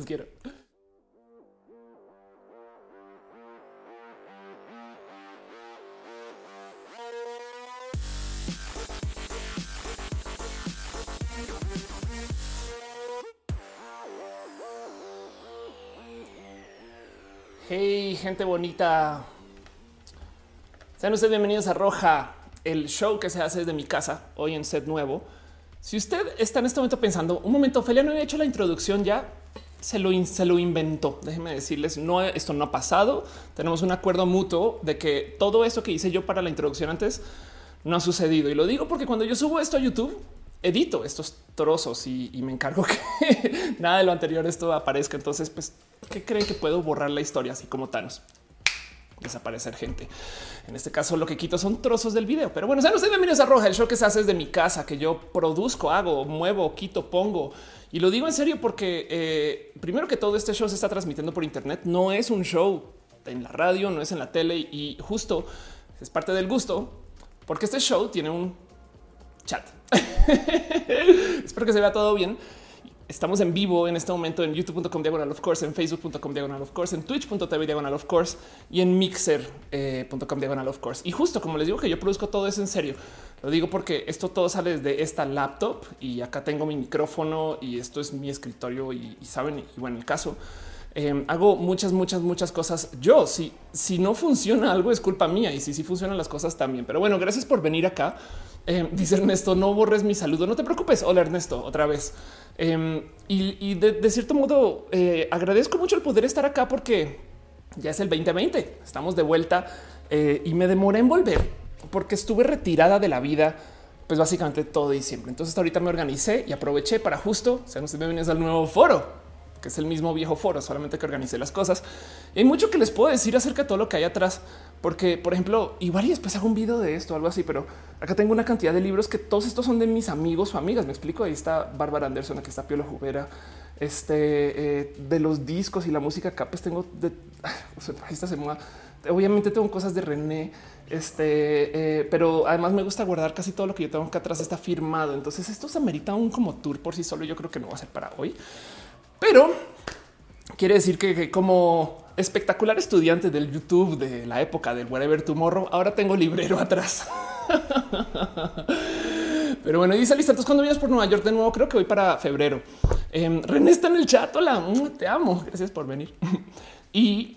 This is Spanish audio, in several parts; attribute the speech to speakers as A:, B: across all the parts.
A: Los quiero. Hey, gente bonita. Sean ustedes bienvenidos a Roja, el show que se hace desde mi casa, hoy en set nuevo. Si usted está en este momento pensando, un momento, Ophelia no había hecho la introducción ya, se lo inventó. Déjenme decirles, no, esto no ha pasado. Tenemos un acuerdo mutuo de que todo esto que hice yo para la introducción antes no ha sucedido. Y lo digo porque cuando yo subo esto a YouTube, edito estos trozos y me encargo que nada de lo anterior esto aparezca. Entonces, pues, ¿qué creen que puedo borrar la historia así como Thanos? Desaparecer gente. En este caso lo que quito son trozos del video. Pero bueno, sean ustedes bienvenidos a Roja, el show que se hace desde mi casa, que yo produzco, hago, muevo, quito, pongo. Y lo digo en serio porque primero que todo este show se está transmitiendo por internet. No es un show en la radio, no es en la tele y justo es parte del gusto porque este show tiene un chat. Espero que se vea todo bien. Estamos en vivo en este momento en youtube.com/of course, en facebook.com/of course, en twitch.tv/of course y en mixer.com/of course. Y justo como les digo que yo produzco todo eso en serio, lo digo porque esto todo sale desde esta laptop y acá tengo mi micrófono y esto es mi escritorio y saben, y bueno, el caso hago muchas cosas. Yo, si no funciona algo es culpa mía y si funcionan las cosas también. Pero bueno, gracias por venir acá. Dice Ernesto, no borres mi saludo. No te preocupes. Hola Ernesto, otra vez. Y de cierto modo agradezco mucho el poder estar acá porque ya es el 2020. Estamos de vuelta y me demoré en volver porque estuve retirada de la vida, pues básicamente todo diciembre. Entonces ahorita me organicé y aproveché para justo, sean ustedes bienvenidos al nuevo foro, que es el mismo viejo foro, solamente que organicé las cosas. Y hay mucho que les puedo decir acerca de todo lo que hay atrás, porque, por ejemplo, igual y después hago un video de esto o algo así, pero acá tengo una cantidad de libros que todos estos son de mis amigos o amigas. Me explico. Ahí está Bárbara Anderson, aquí está Piolo Jubera, de los discos y la música acá. Pues tengo de esta semana. Obviamente tengo cosas de René, pero además me gusta guardar casi todo lo que yo tengo acá atrás está firmado. Entonces esto se amerita un como tour por sí solo. Yo creo que no va a ser para hoy. Pero quiere decir que como espectacular estudiante del YouTube de la época del Whatever Tomorrow, ahora tengo librero atrás. Pero bueno, dice Lisa, entonces cuando vienes por Nueva York de nuevo, creo que voy para febrero. René está en el chat. Hola, te amo. Gracias por venir. Y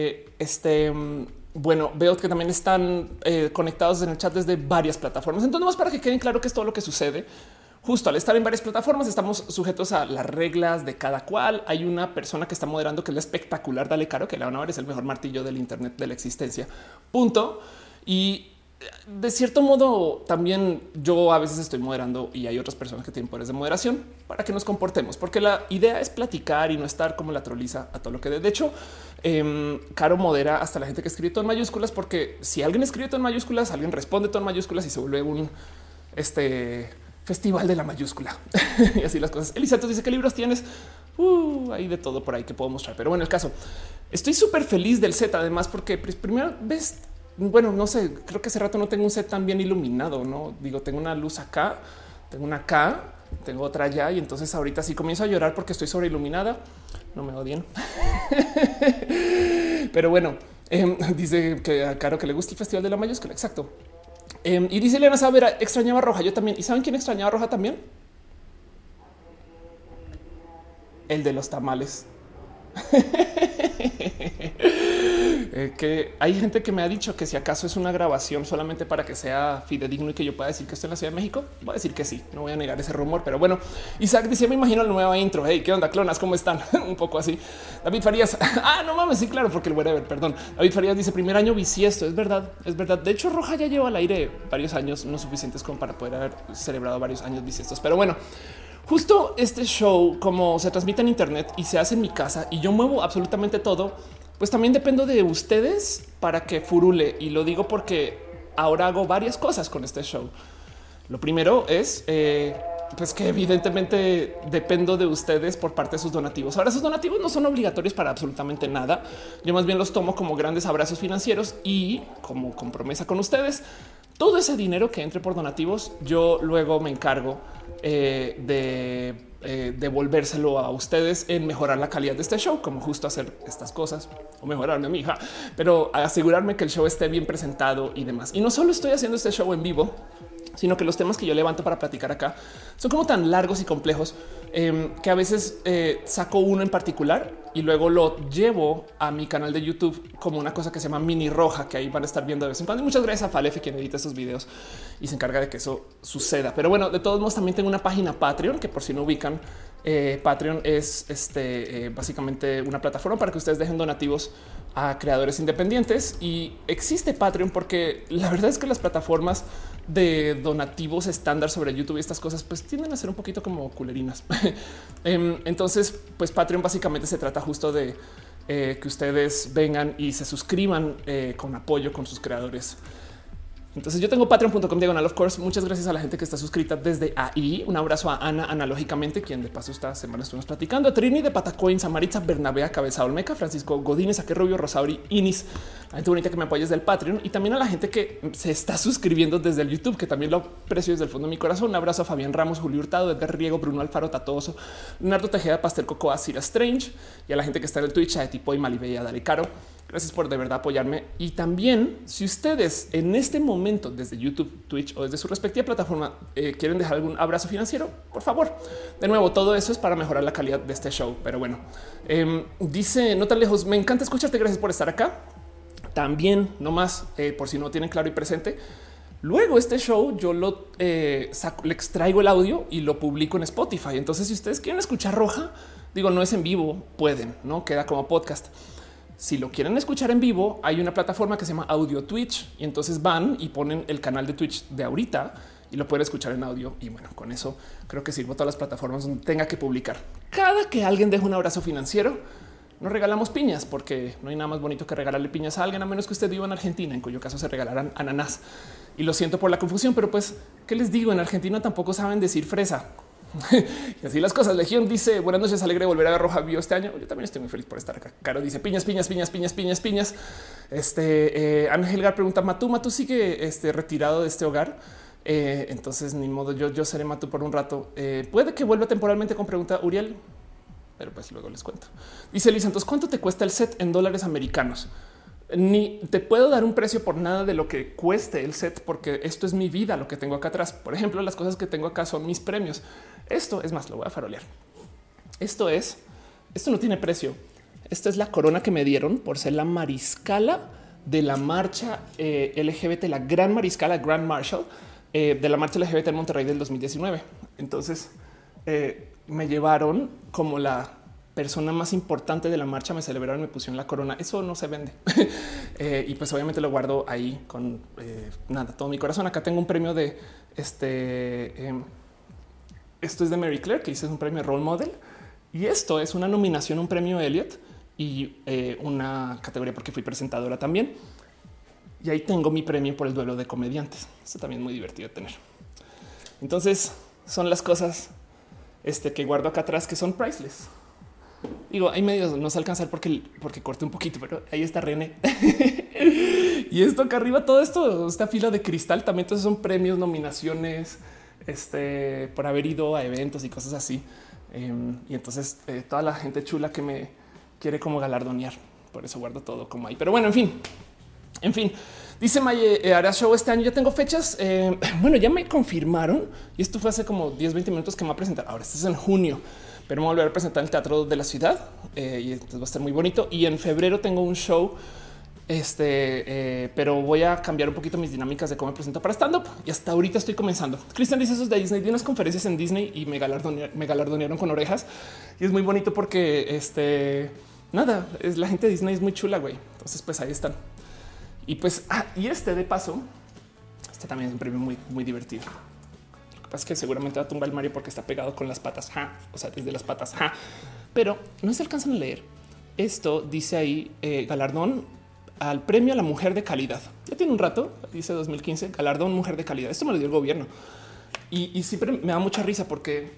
A: bueno, veo que también están conectados en el chat desde varias plataformas. Entonces, más para que queden claro que es todo lo que sucede. Justo al estar en varias plataformas estamos sujetos a las reglas de cada cual. Hay una persona que está moderando que es la espectacular Dale Caro, que la van a ver es el mejor martillo del internet de la existencia. Punto. Y de cierto modo también yo a veces estoy moderando y hay otras personas que tienen poderes de moderación para que nos comportemos, porque la idea es platicar y no estar como la troliza a todo lo que de hecho Caro modera hasta la gente que escribe todo en mayúsculas, porque si alguien escribe todo en mayúsculas, alguien responde todo en mayúsculas y se vuelve un festival de la mayúscula. Y así las cosas. Elisa dice qué libros tienes. Hay de todo por ahí que puedo mostrar. Pero bueno, el caso, estoy súper feliz del set, además, porque primera vez, bueno, no sé, creo que hace rato no tengo un set tan bien iluminado. No digo, tengo una luz acá, tengo una acá, tengo otra allá. Y entonces ahorita sí comienzo a llorar porque estoy sobre iluminada. No me odien. Pero bueno, dice que a Caro que le gusta el festival de la mayúscula. Exacto. Y dice Elena Savera, extrañaba Roja. Yo también. ¿Y saben quién extrañaba Roja también? El de los tamales. Que hay gente que me ha dicho que si acaso es una grabación solamente para que sea fidedigno y que yo pueda decir que estoy en la Ciudad de México, voy a decir que sí, no voy a negar ese rumor, pero bueno. Isaac dice, me imagino la nueva intro. Hey, ¿qué onda, clonas? ¿Cómo están? Un poco así. David Farías, no mames, sí, claro, porque el whatever, perdón. David Farías dice, primer año bisiesto. Es verdad, es verdad. De hecho, Roja ya lleva al aire varios años, no suficientes como para poder haber celebrado varios años bisiestos, pero bueno. Justo este show, como se transmite en internet y se hace en mi casa y yo muevo absolutamente todo, pues también dependo de ustedes para que furule. Y lo digo porque ahora hago varias cosas con este show. Lo primero es pues que evidentemente dependo de ustedes por parte de sus donativos. Ahora, sus donativos no son obligatorios para absolutamente nada. Yo más bien los tomo como grandes abrazos financieros y como con promesa con ustedes. Todo ese dinero que entre por donativos, yo luego me encargo de devolvérselo a ustedes en mejorar la calidad de este show, como justo hacer estas cosas o mejorarme a mi hija, pero asegurarme que el show esté bien presentado y demás. Y no solo estoy haciendo este show en vivo, sino que los temas que yo levanto para platicar acá son como tan largos y complejos que a veces saco uno en particular y luego lo llevo a mi canal de YouTube como una cosa que se llama Mini Roja, que ahí van a estar viendo de vez en cuando. Y muchas gracias a Falefe, quien edita estos videos y se encarga de que eso suceda. Pero bueno, de todos modos también tengo una página Patreon, que por si no ubican, Patreon es básicamente una plataforma para que ustedes dejen donativos a creadores independientes. Y existe Patreon porque la verdad es que las plataformas de donativos estándar sobre YouTube y estas cosas pues tienden a ser un poquito como culerinas. Entonces pues Patreon básicamente se trata justo de que ustedes vengan y se suscriban con apoyo con sus creadores. Entonces yo tengo patreon.com/, of course. Muchas gracias a la gente que está suscrita desde ahí. Un abrazo a Ana analógicamente, quien de paso esta semana estuvimos platicando, a Trini de Patacoins, a Maritza Bernabea, Cabeza Olmeca, Francisco Godínez, a que Rubio, Rosauri, Inis, la gente bonita que me apoya desde el Patreon, y también a la gente que se está suscribiendo desde el YouTube, que también lo aprecio desde el fondo de mi corazón. Un abrazo a Fabián Ramos, Julio Hurtado, Edgar Riego, Bruno Alfaro, Tatoso, Leonardo Tejeda, Pastel Cocoa, Cira Strange, y a la gente que está en el Twitch, a Tipo y Malibella, Dale Caro. Gracias por de verdad apoyarme. Y también, si ustedes en este momento desde YouTube, Twitch o desde su respectiva plataforma quieren dejar algún abrazo financiero, por favor. De nuevo, todo eso es para mejorar la calidad de este show. Pero bueno, dice no tan lejos. Me encanta escucharte. Gracias por estar acá. También, no más por si no tienen claro y presente. Luego este show yo le extraigo el audio y lo publico en Spotify. Entonces, si ustedes quieren escuchar Roja, digo, no es en vivo, pueden, no queda como podcast. Si lo quieren escuchar en vivo, hay una plataforma que se llama Audio Twitch y entonces van y ponen el canal de Twitch de ahorita y lo pueden escuchar en audio. Y bueno, con eso creo que sirvo a todas las plataformas donde tenga que publicar. Cada que alguien deje un abrazo financiero, nos regalamos piñas, porque no hay nada más bonito que regalarle piñas a alguien, a menos que usted viva en Argentina, en cuyo caso se regalarán ananas. Y lo siento por la confusión, pero pues, ¿qué les digo? En Argentina tampoco saben decir fresa. Y así las cosas. Legión dice buenas noches, alegre de volver a ver Roja Vivo este año. Yo también estoy muy feliz por estar acá. Caro dice piñas, piñas, piñas, piñas, piñas, piñas. Ángel Gar pregunta Matú sigue retirado de este hogar. Entonces ni modo, yo seré Matú por un rato. Puede que vuelva temporalmente con pregunta Uriel, pero pues luego les cuento. Dice Lisa, entonces ¿cuánto te cuesta el set en dólares americanos? Ni te puedo dar un precio por nada de lo que cueste el set, porque esto es mi vida, lo que tengo acá atrás. Por ejemplo, las cosas que tengo acá son mis premios. Esto es más, lo voy a farolear. Esto no tiene precio. Esta es la corona que me dieron por ser la mariscala de la marcha LGBT, la gran mariscala, Grand Marshal de la marcha LGBT en Monterrey del 2019. Entonces me llevaron como la persona más importante de la marcha, me celebraron, me pusieron la corona. Eso no se vende. Y pues obviamente lo guardo ahí con nada, todo mi corazón. Acá tengo un premio de esto es de Mary Claire, que dice es un premio Role Model. Y esto es una nominación, un premio Elliot y una categoría porque fui presentadora también. Y ahí tengo mi premio por el duelo de comediantes. Esto también es muy divertido de tener. Entonces son las cosas que guardo acá atrás que son priceless. Digo, hay medios, no se alcanzar porque corté un poquito, pero ahí está René. Y esto acá arriba, todo esto, esta fila de cristal también, entonces son premios, nominaciones, por haber ido a eventos y cosas así. Y entonces toda la gente chula que me quiere como galardonear, por eso guardo todo como ahí. Pero bueno, en fin, dice Maye, hará show este año. Ya tengo fechas. Bueno, ya me confirmaron y esto fue hace como 10-20 minutos que me va a presentar. Ahora este es en junio, pero me voy a volver a presentar en el Teatro de la Ciudad y entonces va a estar muy bonito. Y en febrero tengo un show, pero voy a cambiar un poquito mis dinámicas de cómo me presento para stand up y hasta ahorita estoy comenzando. Cristian dice esos de Disney, di unas conferencias en Disney y me galardonearon con orejas y es muy bonito porque nada, es la gente de Disney es muy chula, güey. Entonces pues ahí están. Y pues, y de paso, también es un premio muy, muy divertido. Lo que pasa es que seguramente va a tumbar el Mario porque está pegado con las patas, o sea, desde las patas, pero no se alcanzan a leer. Esto dice ahí galardón al premio a la mujer de calidad. Ya tiene un rato, dice 2015, galardón mujer de calidad. Esto me lo dio el gobierno y siempre me da mucha risa porque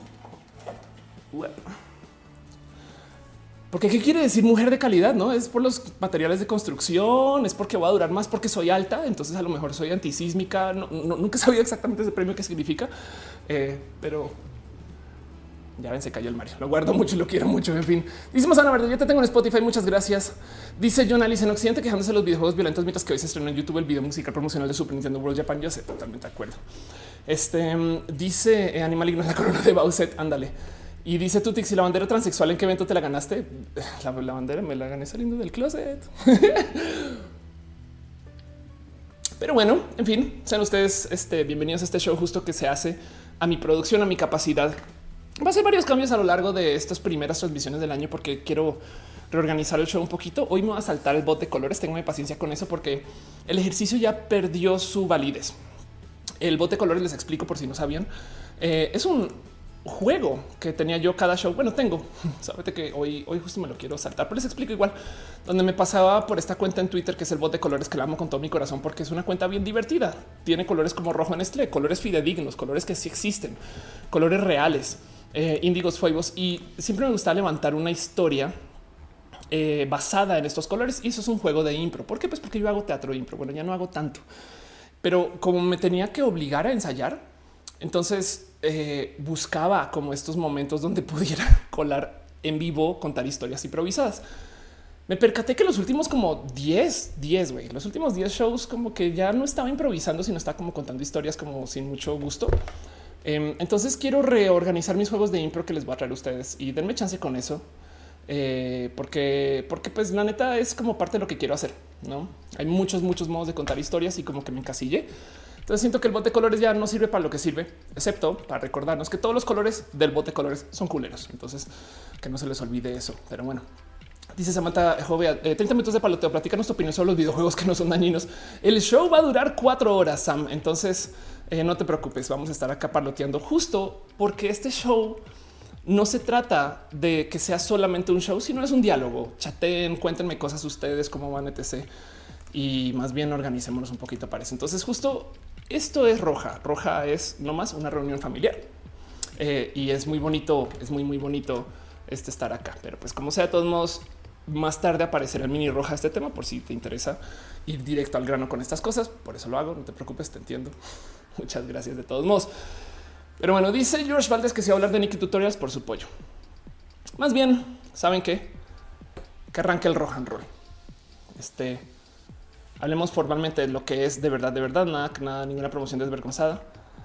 A: ¿qué quiere decir mujer de calidad? No es por los materiales de construcción, es porque va a durar más porque soy alta. Entonces a lo mejor soy antisísmica. Nunca he sabido exactamente ese premio qué significa, pero Ya ven, se cayó el Mario. Lo guardo mucho y lo quiero mucho. En fin, dice Ana Verde, yo te tengo en Spotify. Muchas gracias. Dice John Alice en Occidente quejándose de los videojuegos violentos, mientras que hoy se estrenó en YouTube el video musical promocional de Super Nintendo World Japan. Yo sé, totalmente de acuerdo. Dice Animal Igno la corona de Bowsette. Ándale. Y dice Tutix, ¿y la bandera transexual en qué evento te la ganaste? La bandera me la gané saliendo del closet. Pero bueno, en fin, sean ustedes bienvenidos a este show justo que se hace a mi producción, a mi capacidad. Va a ser varios cambios a lo largo de estas primeras transmisiones del año porque quiero reorganizar el show un poquito. Hoy me voy a saltar el bot de colores. Tengo paciencia con eso porque el ejercicio ya perdió su validez. El bot de colores, les explico por si no sabían, es un juego que tenía yo cada show. Bueno, tengo, sabete que hoy justo me lo quiero saltar, pero les explico igual, donde me pasaba por esta cuenta en Twitter, que es el bot de colores, que la amo con todo mi corazón, porque es una cuenta bien divertida. Tiene colores como rojo en Nestlé, colores fidedignos, colores que sí existen, colores reales, índigos, fuegos. Y siempre me gusta levantar una historia basada en estos colores. Y eso es un juego de impro. ¿Por qué? Pues porque yo hago teatro de impro. Bueno, ya no hago tanto, pero como me tenía que obligar a ensayar, entonces buscaba como estos momentos donde pudiera colar en vivo, contar historias improvisadas. Me percaté que los últimos como 10, los últimos 10 shows como que ya no estaba improvisando, sino estaba como contando historias como sin mucho gusto. Entonces quiero reorganizar mis juegos de impro que les voy a traer a ustedes y denme chance con eso. Porque pues la neta es como parte de lo que quiero hacer. No hay muchos modos de contar historias y como que me encasillé. Entonces siento que el bot de colores ya no sirve para lo que sirve, excepto para recordarnos que todos los colores del bot de colores son culeros. Entonces que no se les olvide eso. Pero bueno, dice Samantha Jovea, 30 minutos de paloteo. Platícanos tu opinión sobre los videojuegos que no son dañinos. El show va a durar 4 horas, Sam. Entonces no te preocupes, vamos a estar acá parloteando justo porque este show no se trata de que sea solamente un show, sino es un diálogo. Chateen, cuéntenme cosas ustedes, cómo van, etc. Y más bien organicémonos un poquito para eso. Entonces justo esto es Roja. Roja es nomás una reunión familiar y es muy bonito, es muy bonito estar acá. Pero pues como sea, de todos modos, más tarde aparecerá el mini Roja este tema por si te interesa ir directo al grano con estas cosas. Por eso lo hago, no te preocupes, te entiendo. Muchas gracias de todos modos. Pero bueno, dice George Valdez que si va a hablar de Nikki Tutorials por su pollo. Más bien, ¿saben qué? Que arranque el rock and roll. Hablemos formalmente de lo que es de verdad, nada, ninguna promoción desvergonzada.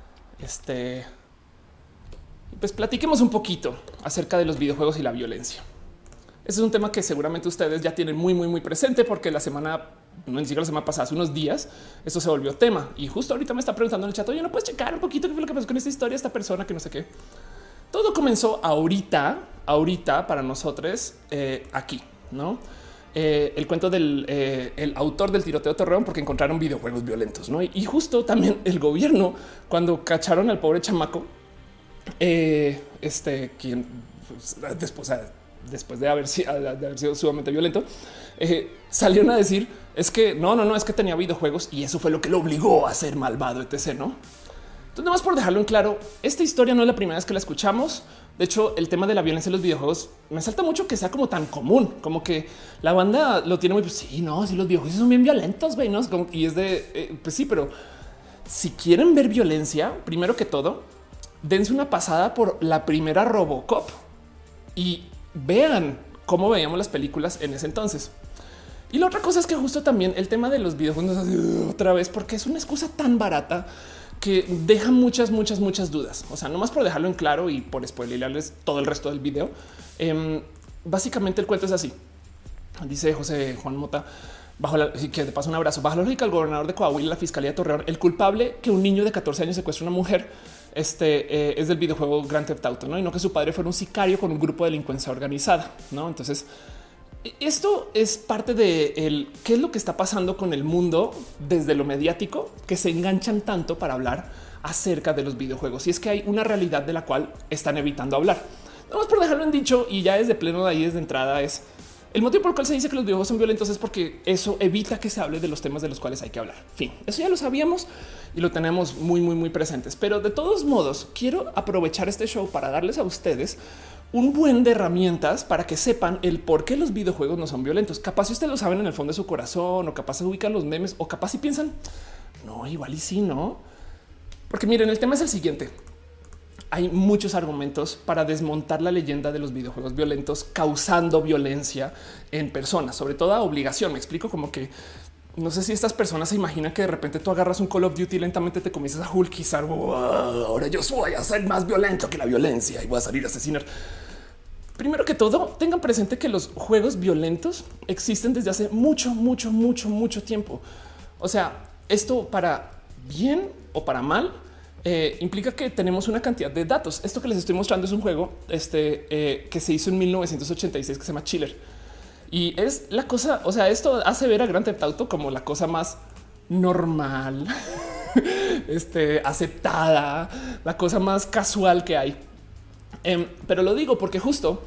A: Pues platiquemos un poquito acerca de los videojuegos y la violencia. Ese es un tema que seguramente ustedes ya tienen muy presente porque la semana, no ni siquiera la semana pasada, hace unos días, esto se volvió tema. Y justo ahorita me está preguntando en el chat, oye, ¿no puedes checar un poquito qué fue lo que pasó con esta historia, esta persona que no sé qué? Todo comenzó ahorita para nosotros aquí, ¿no? El cuento del el autor del tiroteo Torreón porque encontraron videojuegos violentos, ¿no? Y justo también el gobierno, cuando cacharon al pobre chamaco, quien pues, después de haber sido sumamente violento, salieron a decir es que no, es que tenía videojuegos y eso fue lo que lo obligó a ser malvado, etc. ¿No? Entonces, nada más por dejarlo en claro, esta historia no es la primera vez que la escuchamos. De hecho, el tema de la violencia en los videojuegos me salta mucho que sea como tan común, como que la banda lo tiene muy, pues sí, no, sí, los videojuegos son bien violentos, güey, ¿no? Y es de, pues sí, pero si quieren ver violencia, primero que todo, dense una pasada por la primera Robocop y vean cómo veíamos las películas en ese entonces. Y la otra cosa es que justo también el tema de los videojuegos otra vez, porque es una excusa tan barata que deja muchas dudas. O sea, nomás por dejarlo en claro y por spoilerarles todo el resto del video. Básicamente el cuento es así. Dice José Juan Mota, que te paso un abrazo. Bajo la lógica del gobernador de Coahuila, la fiscalía de Torreón, el culpable que un niño de 14 años secuestra a una mujer es del videojuego Grand Theft Auto, ¿no? Y no que su padre fuera un sicario con un grupo de delincuencia organizada, ¿no? Entonces, esto es parte de qué es lo que está pasando con el mundo desde lo mediático, que se enganchan tanto para hablar acerca de los videojuegos. Y es que hay una realidad de la cual están evitando hablar. Vamos por dejarlo en dicho y ya desde pleno de ahí, desde entrada, es el motivo por el cual se dice que los videojuegos son violentos es porque eso evita que se hable de los temas de los cuales hay que hablar. Fin, eso ya lo sabíamos y lo tenemos muy presentes. Pero de todos modos, quiero aprovechar este show para darles a ustedes un buen de herramientas para que sepan el por qué los videojuegos no son violentos. Capaz si ustedes lo saben en el fondo de su corazón o capaz se ubican los memes o capaz si piensan no, igual y sí, no, porque miren, el tema es el siguiente. hay muchos argumentos para desmontar la leyenda de los videojuegos violentos causando violencia en personas, sobre todo a obligación. Me explico, como que no sé si estas personas se imaginan que de repente tú agarras un Call of Duty y lentamente te comienzas a hulkizar. Ahora yo voy a ser más violento que la violencia y voy a salir a asesinar. Primero que todo, tengan presente que los juegos violentos existen desde hace mucho tiempo. O sea, esto para bien o para mal implica que tenemos una cantidad de datos. Esto que les estoy mostrando es un juego que se hizo en 1986 que se llama Chiller. Y es la cosa, o sea, esto hace ver a Grand Theft Auto como la cosa más normal, aceptada, la cosa más casual que hay. Pero lo digo porque justo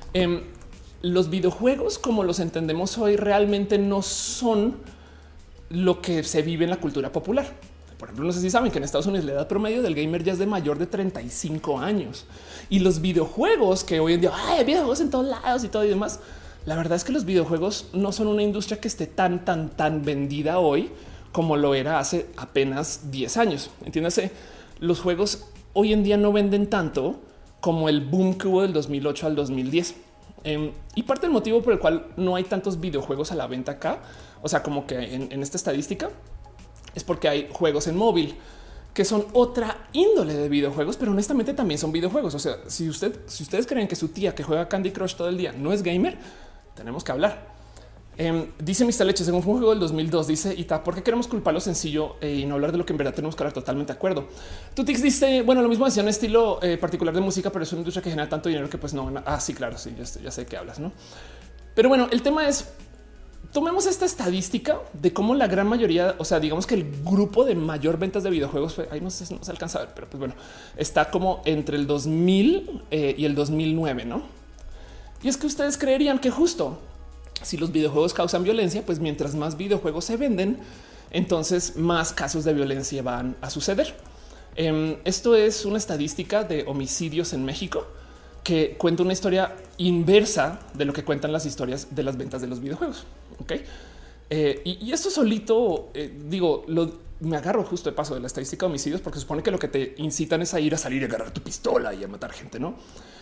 A: los videojuegos como los entendemos hoy realmente no son lo que se vive en la cultura popular. Por ejemplo, no sé si saben que en Estados Unidos la edad promedio del gamer ya es de mayor de 35 años y los videojuegos que hoy en día hay videojuegos en todos lados y todo y demás. La verdad es que los videojuegos no son una industria que esté tan vendida hoy como lo era hace apenas 10 años. Entiéndase, los juegos hoy en día no venden tanto como el boom que hubo del 2008 al 2010. Y parte del motivo por el cual no hay tantos videojuegos a la venta acá, o sea, como que en esta estadística, es porque hay juegos en móvil que son otra índole de videojuegos, pero honestamente también son videojuegos. O sea, si ustedes creen que su tía que juega Candy Crush todo el día no es gamer, tenemos que hablar. Dice Mr. Leche, según fue un juego del 2002, dice Ita, ¿por qué queremos culpar lo sencillo y no hablar de lo que en verdad tenemos que hablar? Totalmente de acuerdo. Tutix dice, bueno, lo mismo decía un estilo particular de música, pero es una industria que genera tanto dinero que pues no. Ah, sí, claro, sí, ya sé de qué hablas, ¿no? Pero bueno, el tema es, tomemos esta estadística de cómo la gran mayoría, o sea, digamos que el grupo de mayor ventas de videojuegos, ahí no se alcanza a ver, pero pues bueno, está como entre el 2000 y el 2009, ¿no? Y es que ustedes creerían que justo si los videojuegos causan violencia, pues mientras más videojuegos se venden, entonces más casos de violencia van a suceder. Esto es una estadística de homicidios en México que cuenta una historia inversa de lo que cuentan las historias de las ventas de los videojuegos. Ok. Y esto solito, me agarro justo de paso de la estadística de homicidios porque supone que lo que te incitan es a ir a salir y agarrar tu pistola y a matar gente, ¿no?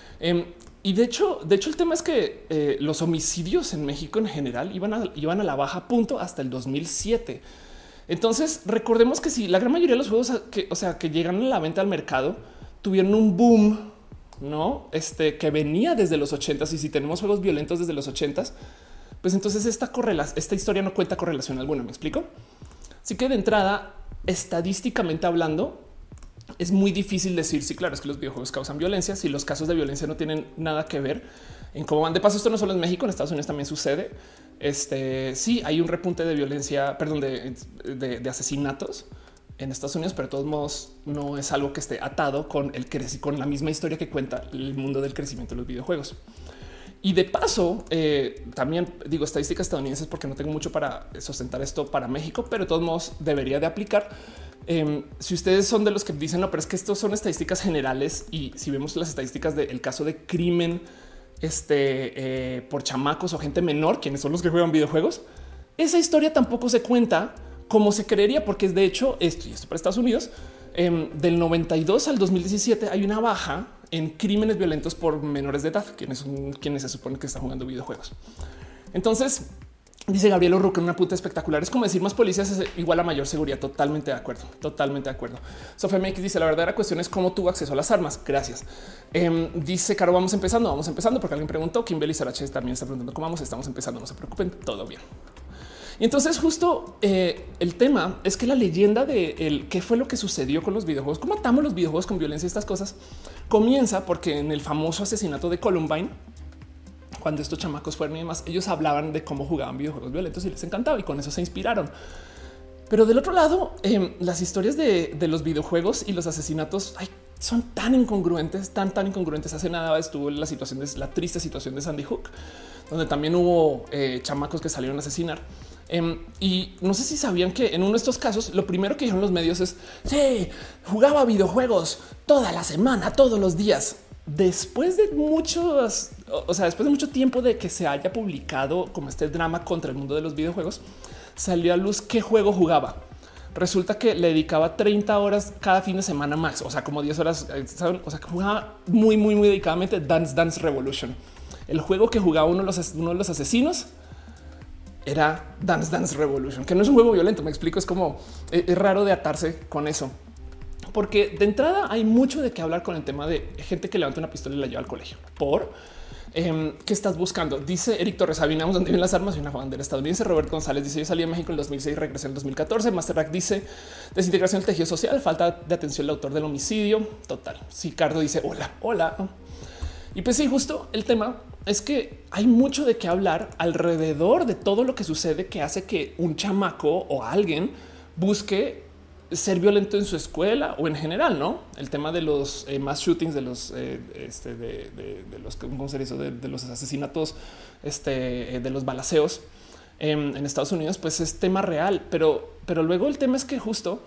A: Y de hecho, el tema es que los homicidios en México en general iban a la baja punto hasta el 2007. Entonces recordemos que si la gran mayoría de los juegos que llegan a la venta al mercado tuvieron un boom, no que venía desde los 80s, y si tenemos juegos violentos desde los 80s, pues entonces esta historia no cuenta correlación alguna. ¿Me explico? Así que de entrada, estadísticamente hablando, es muy difícil decir sí, claro, es que los videojuegos causan violencia si los casos de violencia no tienen nada que ver en cómo van. De paso, esto no solo en México, en Estados Unidos también sucede. Sí, hay un repunte de violencia, perdón, de asesinatos en Estados Unidos, pero de todos modos no es algo que esté atado con la misma historia que cuenta el mundo del crecimiento de los videojuegos. Y de paso, también digo estadísticas estadounidenses porque no tengo mucho para sustentar esto para México, pero de todos modos debería de aplicar. Si ustedes son de los que dicen no, pero es que estos son estadísticas generales, y si vemos las estadísticas del caso de crimen por chamacos o gente menor, quienes son los que juegan videojuegos, esa historia tampoco se cuenta como se creería, porque es de hecho esto para Estados Unidos del 92 al 2017 hay una baja en crímenes violentos por menores de edad, quienes se supone que están jugando videojuegos. Entonces, dice Gabriel Urruca, una puta espectacular. Es como decir más policías es igual a mayor seguridad. Totalmente de acuerdo, totalmente de acuerdo. Sofía MX dice la verdadera cuestión es cómo tuvo acceso a las armas. Gracias. Dice Caro, vamos empezando porque alguien preguntó. Kimberly Sarache también está preguntando cómo vamos. Estamos empezando, no se preocupen, todo bien. Y entonces justo el tema es que la leyenda de qué fue lo que sucedió con los videojuegos, cómo atamos los videojuegos con violencia y estas cosas, comienza porque en el famoso asesinato de Columbine, cuando estos chamacos fueron y demás, ellos hablaban de cómo jugaban videojuegos violentos y les encantaba y con eso se inspiraron. Pero del otro lado, las historias de los videojuegos y los asesinatos son tan incongruentes, tan incongruentes. Hace nada estuvo la triste situación de Sandy Hook, donde también hubo chamacos que salieron a asesinar. Y no sé si sabían que en uno de estos casos lo primero que dijeron los medios es sí, jugaba videojuegos toda la semana, todos los días. Después de después de mucho tiempo de que se haya publicado como este drama contra el mundo de los videojuegos, salió a luz qué juego jugaba. resulta que le dedicaba 30 horas cada fin de semana max, o sea, como 10 horas, ¿saben? O sea, que jugaba muy dedicadamente Dance Dance Revolution. El juego que jugaba uno de los asesinos era Dance Dance Revolution, que no es un juego violento, me explico, es como, es raro de atarse con eso. Porque de entrada hay mucho de qué hablar con el tema de gente que levanta una pistola y la lleva al colegio. ¿Qué estás buscando? Dice Eric Torres, sabinamos dónde vienen las armas y una bandera estadounidense. Robert González dice, yo salí de México en el 2006 y regresé en el 2014. Master Rack dice, desintegración del tejido social, falta de atención del autor del homicidio. Total. Sicardo dice, hola. Y pues sí, justo el tema es que hay mucho de qué hablar alrededor de todo lo que sucede que hace que un chamaco o alguien busque ser violento en su escuela o en general, no? El tema de los mass shootings, de los de los ¿cómo se dice? De los asesinatos, de los balaceos en Estados Unidos, pues es tema real, pero luego el tema es que justo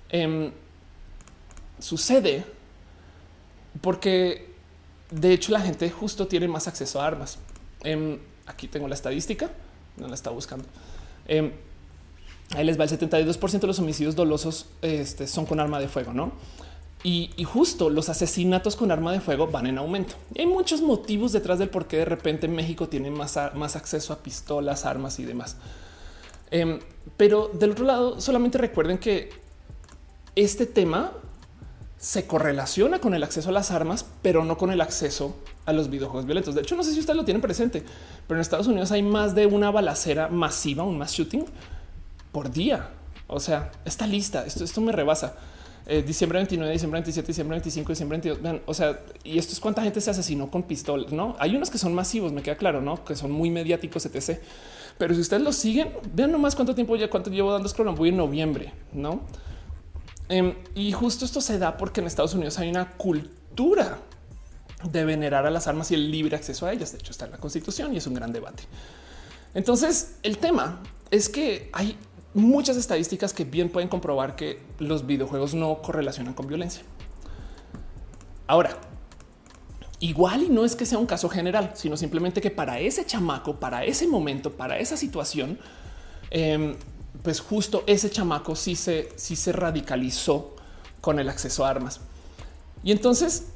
A: sucede porque de hecho la gente justo tiene más acceso a armas. Aquí tengo la estadística, no la estaba buscando. Ahí les va, el 72% de los homicidios dolosos son con arma de fuego, ¿no? Y justo los asesinatos con arma de fuego van en aumento. Y hay muchos motivos detrás del por qué de repente México tiene más acceso a pistolas, armas y demás. Pero del otro lado, solamente recuerden que este tema se correlaciona con el acceso a las armas, pero no con el acceso a los videojuegos violentos. De hecho, no sé si ustedes lo tienen presente, pero en Estados Unidos hay más de una balacera masiva, un mass shooting por día. O sea, esta lista, esto me rebasa. Diciembre 29, diciembre 27, diciembre 25, diciembre 22. Vean, o sea, y esto es cuánta gente se asesinó con pistolas, ¿no? Hay unos que son masivos, me queda claro, ¿no? Que son muy mediáticos, etc. Pero si ustedes lo siguen, vean nomás cuánto llevo dando scroll. Voy en noviembre, ¿no? Y justo esto se da porque en Estados Unidos hay una cultura de venerar a las armas y el libre acceso a ellas. De hecho, está en la Constitución y es un gran debate. Entonces, el tema es que hay muchas estadísticas que bien pueden comprobar que los videojuegos no correlacionan con violencia. Ahora, igual y no es que sea un caso general, sino simplemente que para ese chamaco, para ese momento, para esa situación, pues justo ese chamaco sí se radicalizó con el acceso a armas. Y entonces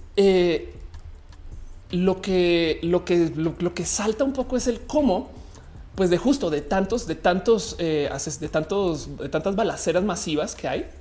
A: lo que salta un poco es el cómo, pues de tantas balaceras masivas que hay.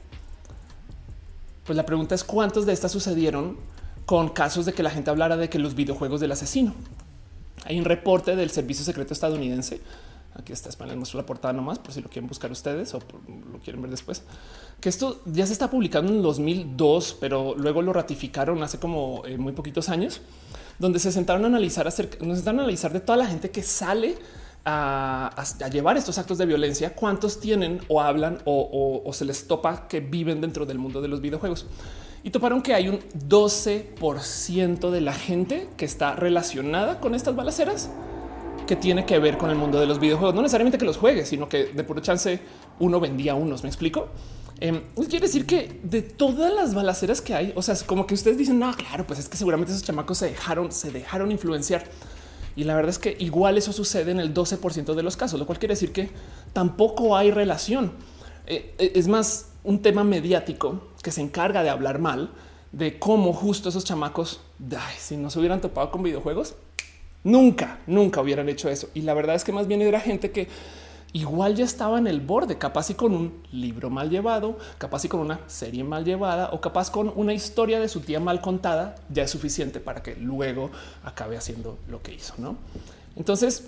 A: Pues la pregunta es cuántos de estas sucedieron con casos de que la gente hablara de que los videojuegos del asesino. Hay un reporte del Servicio Secreto estadounidense. Aquí está, les muestro la portada nomás por si lo quieren buscar ustedes o lo quieren ver después. Que esto ya se está publicando en 2002, pero luego lo ratificaron hace como muy poquitos años, donde se sentaron a analizar de toda la gente que sale a llevar estos actos de violencia, cuántos tienen o hablan o se les topa que viven dentro del mundo de los videojuegos. Y toparon que hay un 12% de la gente que está relacionada con estas balaceras que tiene que ver con el mundo de los videojuegos. No necesariamente que los juegue, sino que de puro chance uno vendía unos. ¿Me explico? Quiere decir que de todas las balaceras que hay, o sea, es como que ustedes dicen, no, claro, pues es que seguramente esos chamacos se dejaron influenciar. Y la verdad es que igual eso sucede en el 12% de los casos, lo cual quiere decir que tampoco hay relación. Es más un tema mediático que se encarga de hablar mal de cómo justo esos chamacos, si no se hubieran topado con videojuegos, nunca hubieran hecho eso. Y la verdad es que más bien era gente que igual ya estaba en el borde, capaz y con un libro mal llevado, capaz y con una serie mal llevada o capaz con una historia de su tía mal contada, ya es suficiente para que luego acabe haciendo lo que hizo, ¿no? Entonces,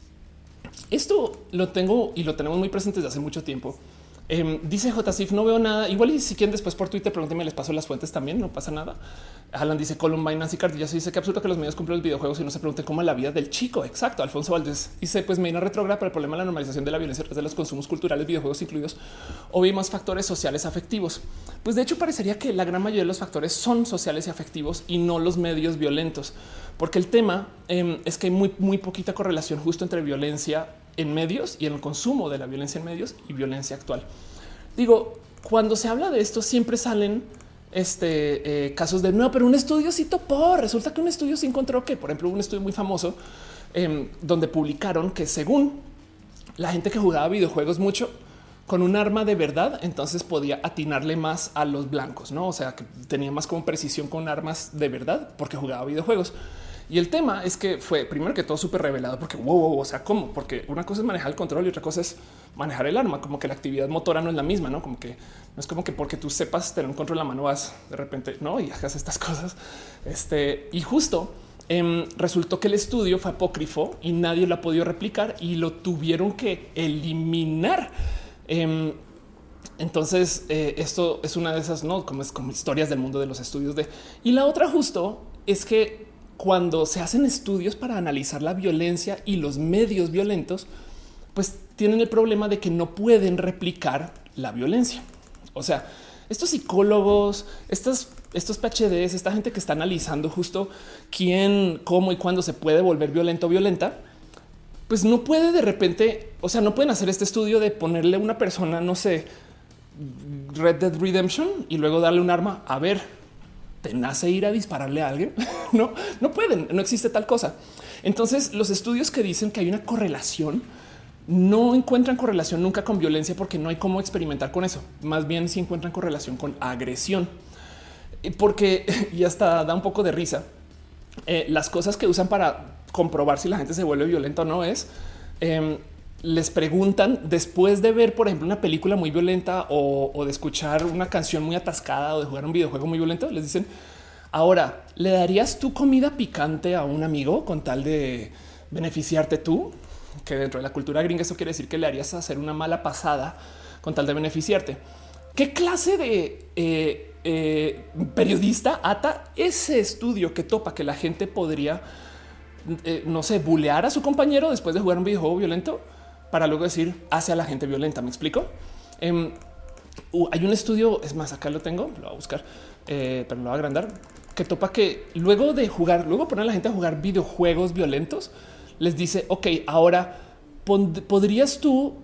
A: esto lo tengo y lo tenemos muy presente desde hace mucho tiempo. Dice JCIF, no veo nada. Igual y si quieren después por Twitter, pregúntenme, les paso las fuentes también, no pasa nada. Alan dice Columbine, Nancy Cardillas dice que absurdo que los medios cumplen los videojuegos y no se pregunten cómo es la vida del chico. Exacto. Alfonso Valdés dice pues Medina retrógrada para el problema de la normalización de la violencia de los consumos culturales, videojuegos incluidos, o hay más factores sociales afectivos. Pues de hecho parecería que la gran mayoría de los factores son sociales y afectivos y no los medios violentos, porque el tema es que hay muy poquita correlación justo entre violencia en medios y en el consumo de la violencia en medios y violencia actual. Digo, cuando se habla de esto siempre salen casos de no, pero un estudio sí topó. Resulta que un estudio se encontró que, por ejemplo, un estudio muy famoso donde publicaron que según la gente que jugaba videojuegos mucho con un arma de verdad, entonces podía atinarle más a los blancos, ¿no? O sea, que tenía más como precisión con armas de verdad porque jugaba videojuegos. Y el tema es que fue primero que todo súper revelado porque wow, o sea, ¿cómo? Porque una cosa es manejar el control y otra cosa es manejar el arma, como que la actividad motora no es la misma, ¿no? Como que no es como que porque tú sepas tener un control en la mano vas de repente, ¿no? Y hagas estas cosas. Y justo resultó que el estudio fue apócrifo y nadie lo ha podido replicar y lo tuvieron que eliminar. Entonces, esto es una de esas, no como es como historias del mundo de los estudios de. Y la otra justo es que cuando se hacen estudios para analizar la violencia y los medios violentos, pues tienen el problema de que no pueden replicar la violencia. O sea, estos psicólogos, estos PhDs, esta gente que está analizando justo quién, cómo y cuándo se puede volver violento o violenta, pues no puede de repente, o sea, no pueden hacer este estudio de ponerle a una persona, no sé, Red Dead Redemption y luego darle un arma. A ver, ¿te nace ir a dispararle a alguien? No pueden, no existe tal cosa. Entonces, los estudios que dicen que hay una correlación no encuentran correlación nunca con violencia porque no hay cómo experimentar con eso. Más bien sí encuentran correlación con agresión, porque y hasta da un poco de risa. Las cosas que usan para comprobar si la gente se vuelve violenta o no es les preguntan después de ver, por ejemplo, una película muy violenta o de escuchar una canción muy atascada o de jugar un videojuego muy violento. Les dicen ahora, ¿le darías tu comida picante a un amigo con tal de beneficiarte tú? Que dentro de la cultura gringa eso quiere decir que le harías hacer una mala pasada con tal de beneficiarte. ¿Qué clase de periodista ata ese estudio que topa que la gente podría, no sé, bulear a su compañero después de jugar un videojuego violento para luego decir hace a la gente violenta? ¿Me explico? Hay un estudio, es más, acá lo tengo, lo voy a buscar, pero lo voy a agrandar, que topa que luego de jugar, luego poner a la gente a jugar videojuegos violentos, les dice, ok, ahora podrías tú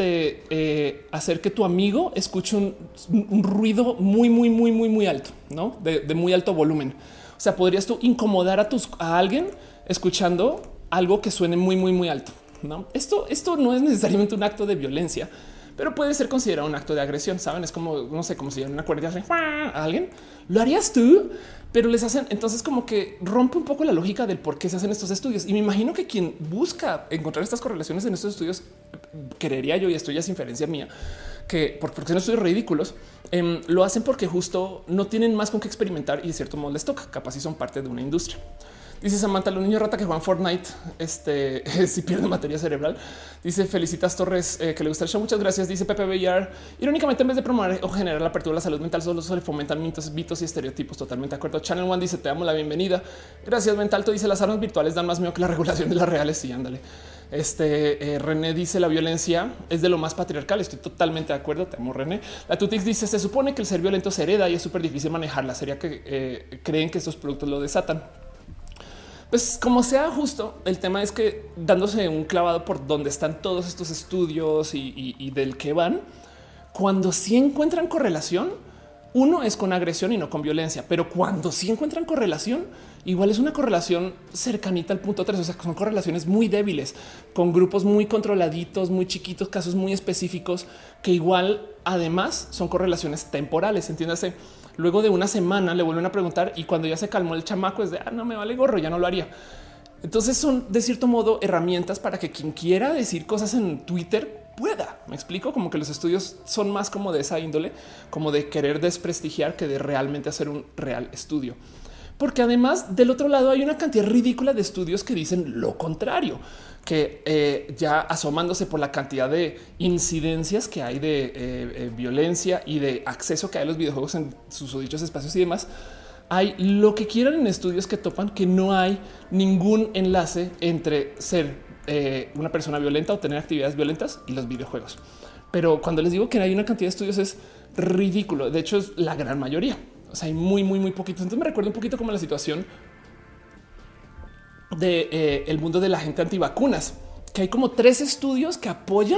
A: hacer que tu amigo escuche un ruido muy alto, ¿no? De muy alto volumen. O sea, podrías tú incomodar a alguien escuchando algo que suene muy alto, ¿no? Esto no es necesariamente un acto de violencia, pero puede ser considerado un acto de agresión. Saben, es como, no sé, como si en una cuerda a alguien lo harías tú, pero les hacen. Entonces, como que rompe un poco la lógica del por qué se hacen estos estudios. Y me imagino que quien busca encontrar estas correlaciones en estos estudios, creería yo, y esto ya es inferencia mía, que porque son estudios ridículos, lo hacen porque justo no tienen más con qué experimentar y de cierto modo les toca. Capaz si son parte de una industria. Dice Samantha, los niños rata que juegan Fortnite, si pierden materia cerebral. Dice Felicitas Torres, que le gusta el show. Muchas gracias. Dice Pepe Bellar. Irónicamente, en vez de promover o generar la apertura de la salud mental, solo se le fomentan mitos y estereotipos. Totalmente de acuerdo. Channel One dice, te damos la bienvenida. Gracias, Mentalto. Dice, las armas virtuales dan más miedo que la regulación de las reales. Sí, ándale. René dice, la violencia es de lo más patriarcal. Estoy totalmente de acuerdo. Te amo, René. La Tutix dice, se supone que el ser violento se hereda y es súper difícil manejarla. Sería que creen que estos productos lo desatan. Pues como sea, justo el tema es que dándose un clavado por donde están todos estos estudios y del que van, cuando sí encuentran correlación, uno es con agresión y no con violencia, pero cuando sí encuentran correlación, igual es una correlación cercanita al punto 3. O sea, son correlaciones muy débiles con grupos muy controladitos, muy chiquitos, casos muy específicos que igual además son correlaciones temporales. Entiéndase. Luego de una semana le vuelven a preguntar y cuando ya se calmó el chamaco es de no me vale gorro, ya no lo haría. Entonces son de cierto modo herramientas para que quien quiera decir cosas en Twitter pueda. Me explico, como que los estudios son más como de esa índole, como de querer desprestigiar que de realmente hacer un real estudio. Porque además del otro lado hay una cantidad ridícula de estudios que dicen lo contrario, que ya asomándose por la cantidad de incidencias que hay de violencia y de acceso que hay a los videojuegos en sus dichos espacios y demás, hay lo que quieran en estudios que topan que no hay ningún enlace entre ser una persona violenta o tener actividades violentas y los videojuegos. Pero cuando les digo que hay una cantidad de estudios es ridículo. De hecho, es la gran mayoría. O sea, hay muy poquitos. Entonces me recuerda un poquito como la situación de el mundo de la gente antivacunas, que hay como 3 estudios que apoyan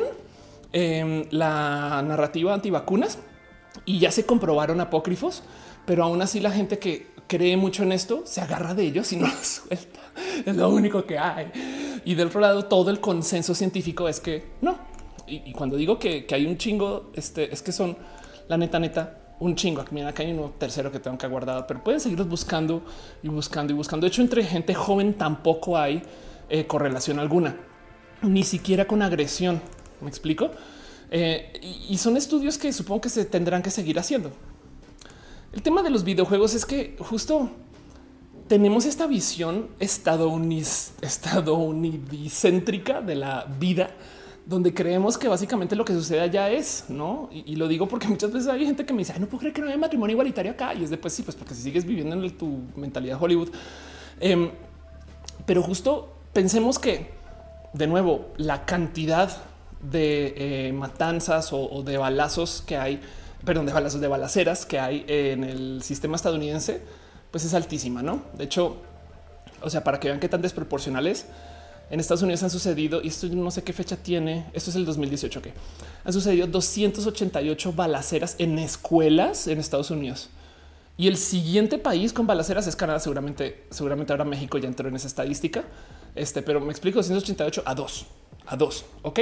A: la narrativa antivacunas y ya se comprobaron apócrifos, pero aún así la gente que cree mucho en esto se agarra de ellos y no lo suelta. Es lo único que hay. Y del otro lado, todo el consenso científico es que no, Y cuando digo que hay un chingo, es que son la neta, un chingo. Aquí, mira, acá hay uno tercero que tengo que guardar, pero pueden seguirlos buscando y buscando y buscando. De hecho, entre gente joven tampoco hay correlación alguna, ni siquiera con agresión. ¿Me explico? Y son estudios que supongo que se tendrán que seguir haciendo. El tema de los videojuegos es que justo tenemos esta visión estadounidicéntrica de la vida, donde creemos que básicamente lo que sucede allá es, ¿no? Y lo digo porque muchas veces hay gente que me dice, ay, no puedo creer que no haya matrimonio igualitario acá. Y es después sí, pues porque si sigues viviendo en tu mentalidad Hollywood. Pero justo pensemos que, de nuevo, la cantidad de matanzas o de balazos que hay, perdón, de balaceras que hay en el sistema estadounidense, pues es altísima, ¿no? De hecho, o sea, para que vean qué tan desproporcional es, en Estados Unidos han sucedido, y esto no sé qué fecha tiene, esto es el 2018, que han sucedido 288 balaceras en escuelas en Estados Unidos. Y el siguiente país con balaceras es Canadá. Seguramente ahora México ya entró en esa estadística. Pero me explico, 288 a 2. Ok.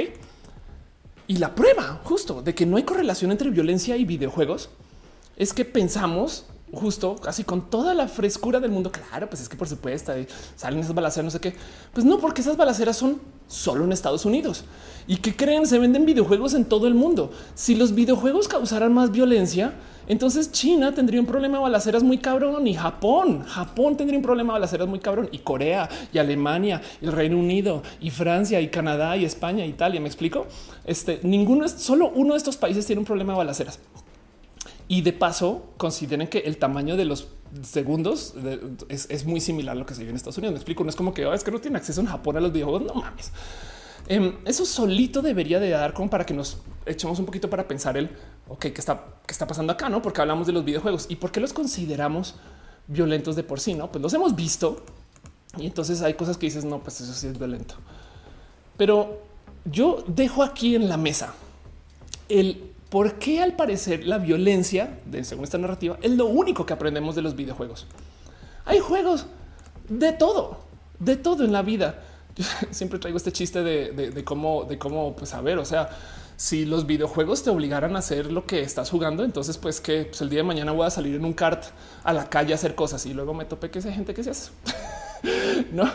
A: Y la prueba justo de que no hay correlación entre violencia y videojuegos es que pensamos justo así con toda la frescura del mundo. Claro, pues es que por supuesto salen esas balaceras, no sé qué. Pues no, porque esas balaceras son solo en Estados Unidos. ¿Y qué creen? Se venden videojuegos en todo el mundo. Si los videojuegos causaran más violencia, entonces China tendría un problema de balaceras muy cabrón, y Japón tendría un problema de balaceras muy cabrón, y Corea y Alemania y el Reino Unido y Francia y Canadá y España, Italia. ¿Me explico? Solo uno de estos países tiene un problema de balaceras. Y de paso, consideren que el tamaño de los segundos es muy similar a lo que se vive en Estados Unidos. Me explico, no es como que es que no tiene acceso en Japón a los videojuegos. No mames. Eso solito debería de dar como para que nos echemos un poquito para pensar ¿qué está pasando acá? No, porque hablamos de los videojuegos y por qué los consideramos violentos de por sí. No, pues los hemos visto y entonces hay cosas que dices, no, pues eso sí es violento. Pero yo dejo aquí en la mesa el por qué al parecer la violencia, según esta narrativa, es lo único que aprendemos de los videojuegos. Hay juegos de todo en la vida. Yo siempre traigo este chiste de cómo, pues a ver, o sea, si los videojuegos te obligaran a hacer lo que estás jugando, entonces pues que pues el día de mañana voy a salir en un kart a la calle a hacer cosas y luego me topé que hay gente que se hace. No,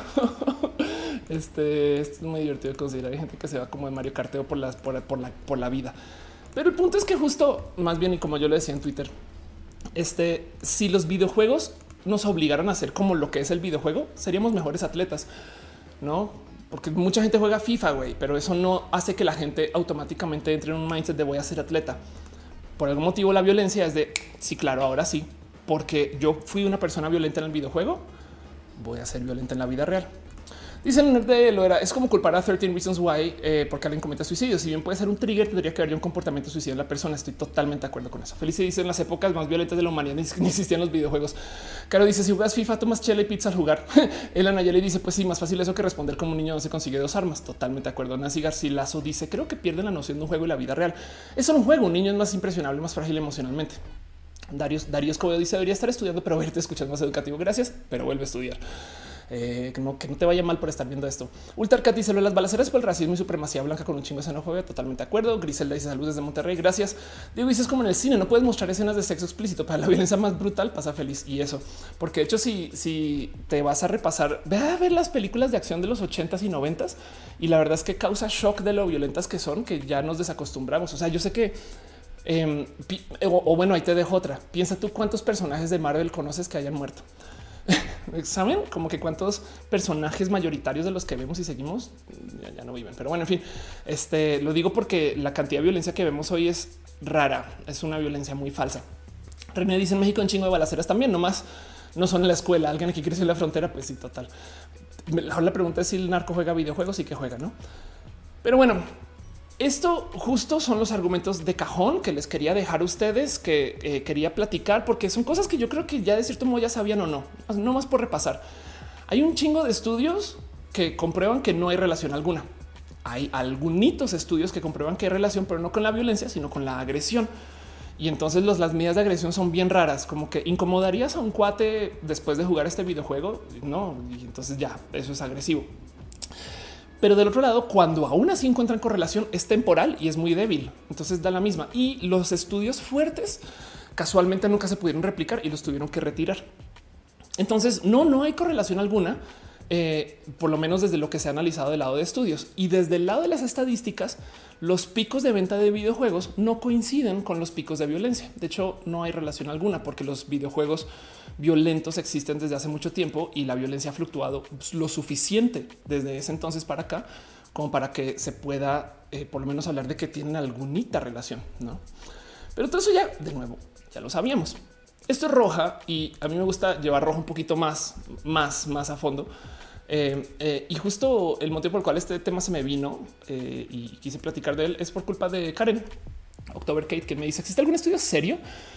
A: esto es muy divertido de considerar. Hay gente que se va como de Mario Karteo por la vida. Pero el punto es que justo más bien, y como yo le decía en Twitter, si los videojuegos nos obligaran a hacer como lo que es el videojuego, seríamos mejores atletas, ¿no? Porque mucha gente juega FIFA, güey, pero eso no hace que la gente automáticamente entre en un mindset de voy a ser atleta. Por algún motivo la violencia es de sí, claro, ahora sí, porque yo fui una persona violenta en el videojuego, voy a ser violenta en la vida real. Dice el nerd de lo era, es como culpar a 13 Reasons Why porque alguien comete suicidio. Si bien puede ser un trigger, tendría que haber un comportamiento suicida en la persona. Estoy totalmente de acuerdo con eso. Felice dice, en las épocas más violentas de la humanidad ni existían los videojuegos. Caro dice, si juegas FIFA, tomas chela y pizza al jugar. El Nayeli dice, pues sí, más fácil eso que responder como un niño no se consigue dos armas. Totalmente de acuerdo. Nancy Garcilaso dice, creo que pierden la noción de un juego y la vida real. Es solo un juego. Un niño es más impresionable, más frágil emocionalmente. Darío Escobedo dice, debería estar estudiando, pero verte escuchando más educativo. Gracias, pero vuelve a estudiar. Que no te vaya mal por estar viendo esto. Ultarcat dice, las balaceras por el racismo y supremacía blanca con un chingo de xenofobia. Totalmente de acuerdo. Griselda dice, salud desde Monterrey. Gracias. Digo, dices como en el cine, no puedes mostrar escenas de sexo explícito. Para la violencia más brutal pasa feliz. Y eso, porque de hecho si te vas a repasar, ve a ver las películas de acción de los 80s y 90s y la verdad es que causa shock de lo violentas que son, que ya nos desacostumbramos. O sea, yo sé que bueno, ahí te dejo otra. Piensa tú cuántos personajes de Marvel conoces que hayan muerto. Saben como que cuántos personajes mayoritarios de los que vemos y seguimos ya no viven. Pero bueno, en fin, lo digo porque la cantidad de violencia que vemos hoy es rara. Es una violencia muy falsa. René dice, en México un chingo de balaceras también, nomás no son en la escuela. Alguien aquí quiere ir a la frontera. Pues sí, total. La pregunta es si el narco juega videojuegos y que juega, no? Pero bueno, esto justo son los argumentos de cajón que les quería dejar a ustedes, que quería platicar, porque son cosas que yo creo que ya de cierto modo ya sabían o no, no más por repasar. Hay un chingo de estudios que comprueban que no hay relación alguna. Hay algunos estudios que comprueban que hay relación, pero no con la violencia, sino con la agresión. Y entonces las medidas de agresión son bien raras, como que incomodarías a un cuate después de jugar este videojuego, no, y entonces ya eso es agresivo. Pero del otro lado, cuando aún así encuentran correlación, es temporal y es muy débil. Entonces da la misma. Y los estudios fuertes casualmente nunca se pudieron replicar y los tuvieron que retirar. Entonces no hay correlación alguna, por lo menos desde lo que se ha analizado del lado de estudios, y desde el lado de las estadísticas. Los picos de venta de videojuegos no coinciden con los picos de violencia. De hecho, no hay relación alguna porque los videojuegos violentos existen desde hace mucho tiempo y la violencia ha fluctuado lo suficiente desde ese entonces para acá como para que se pueda por lo menos hablar de que tienen alguna relación, ¿no? Pero todo eso ya, de nuevo, ya lo sabíamos. Esto es Roja y a mí me gusta llevar Roja un poquito más a fondo. Y justo el motivo por el cual este tema se me vino y quise platicar de él es por culpa de Karen October Kate, que me dice: ¿existe algún estudio serio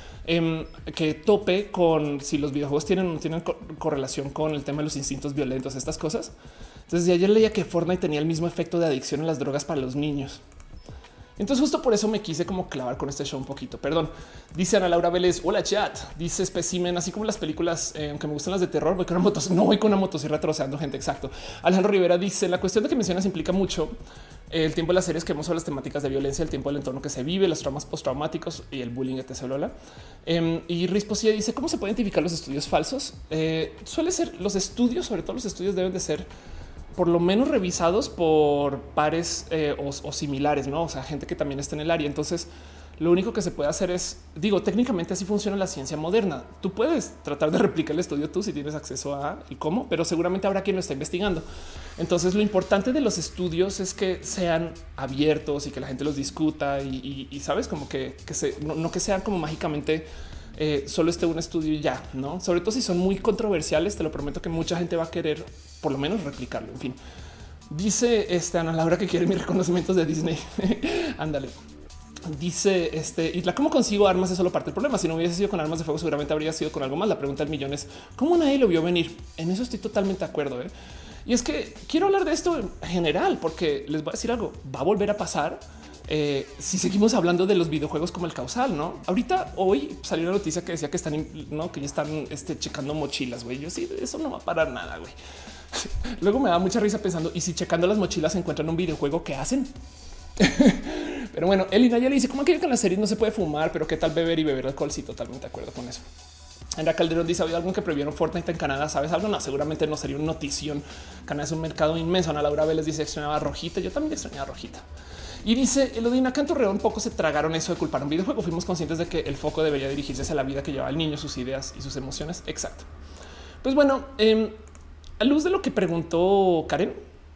A: que tope con si los videojuegos tienen o no tienen correlación con el tema de los instintos violentos, estas cosas? Entonces ayer leía que Fortnite tenía el mismo efecto de adicción a las drogas para los niños. Entonces justo por eso me quise como clavar con este show un poquito. Perdón. Dice Ana Laura Vélez: hola chat. Dice Specimen: así como las películas, aunque me gustan las de terror, voy con una no voy con una motosierra troceando gente. Exacto. Alejandro Rivera dice: la cuestión de que mencionas implica mucho el tiempo de las series que hemos sobre las temáticas de violencia, el tiempo del entorno que se vive, los traumas postraumáticos y el bullying, etc. Y Risposía dice: ¿cómo se pueden identificar los estudios falsos? Suele ser los estudios, sobre todo los estudios deben de ser por lo menos revisados por pares o similares, ¿no? O sea, gente que también está en el área. Entonces, lo único que se puede hacer es, digo, técnicamente así funciona la ciencia moderna. Tú puedes tratar de replicar el estudio tú si tienes acceso a el cómo, pero seguramente habrá quien lo está investigando. Entonces, lo importante de los estudios es que sean abiertos y que la gente los discuta y sabes, como que no que sean como mágicamente solo un estudio y ya, no? Sobre todo si son muy controversiales, te lo prometo que mucha gente va a querer por lo menos replicarlo. En fin, dice Ana Laura que quiere mis reconocimientos de Disney. Ándale. Dice Isla: ¿cómo consigo armas? Es solo parte del problema. Si no hubiese sido con armas de fuego, seguramente habría sido con algo más. La pregunta del millón es: ¿cómo nadie lo vio venir? En eso estoy totalmente de acuerdo. Y es que quiero hablar de esto en general, porque les voy a decir algo, va a volver a pasar. Si seguimos hablando de los videojuegos como el causal, no? Ahorita hoy salió una noticia que decía que están, no, que ya están checando mochilas. Güey, yo sí, eso no va a parar nada. Güey. Luego me da mucha risa pensando: y si checando las mochilas se encuentran un videojuego, ¿qué hacen? Pero bueno, Elina ya le dice: ¿cómo que con las series no se puede fumar? Pero qué tal beber y beber alcohol? Sí, totalmente de acuerdo con eso. Andrea Calderón dice: ¿había algún que prohibieron Fortnite en Canadá? ¿Sabes algo? No, seguramente no, sería una notición. Canadá es un mercado inmenso. Ana Laura Vélez dice: extrañaba Rojita. Yo también extrañaba Rojita. Y dice Elodina: acá en Torreón poco se tragaron eso de culpar un videojuego. Fuimos conscientes de que el foco debería dirigirse hacia la vida que lleva el niño, sus ideas y sus emociones. Exacto. Pues bueno, a luz de lo que preguntó Karen,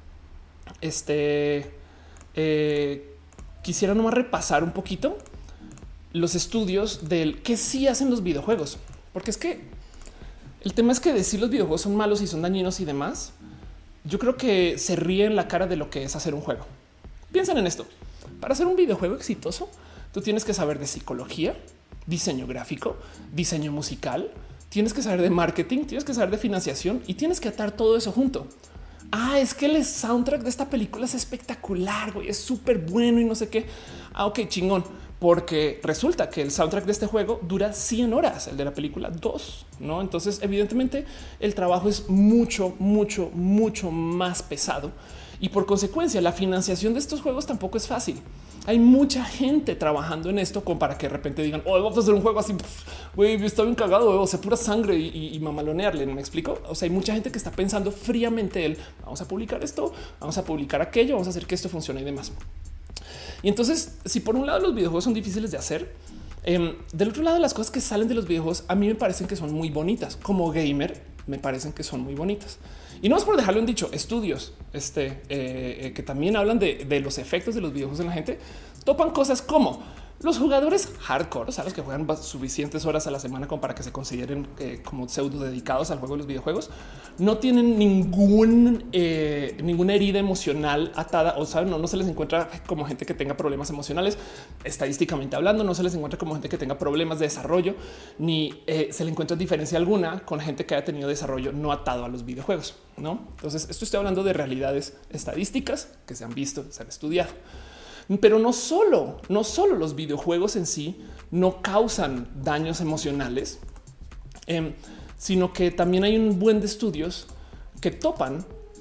A: quisiera nomás repasar un poquito los estudios del que sí hacen los videojuegos, porque es que el tema es que decir los videojuegos son malos y son dañinos y demás, yo creo que se ríe en la cara de lo que es hacer un juego. Piensen en esto: para hacer un videojuego exitoso, tú tienes que saber de psicología, diseño gráfico, diseño musical, tienes que saber de marketing, tienes que saber de financiación y tienes que atar todo eso junto. Ah, es que el soundtrack de esta película es espectacular, güey, es súper bueno y no sé qué. Ah, ok, chingón, porque resulta que el soundtrack de este juego dura 100 horas, el de la película 2, ¿no? Entonces, evidentemente, el trabajo es mucho más pesado y por consecuencia la financiación de estos juegos tampoco es fácil. Hay mucha gente trabajando en esto como para que de repente digan: oh, vamos a hacer un juego así, güey, está bien cagado, o sea, pura sangre y mamalonearle. ¿No me explico? O sea, hay mucha gente que está pensando fríamente vamos a publicar esto, vamos a publicar aquello, vamos a hacer que esto funcione y demás. Y entonces, si por un lado los videojuegos son difíciles de hacer, del otro lado las cosas que salen de los videojuegos a mí me parecen que son muy bonitas. Como gamer me parecen que son muy bonitas. Y no es por dejarlo en dicho, estudios que también hablan de los efectos de los videojuegos en la gente, topan cosas como los jugadores hardcore, o sea, los que juegan suficientes horas a la semana como para que se consideren como pseudo dedicados al juego de los videojuegos, no tienen ninguna herida emocional atada. O sea, no se les encuentra como gente que tenga problemas emocionales, estadísticamente hablando, no se les encuentra como gente que tenga problemas de desarrollo, ni se le encuentra diferencia alguna con gente que haya tenido desarrollo no atado a los videojuegos, ¿no? Entonces, esto estoy hablando de realidades estadísticas que se han visto, se han estudiado. Pero no solo los videojuegos en sí no causan daños emocionales, sino que también hay un buen de estudios que topan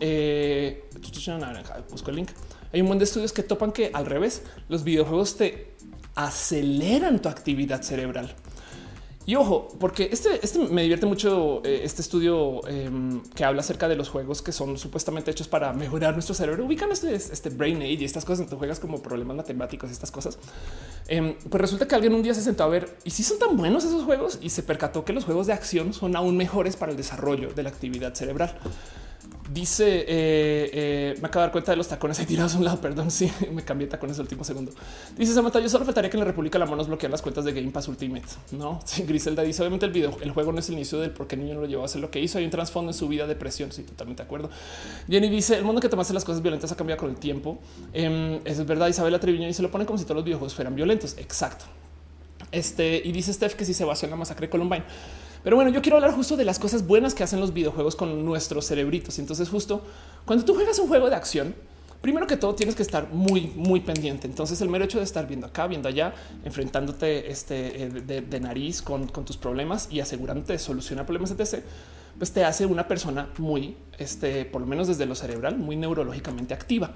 A: busco el link. Hay un montón de estudios que topan que al revés, los videojuegos te aceleran tu actividad cerebral. Y ojo, porque este me divierte mucho, este estudio que habla acerca de los juegos que son supuestamente hechos para mejorar nuestro cerebro. Ubican este brain age y estas cosas en que tú juegas como problemas matemáticos y estas cosas. Pues resulta que alguien un día se sentó a ver y si son tan buenos esos juegos y se percató que los juegos de acción son aún mejores para el desarrollo de la actividad cerebral. Dice, me acabo de dar cuenta de los tacones ahí tirados a un lado. Perdón, sí, me cambié tacones el último segundo. Dice Samantha, yo solo faltaría que en la República la mano nos bloquean las cuentas de Game Pass Ultimate. No, sí, Griselda dice, obviamente el juego no es el inicio del por qué el niño no lo llevó a hacer lo que hizo. Hay un trasfondo en su vida, depresión. Sí, totalmente de acuerdo. Jenny dice, el mundo que tomaste las cosas violentas ha cambiado con el tiempo. Eso es verdad. Isabela Treviño dice, lo ponen como si todos los videojuegos fueran violentos. Exacto. Y dice Steph que sí se basó en la masacre de Columbine. Pero bueno, yo quiero hablar justo de las cosas buenas que hacen los videojuegos con nuestros cerebritos. Y entonces justo cuando tú juegas un juego de acción, primero que todo tienes que estar muy pendiente. Entonces el mero hecho de estar viendo acá, viendo allá, enfrentándote de nariz con tus problemas y asegurándote de solucionar problemas etc., pues te hace una persona muy, por lo menos desde lo cerebral, muy neurológicamente activa.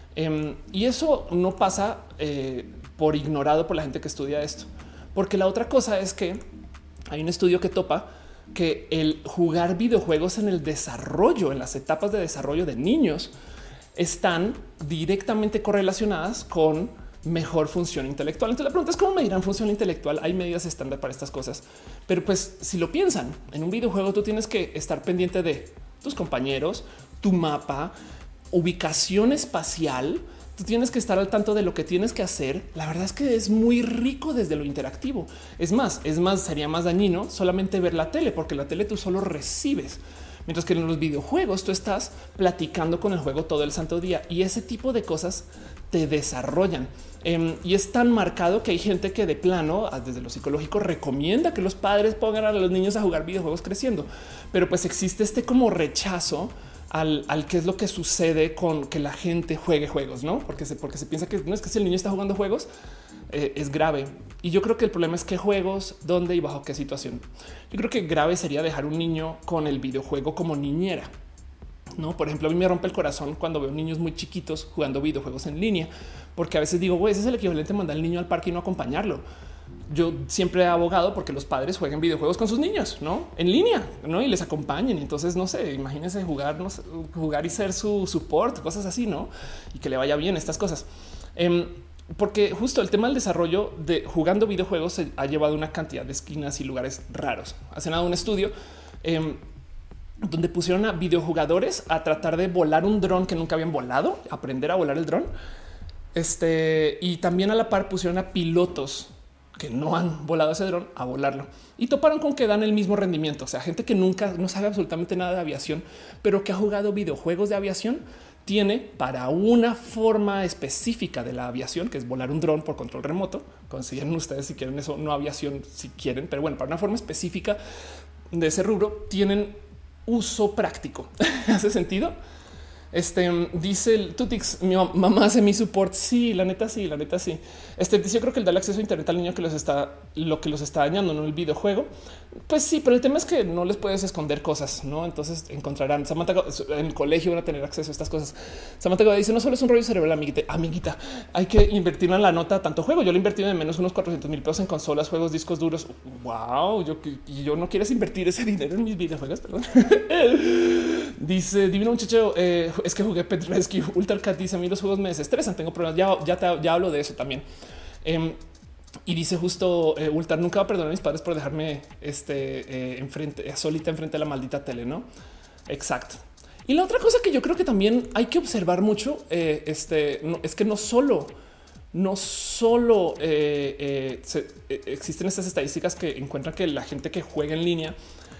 A: Y eso no pasa por ignorado por la gente que estudia esto. Porque la otra cosa es que hay un estudio que topa que el jugar videojuegos en el desarrollo, en las etapas de desarrollo de niños, están directamente correlacionadas con mejor función intelectual. Entonces la pregunta es cómo medirán función intelectual. Hay medidas estándar para estas cosas, pero pues si lo piensan en un videojuego, tú tienes que estar pendiente de tus compañeros, tu mapa, ubicación espacial. Tú tienes que estar al tanto de lo que tienes que hacer. La verdad es que es muy rico desde lo interactivo. Es más, sería más dañino solamente ver la tele, porque la tele tú solo recibes. Mientras que en los videojuegos tú estás platicando con el juego todo el santo día y ese tipo de cosas te desarrollan. Y es tan marcado que hay gente que de plano, desde lo psicológico, recomienda que los padres pongan a los niños a jugar videojuegos creciendo. Pero pues existe como rechazo al qué es lo que sucede con que la gente juegue juegos, no? Porque se piensa que no es que si el niño está jugando juegos es grave. Y yo creo que el problema es qué juegos, dónde y bajo qué situación. Yo creo que grave sería dejar un niño con el videojuego como niñera. No, por ejemplo, a mí me rompe el corazón cuando veo niños muy chiquitos jugando videojuegos en línea, porque a veces digo, güey, ese es el equivalente a mandar al niño al parque y no acompañarlo. Yo siempre he abogado porque los padres jueguen videojuegos con sus niños, no en línea, no y les acompañen. Entonces, no sé, imagínense jugar, no sé, jugar y ser su support, cosas así, no? Y que le vaya bien estas cosas. Porque justo el tema del desarrollo de jugando videojuegos se ha llevado una cantidad de esquinas y lugares raros. Hacen un estudio donde pusieron a videojugadores a tratar de volar un dron que nunca habían volado, aprender a volar el dron. Y también a la par pusieron a pilotos que no han volado ese dron a volarlo y toparon con que dan el mismo rendimiento. O sea, gente que nunca no sabe absolutamente nada de aviación, pero que ha jugado videojuegos de aviación, tiene para una forma específica de la aviación, que es volar un dron por control remoto. Consideren ustedes si quieren eso, no aviación si quieren, pero bueno, para una forma específica de ese rubro tienen uso práctico. ¿Hace sentido? Dice el Tutix, mi mamá hace mi support. Sí, la neta, sí, la neta, sí. Dice, yo creo que el darle acceso a Internet al niño lo que los está dañando, no el videojuego. Pues sí, pero el tema es que no les puedes esconder cosas, no? Entonces encontrarán Samantha en el colegio, van a tener acceso a estas cosas. Samantha dice, no solo es un rollo cerebral, amiguita, hay que invertir en la nota tanto juego. Yo lo he invertido de menos unos 400,000 pesos en consolas, juegos, discos duros. Wow, yo no quieres invertir ese dinero en mis videojuegos, perdón. Dice divino muchacho, es que jugué Pet Rescue. Ultra Cat dice, a mí los juegos me desestresan, tengo problemas. Ya hablo de eso también. Y dice justo Ultra, nunca va a perdonar a mis padres por dejarme solita enfrente de la maldita tele, ¿no? Exacto. Y la otra cosa que yo creo que también hay que observar mucho es que no solo existen estas estadísticas que encuentran que la gente que juega en línea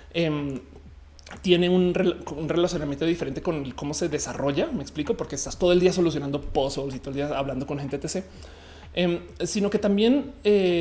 A: tiene un relacionamiento diferente con cómo se desarrolla. Me explico, porque estás todo el día solucionando puzzles y todo el día hablando con gente, etc. Sino que también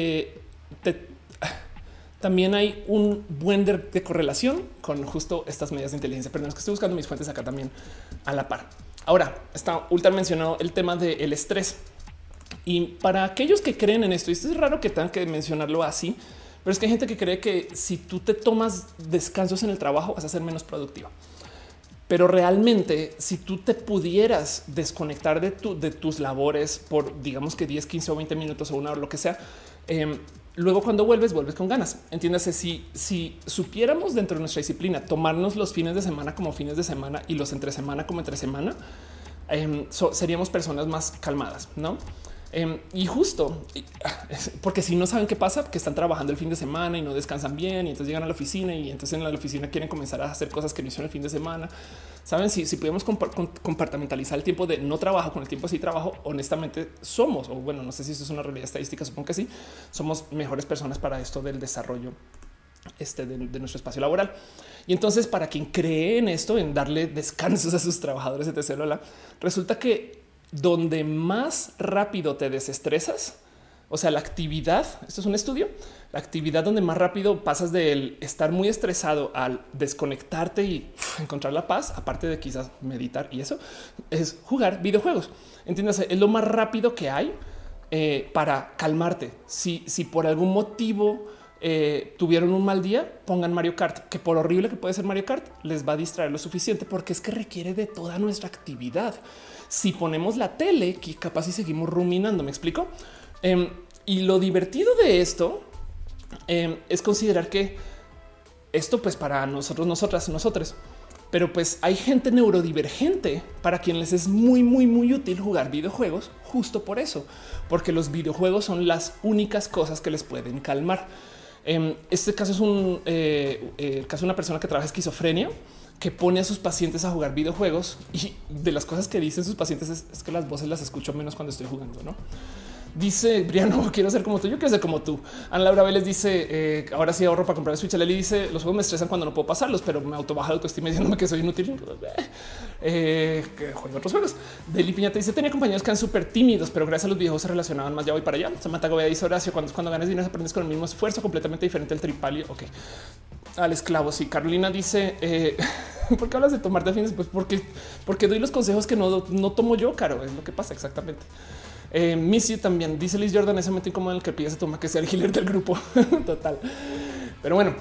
A: también hay un buen de correlación con justo estas medidas de inteligencia. Perdón, es que estoy buscando mis fuentes acá también a la par. Ahora está Ultra mencionado el tema del estrés, y para aquellos que creen en esto, y esto es raro que tengan que mencionarlo así, pero es que hay gente que cree que si tú te tomas descansos en el trabajo vas a ser menos productiva. Pero realmente, si tú te pudieras desconectar de tus labores por digamos que 10, 15 o 20 minutos o una hora, lo que sea, luego cuando vuelves con ganas. Entiéndase, si supiéramos dentro de nuestra disciplina tomarnos los fines de semana como fines de semana y los entre semana como entre semana, seríamos personas más calmadas, ¿no? Y justo porque si no saben qué pasa, que están trabajando el fin de semana y no descansan bien y entonces llegan a la oficina y entonces en la oficina quieren comenzar a hacer cosas que no hicieron el fin de semana. Saben, si pudiéramos compartimentalizar el tiempo de no trabajo con el tiempo de sí trabajo, honestamente somos, o bueno, no sé si eso es una realidad estadística, supongo que sí, somos mejores personas para esto del desarrollo de nuestro espacio laboral. Y entonces, para quien cree en esto, en darle descansos a sus trabajadores, etc., resulta que donde más rápido te desestresas, o sea, la actividad, esto es un estudio, la actividad donde más rápido pasas del estar muy estresado al desconectarte y encontrar la paz, aparte de quizás meditar y eso, es jugar videojuegos. Entiéndase, es lo más rápido que hay para calmarte. Si por algún motivo tuvieron un mal día, pongan Mario Kart, que por horrible que puede ser Mario Kart, les va a distraer lo suficiente porque es que requiere de toda nuestra actividad. Si ponemos la tele, que capaz si seguimos ruminando, ¿me explico? Y lo divertido de esto es considerar que esto pues para nosotros, nosotros, pero pues hay gente neurodivergente para quienes es muy útil jugar videojuegos justo por eso, porque los videojuegos son las únicas cosas que les pueden calmar. Este caso es el caso de una persona que trabaja esquizofrenia, que pone a sus pacientes a jugar videojuegos y de las cosas que dicen sus pacientes es que las voces las escucho menos cuando estoy jugando, ¿no? Dice Briano, quiero ser como tú. Yo quiero ser como tú. Ana Laura Vélez dice ahora sí ahorro para comprar el Switch. Leli dice los juegos me estresan cuando no puedo pasarlos, pero me autobaja la autoestima diciéndome que soy inútil. Que juego otros juegos. Deli Piñata dice tenía compañeros que eran súper tímidos, pero gracias a los videojuegos se relacionaban más. Ya voy para allá. Samantha Gobea dice Horacio, cuando ganas dinero aprendes con el mismo esfuerzo, completamente diferente al tripalio. Ok. Al esclavo. Sí, Carolina dice ¿por qué hablas de tomar delfines? Pues porque doy los consejos que no tomo yo, Caro. Es lo que pasa exactamente. Missy también dice Liz Jordan, ese momento incómodo en el que pides a toma que sea el healer del grupo. Total. Pero bueno,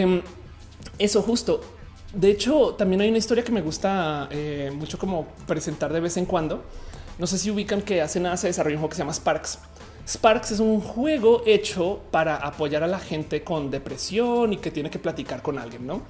A: eso justo. De hecho, también hay una historia que me gusta mucho como presentar de vez en cuando. No sé si ubican que hace nada se desarrolló un juego que se llama Sparks. Sparks es un juego hecho para apoyar a la gente con depresión y que tiene que platicar con alguien, ¿no?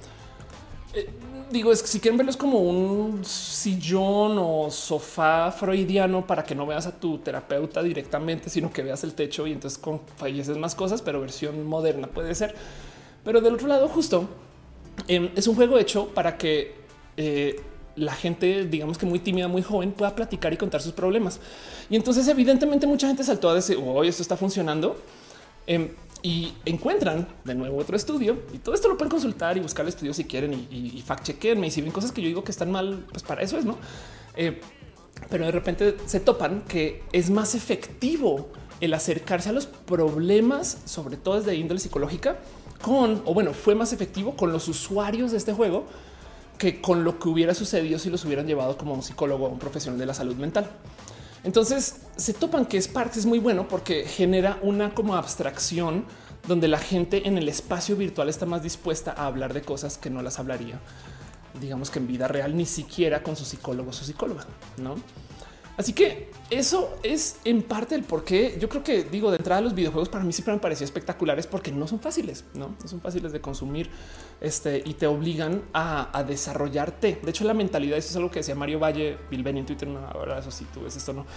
A: Digo, es que si quieren verlo es como un sillón o sofá freudiano para que no veas a tu terapeuta directamente, sino que veas el techo y entonces falleces más cosas, pero versión moderna puede ser. Pero del otro lado, justo es un juego hecho para que la gente, digamos que muy tímida, muy joven, pueda platicar y contar sus problemas. Y entonces, evidentemente, mucha gente saltó a decir, oye, esto está funcionando. Y encuentran de nuevo otro estudio y todo esto lo pueden consultar y buscar el estudio si quieren y fact chequenme. Y si ven cosas que yo digo que están mal, pues para eso es, no? Pero de repente se topan que es más efectivo el acercarse a los problemas, sobre todo desde índole psicológica, fue más efectivo con los usuarios de este juego que con lo que hubiera sucedido si los hubieran llevado como un psicólogo o un profesional de la salud mental. Entonces se topan que Sparks es muy bueno porque genera una como abstracción donde la gente en el espacio virtual está más dispuesta a hablar de cosas que no las hablaría, digamos que en vida real, ni siquiera con su psicólogo o su psicóloga, ¿no? Así que eso es en parte el por qué yo creo que digo de entrada los videojuegos para mí siempre me parecían espectaculares porque no son fáciles, no son fáciles de consumir y te obligan a desarrollarte. De hecho, la mentalidad, eso es algo que decía Mario Valle, Bill Benny en Twitter. No, ahora eso sí, tú ves esto, no,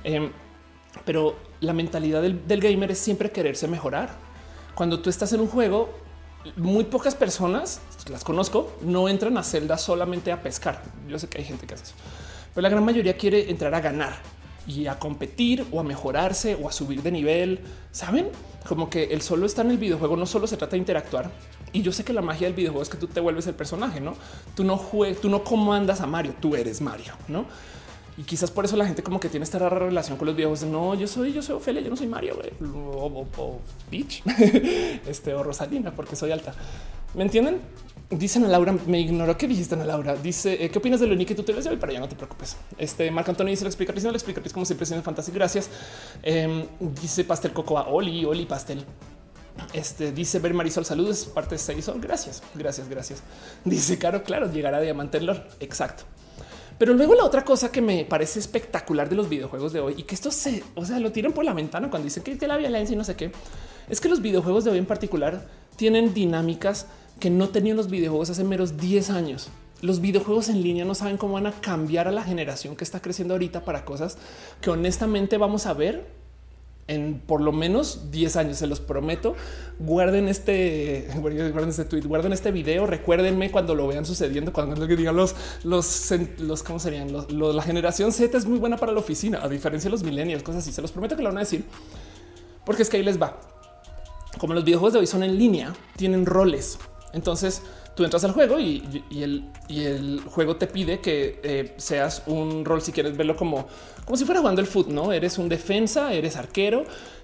A: pero la mentalidad del gamer es siempre quererse mejorar. Cuando tú estás en un juego, muy pocas personas, las conozco, no entran a Zelda solamente a pescar. Yo sé que hay gente que hace eso, pero la gran mayoría quiere entrar a ganar y a competir o a mejorarse o a subir de nivel. Saben, como que el solo está en el videojuego, no solo se trata de interactuar. Y yo sé que la magia del videojuego es que tú te vuelves el personaje, no? Tú no comandas a Mario, tú eres Mario, no? Y quizás por eso la gente como que tiene esta rara relación con los videojuegos. No, yo soy Ofelia, yo no soy Mario o Peach o Rosalina porque soy alta. ¿Me entienden? Dicen a Laura, me ignoró que dijiste, Ana Laura. Dice, ¿qué opinas de lo único que tú te ves hoy? Para allá, no te preocupes. Marco Antonio dice, la explicatriz como siempre siendo fantástico. Gracias. Dice Pastel Cocoa, Oli Pastel. Dice Ver Marisol, saludos, parte de Seisol. Gracias, gracias, gracias. Dice Caro, claro, llegará a Diamante en LOL. Exacto. Pero luego la otra cosa que me parece espectacular de los videojuegos de hoy y que esto lo tiran por la ventana cuando dicen que la violencia y no sé qué, es que los videojuegos de hoy en particular tienen dinámicas que no tenían los videojuegos hace meros 10 años. Los videojuegos en línea no saben cómo van a cambiar a la generación que está creciendo ahorita para cosas que honestamente vamos a ver en por lo menos 10 años. Se los prometo. Guarden este tweet, guarden este video. Recuérdenme cuando lo vean sucediendo, cuando digan cómo serían la generación Z es muy buena para la oficina, a diferencia de los millennials, cosas así. Se los prometo que lo van a decir, porque es que ahí les va. Como los videojuegos de hoy son en línea, tienen roles. Entonces tú entras al juego y el juego te pide que seas un rol. Si quieres verlo como si fuera jugando el fútbol, no eres un defensa, eres arquero,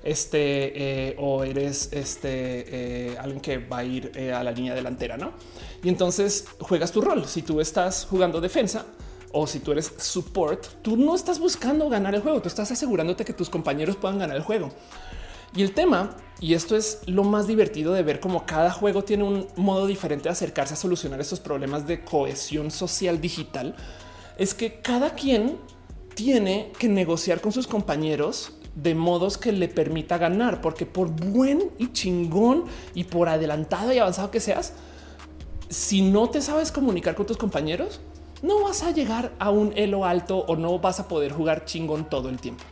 A: o eres alguien que va a ir a la línea delantera, no? Y entonces juegas tu rol. Si tú estás jugando defensa o si tú eres support, tú no estás buscando ganar el juego, tú estás asegurándote que tus compañeros puedan ganar el juego. Y el tema, y esto es lo más divertido de ver cómo cada juego tiene un modo diferente de acercarse a solucionar estos problemas de cohesión social digital, es que cada quien tiene que negociar con sus compañeros de modos que le permita ganar, porque por buen y chingón y por adelantado y avanzado que seas, si no te sabes comunicar con tus compañeros, no vas a llegar a un elo alto o no vas a poder jugar chingón todo el tiempo.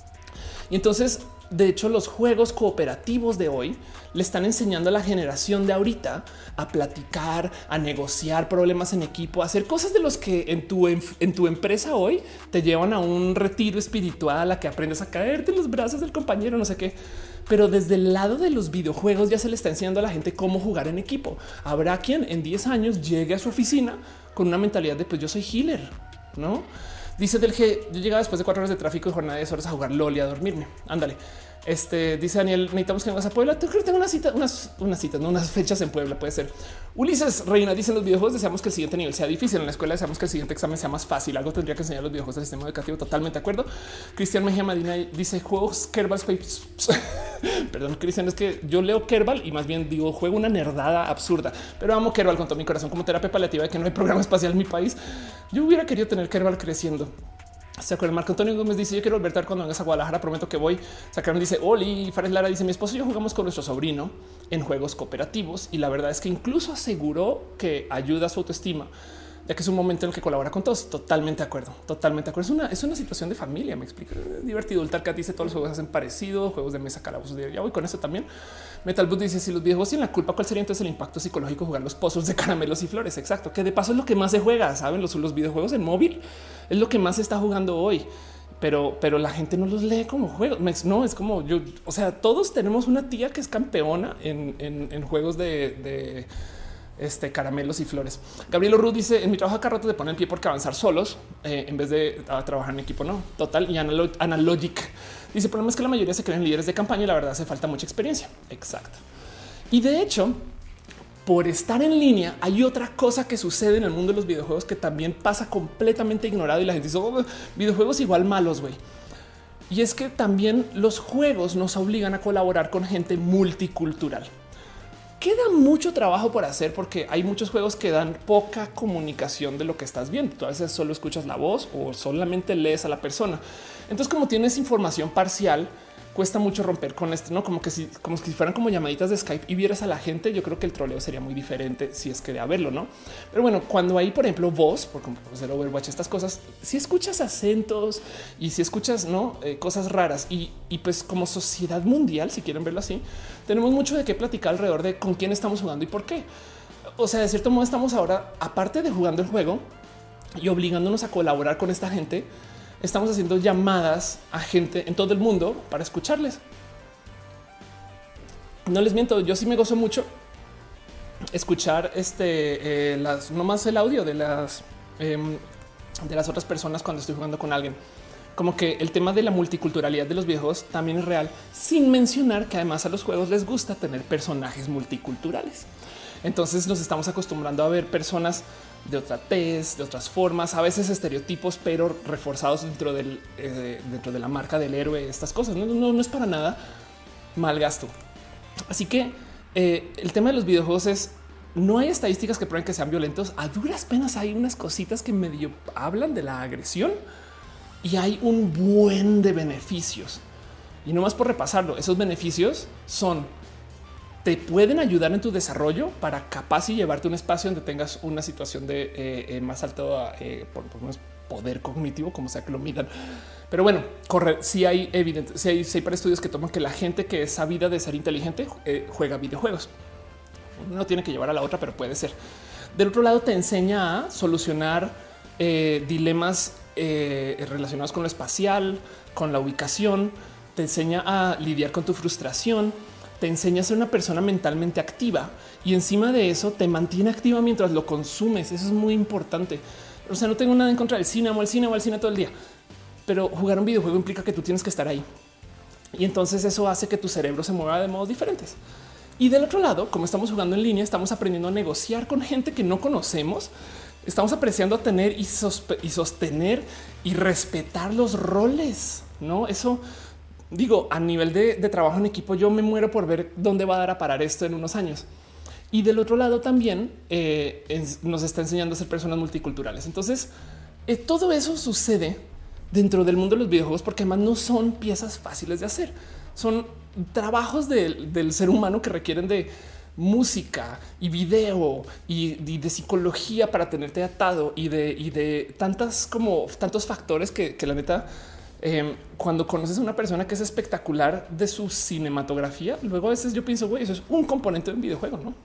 A: Y entonces, de hecho, los juegos cooperativos de hoy le están enseñando a la generación de ahorita a platicar, a negociar problemas en equipo, a hacer cosas de los que en tu empresa hoy te llevan a un retiro espiritual, a que aprendes a caerte en los brazos del compañero, no sé qué. Pero desde el lado de los videojuegos ya se le está enseñando a la gente cómo jugar en equipo. Habrá quien en 10 años llegue a su oficina con una mentalidad de pues yo soy healer, ¿no? Dice del G, yo llegaba después de 4 horas de tráfico y jornada de 10 horas a jugar LOL y a dormirme. Ándale. Dice Daniel, necesitamos que vengas a Puebla. Creo que tengo unas citas, no unas fechas en Puebla. Puede ser. Ulises Reina dice: en los videojuegos deseamos que el siguiente nivel sea difícil. En la escuela deseamos que el siguiente examen sea más fácil. Algo tendría que enseñar los videojuegos del sistema educativo. Totalmente de acuerdo. Cristian Mejía Madina dice: juegos Kerbal Space. Perdón, Cristian, es que yo leo Kerbal y más bien digo juego una nerdada absurda, pero amo Kerbal con todo mi corazón como terapia paliativa de que no hay programa espacial en mi país. Yo hubiera querido tener Kerbal creciendo. Se acuerda. Marco Antonio Gómez dice: yo quiero volver a estar cuando vengas a Guadalajara, prometo que voy. Sacaron dice: Oli. Fares Lara dice: mi esposo y yo jugamos con nuestro sobrino en juegos cooperativos y la verdad es que incluso aseguró que ayuda a su autoestima, ya que es un momento en el que colabora con todos. Totalmente de acuerdo, totalmente de acuerdo. Es una situación de familia. Me explica. Es divertido. El Tarkat dice: todos los juegos hacen parecido, juegos de mesa, calabozos. Ya voy con eso también. Metal Boot dice: si los videojuegos tienen la culpa, ¿cuál sería entonces el impacto psicológico de jugar los pozos de caramelos y flores? Exacto, que de paso es lo que más se juega. Saben, los videojuegos en móvil es lo que más se está jugando hoy. Pero la gente no los lee como juegos. No es como yo. O sea, todos tenemos una tía que es campeona en juegos de caramelos y flores. Gabriel Ruz dice: en mi trabajo acá rato te ponen pie porque avanzar solos en vez de trabajar en equipo. No, total. Y Analogic dice: el problema es que la mayoría se creen líderes de campaña y la verdad hace falta mucha experiencia. Exacto. Y de hecho, por estar en línea, hay otra cosa que sucede en el mundo de los videojuegos que también pasa completamente ignorado y la gente dice: oh, videojuegos igual malos, güey. Y es que también los juegos nos obligan a colaborar con gente multicultural. Queda mucho trabajo por hacer porque hay muchos juegos que dan poca comunicación de lo que estás viendo. Tú a veces solo escuchas la voz o solamente lees a la persona. Entonces, como tienes información parcial, cuesta mucho romper con esto, no como que si fueran como llamaditas de Skype y vieras a la gente. Yo creo que el troleo sería muy diferente si es que de haberlo, no? Pero bueno, cuando hay, por ejemplo, voz, por el Overwatch, estas cosas, si escuchas acentos y si escuchas cosas raras y pues como sociedad mundial, si quieren verlo así, tenemos mucho de qué platicar alrededor de con quién estamos jugando y por qué. O sea, de cierto modo estamos ahora, aparte de jugando el juego y obligándonos a colaborar con esta gente, estamos haciendo llamadas a gente en todo el mundo para escucharles. No les miento, yo sí me gozo mucho escuchar no más el audio de las otras personas cuando estoy jugando con alguien. Como que el tema de la multiculturalidad de los videojuegos también es real, sin mencionar que además a los juegos les gusta tener personajes multiculturales. Entonces nos estamos acostumbrando a ver personas de otra tez, de otras formas, a veces estereotipos, pero reforzados dentro de la marca del héroe. Estas cosas no es para nada mal gasto. Así que el tema de los videojuegos es no hay estadísticas que prueben que sean violentos. A duras penas hay unas cositas que medio hablan de la agresión y hay un buen de beneficios. Y no más por repasarlo, esos beneficios son te pueden ayudar en tu desarrollo para capaz y llevarte a un espacio donde tengas una situación de más alto por poder cognitivo, como sea que lo midan. Pero bueno, si hay evidente, si hay para estudios que toman que la gente que es sabida de ser inteligente juega videojuegos. No tiene que llevar a la otra, pero puede ser. Del otro lado, te enseña a solucionar dilemas relacionados con lo espacial, con la ubicación. Te enseña a lidiar con tu frustración. Te enseña a ser una persona mentalmente activa y encima de eso te mantiene activa mientras lo consumes. Eso es muy importante. O sea, no tengo nada en contra del cine, amo el cine, o al cine todo el día, pero jugar un videojuego implica que tú tienes que estar ahí. Y entonces eso hace que tu cerebro se mueva de modos diferentes. Y del otro lado, como estamos jugando en línea, estamos aprendiendo a negociar con gente que no conocemos. Estamos apreciando a tener y sostener y respetar los roles. No, eso digo, a nivel de trabajo en equipo, yo me muero por ver dónde va a dar a parar esto en unos años. Y del otro lado también nos está enseñando a ser personas multiculturales. Entonces, todo eso sucede dentro del mundo de los videojuegos porque además no son piezas fáciles de hacer. Son trabajos del ser humano que requieren de música y video y de psicología para tenerte atado y de tantos factores que la neta, cuando conoces a una persona que es espectacular de su cinematografía, luego a veces yo pienso, güey, eso es un componente de un videojuego, ¿no?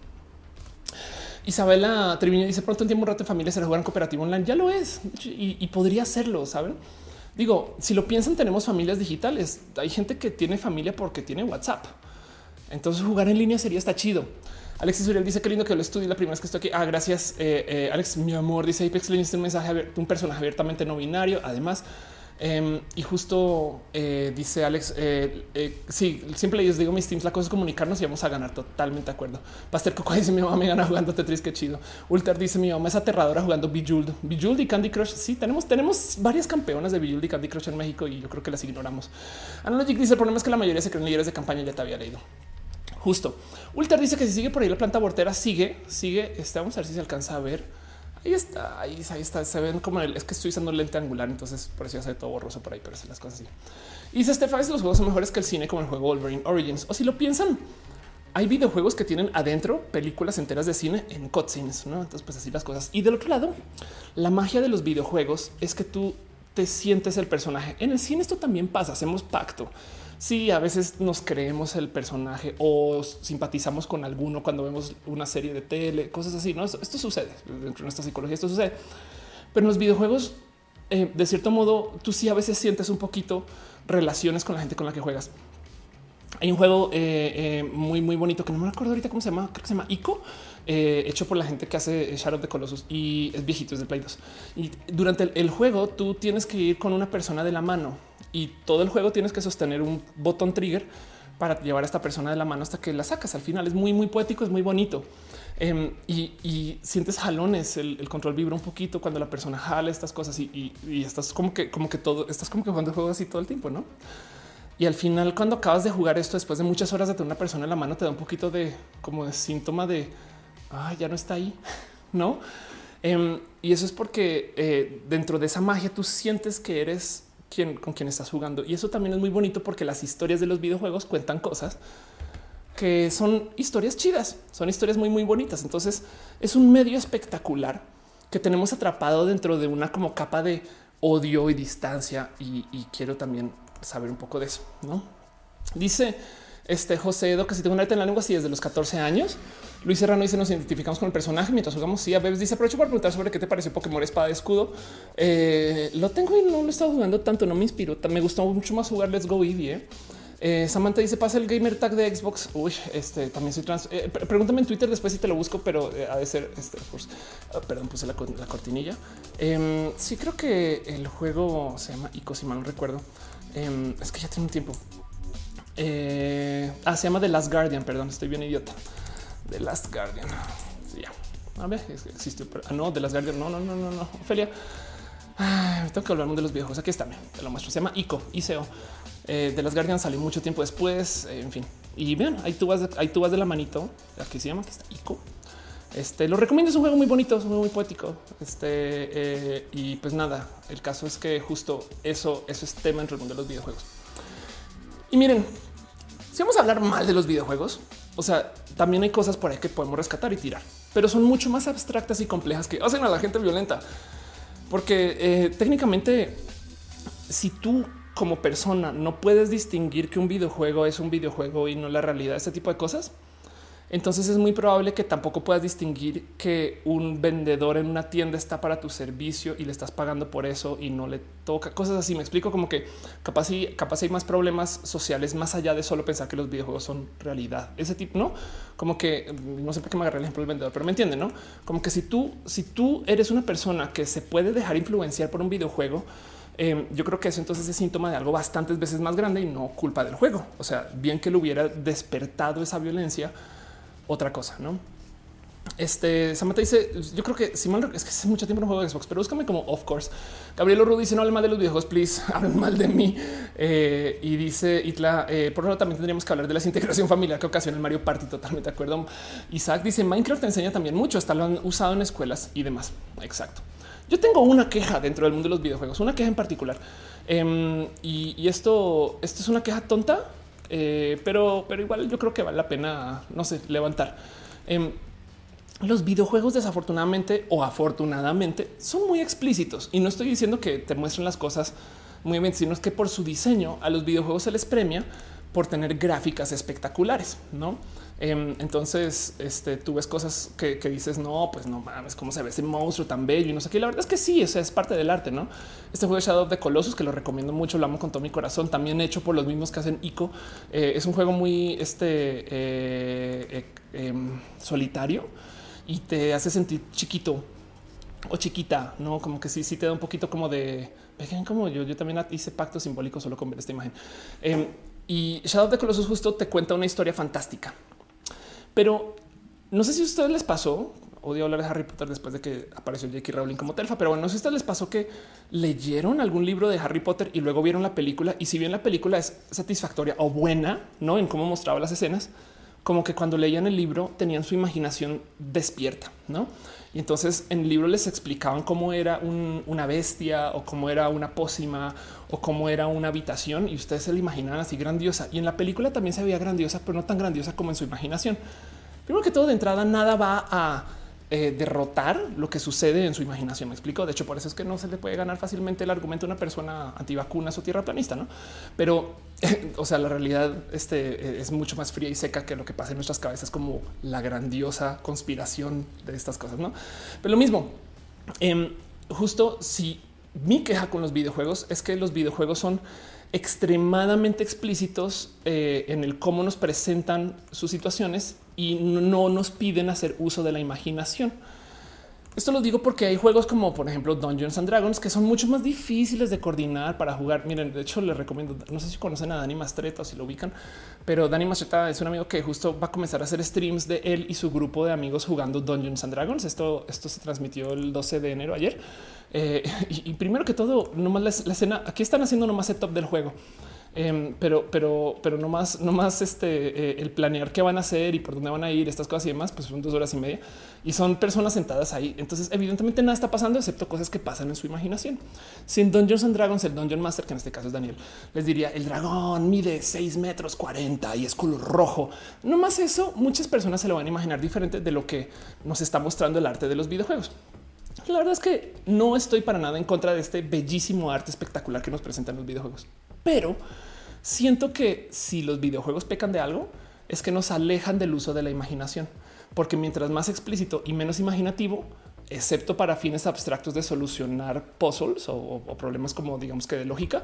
A: Isabela Triviño dice pronto en tiempo un rato en familia será jugar en cooperativo online. Ya lo es y podría serlo, ¿saben? Digo, si lo piensan, tenemos familias digitales. Hay gente que tiene familia porque tiene WhatsApp. Entonces jugar en línea sería está chido. Alexis Uriel dice qué lindo que lo estudie la primera vez que estoy aquí. Gracias, Alex, mi amor. Dice Apex Legends un mensaje, un personaje abiertamente no binario. Además, y justo dice Alex, sí, siempre les digo mis teams, la cosa es comunicarnos y vamos a ganar. Totalmente de acuerdo. Pastel Coco dice mi mamá me gana jugando Tetris, qué chido. Ulter dice mi mamá es aterradora jugando Bejeweled y Candy Crush. Sí, tenemos varias campeonas de Bejeweled y Candy Crush en México y yo creo que las ignoramos. Analogic dice el problema es que la mayoría se creen líderes de campaña. Ya te había leído. Justo. Ulter dice que si sigue por ahí la planta abortera sigue. Vamos a ver si se alcanza a ver. Ahí está. Se ven como es que estoy usando lente angular, entonces por eso ya se ve todo borroso por ahí, pero se las cosas así. Y dice Estefan, los juegos son mejores que el cine, como el juego Wolverine Origins. O si lo piensan, hay videojuegos que tienen adentro películas enteras de cine en cutscenes, ¿no? Entonces, pues así las cosas. Y del otro lado, la magia de los videojuegos es que tú te sientes el personaje. En el cine esto también pasa, hacemos pacto. Sí, a veces nos creemos el personaje o simpatizamos con alguno cuando vemos una serie de tele, cosas así. No, esto sucede dentro de nuestra psicología. Esto sucede, pero en los videojuegos, de cierto modo, tú sí a veces sientes un poquito relaciones con la gente con la que juegas. Hay un juego muy bonito que no me acuerdo ahorita cómo se llama. Creo que se llama Ico, hecho por la gente que hace Shadow of the Colossus y es viejito, es de Play 2. Y durante el juego tú tienes que ir con una persona de la mano y todo el juego tienes que sostener un botón trigger para llevar a esta persona de la mano hasta que la sacas. Al final es muy poético, es muy bonito. Y sientes jalones, el control vibra un poquito cuando la persona jala estas cosas y estás como que estás como que jugando el juego así todo el tiempo, ¿no? Y al final, cuando acabas de jugar esto, después de muchas horas de tener una persona en la mano, te da un poquito de como de síntoma de ya no está ahí, no? Y eso es porque dentro de esa magia tú sientes que eres con quien estás jugando. Y eso también es muy bonito porque las historias de los videojuegos cuentan cosas que son historias chidas, son historias muy bonitas. Entonces es un medio espectacular que tenemos atrapado dentro de una como capa de odio y distancia. Y quiero también saber un poco de eso, ¿no? Dice José Edo que si tengo una arte en la lengua, sí, desde los 14 años. Luis Serrano dice nos identificamos con el personaje mientras jugamos. Sí, a veces dice aprovecho para preguntar sobre qué te pareció Pokémon Espada de Escudo. Lo tengo y no lo he estado jugando tanto, no me inspiró. Me gustó mucho más jugar Let's Go Eevee. Samantha dice pasa el gamer tag de Xbox. Uy, también soy trans. Pregúntame en Twitter después si te lo busco, pero ha de ser perdón, puse la cortinilla. Sí, creo que el juego se llama Ico, si mal no recuerdo. Es que ya tiene un tiempo. Se llama The Last Guardian. Perdón, estoy bien idiota. The Last Guardian. Sí, ya. A ver, existió. No, The Last Guardian. No. Ofelia. Tengo que hablar de los viejos. Aquí está. Te lo muestro. Se llama Ico. The Last Guardian salió mucho tiempo después. En fin. Y vean, ahí tú vas de la manito. Aquí se llama, que está Ico. Lo recomiendo, es un juego muy bonito, es muy poético. Y pues nada, el caso es que justo eso es tema entre el mundo de los videojuegos. Y miren, si vamos a hablar mal de los videojuegos, o sea, también hay cosas por ahí que podemos rescatar y tirar, pero son mucho más abstractas y complejas que hacen a la gente violenta. Porque técnicamente, si tú como persona no puedes distinguir que un videojuego es un videojuego y no la realidad, este tipo de cosas, entonces es muy probable que tampoco puedas distinguir que un vendedor en una tienda está para tu servicio y le estás pagando por eso y no le toca cosas así. Me explico, como que capaz hay más problemas sociales más allá de solo pensar que los videojuegos son realidad. Ese tipo, no como que no sé por qué me agarré el ejemplo del vendedor, pero me entienden, no como que si tú eres una persona que se puede dejar influenciar por un videojuego, yo creo que eso entonces es síntoma de algo bastantes veces más grande y no culpa del juego. O sea, bien que lo hubiera despertado esa violencia, otra cosa, ¿no? Samantha dice, yo creo que si mal es que hace mucho tiempo no juego de Xbox, pero búscame como of course. Gabriel Orru dice, no hablen mal de los videojuegos, please, hablen mal de mí. Y dice Itla, por lo tanto también tendríamos que hablar de la integración familiar que ocasiona el Mario Party, totalmente de acuerdo. Isaac dice, Minecraft te enseña también mucho, hasta lo han usado en escuelas y demás. Exacto. Yo tengo una queja dentro del mundo de los videojuegos, una queja en particular. Y esto es una queja tonta, pero igual yo creo que vale la pena, no sé, levantar. Los videojuegos desafortunadamente o afortunadamente son muy explícitos y no estoy diciendo que te muestren las cosas muy bien, sino es que por su diseño a los videojuegos se les premia por tener gráficas espectaculares, ¿no? Entonces, tú ves cosas que dices, no, pues no mames, cómo se ve ese monstruo tan bello y no sé qué. La verdad es que sí, eso es parte del arte, ¿no? Este juego de Shadow of the Colossus, que lo recomiendo mucho, lo amo con todo mi corazón, también hecho por los mismos que hacen Ico. Es un juego muy solitario y te hace sentir chiquito o chiquita, ¿no? Como que sí te da un poquito como de... Como yo también hice pacto simbólico solo con ver esta imagen. Y Shadow of the Colossus justo te cuenta una historia fantástica. Pero no sé si a ustedes les pasó, odio hablar de Harry Potter después de que apareció J.K. Rowling como Telfa, pero bueno, no sé si a ustedes les pasó que leyeron algún libro de Harry Potter y luego vieron la película, y si bien la película es satisfactoria o buena, ¿no? En cómo mostraba las escenas, como que cuando leían el libro tenían su imaginación despierta, ¿no? Y entonces en el libro les explicaban cómo era una bestia o cómo era una pócima o cómo era una habitación y ustedes se la imaginaban así grandiosa. Y en la película también se veía grandiosa, pero no tan grandiosa como en su imaginación. Primero que todo, de entrada, nada va a derrotar lo que sucede en su imaginación. Me explico. De hecho, por eso es que no se le puede ganar fácilmente el argumento a una persona antivacunas o tierraplanista, ¿no? Pero, o sea, la realidad es mucho más fría y seca que lo que pasa en nuestras cabezas, como la grandiosa conspiración de estas cosas, ¿no? Pero lo mismo, justo si mi queja con los videojuegos es que los videojuegos son extremadamente explícitos en el cómo nos presentan sus situaciones y no nos piden hacer uso de la imaginación. Esto lo digo porque hay juegos como, por ejemplo, Dungeons and Dragons, que son mucho más difíciles de coordinar para jugar. Miren, de hecho, les recomiendo, no sé si conocen a Dani Mastreta o si lo ubican, pero Dani Mastreta es un amigo que justo va a comenzar a hacer streams de él y su grupo de amigos jugando Dungeons and Dragons. Esto se transmitió el 12 de enero ayer. Y primero que todo, nomás la escena, aquí están haciendo nomás setup del juego. Pero no más el planear qué van a hacer y por dónde van a ir, estas cosas y demás, pues son 2 horas y media y son personas sentadas ahí. Entonces, evidentemente nada está pasando excepto cosas que pasan en su imaginación. Si en Dungeons and Dragons, el Dungeon Master, que en este caso es Daniel, les diría el dragón mide 6 metros 40 y es color rojo. No más eso, muchas personas se lo van a imaginar diferente de lo que nos está mostrando el arte de los videojuegos. La verdad es que no estoy para nada en contra de este bellísimo arte espectacular que nos presentan los videojuegos, pero siento que si los videojuegos pecan de algo es que nos alejan del uso de la imaginación, porque mientras más explícito y menos imaginativo, excepto para fines abstractos de solucionar puzzles o problemas como digamos que de lógica,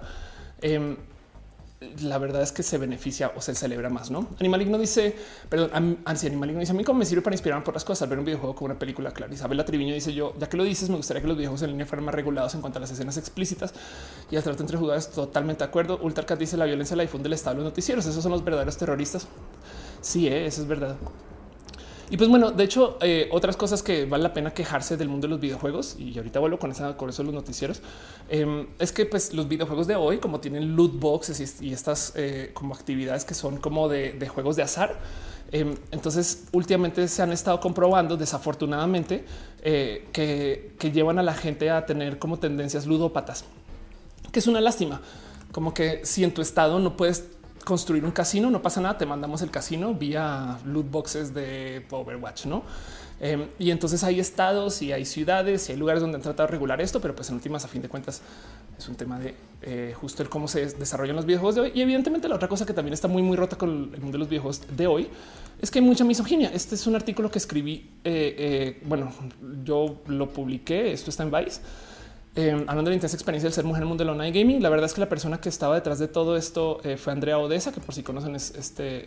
A: la verdad es que se beneficia o se celebra más, ¿no? Animaligno dice, perdón, Animaligno dice, a mí como me sirve para inspirarme por las cosas, al ver un videojuego como una película, claro. Isabela Triviño dice, yo, ya que lo dices, me gustaría que los videojuegos en línea fueran más regulados en cuanto a las escenas explícitas y al trato entre jugadores. Totalmente de acuerdo. Ultracat dice, la violencia la difunde el Estado de los noticieros, esos son los verdaderos terroristas. Sí, eso es verdad. Y pues bueno, de hecho, otras cosas que vale la pena quejarse del mundo de los videojuegos, y ahorita vuelvo con eso de los noticieros, es que pues los videojuegos de hoy, como tienen loot boxes y estas como actividades que son como de juegos de azar, entonces últimamente se han estado comprobando desafortunadamente que llevan a la gente a tener como tendencias ludópatas, que es una lástima. Como que si en tu estado no puedes construir un casino, no pasa nada, te mandamos el casino vía loot boxes de Overwatch, ¿no? Y entonces hay estados y hay ciudades y hay lugares donde han tratado de regular esto, pero pues en últimas, a fin de cuentas, es un tema de justo el cómo se desarrollan los videojuegos de hoy. Y evidentemente la otra cosa que también está muy rota con el mundo de los videojuegos de hoy es que hay mucha misoginia. Este es un artículo que escribí, bueno, yo lo publiqué, esto está en Vice, hablando de la intensa experiencia del ser mujer en el mundo del online gaming. La verdad es que la persona que estaba detrás de todo esto fue Andrea Odessa, que por si conocen es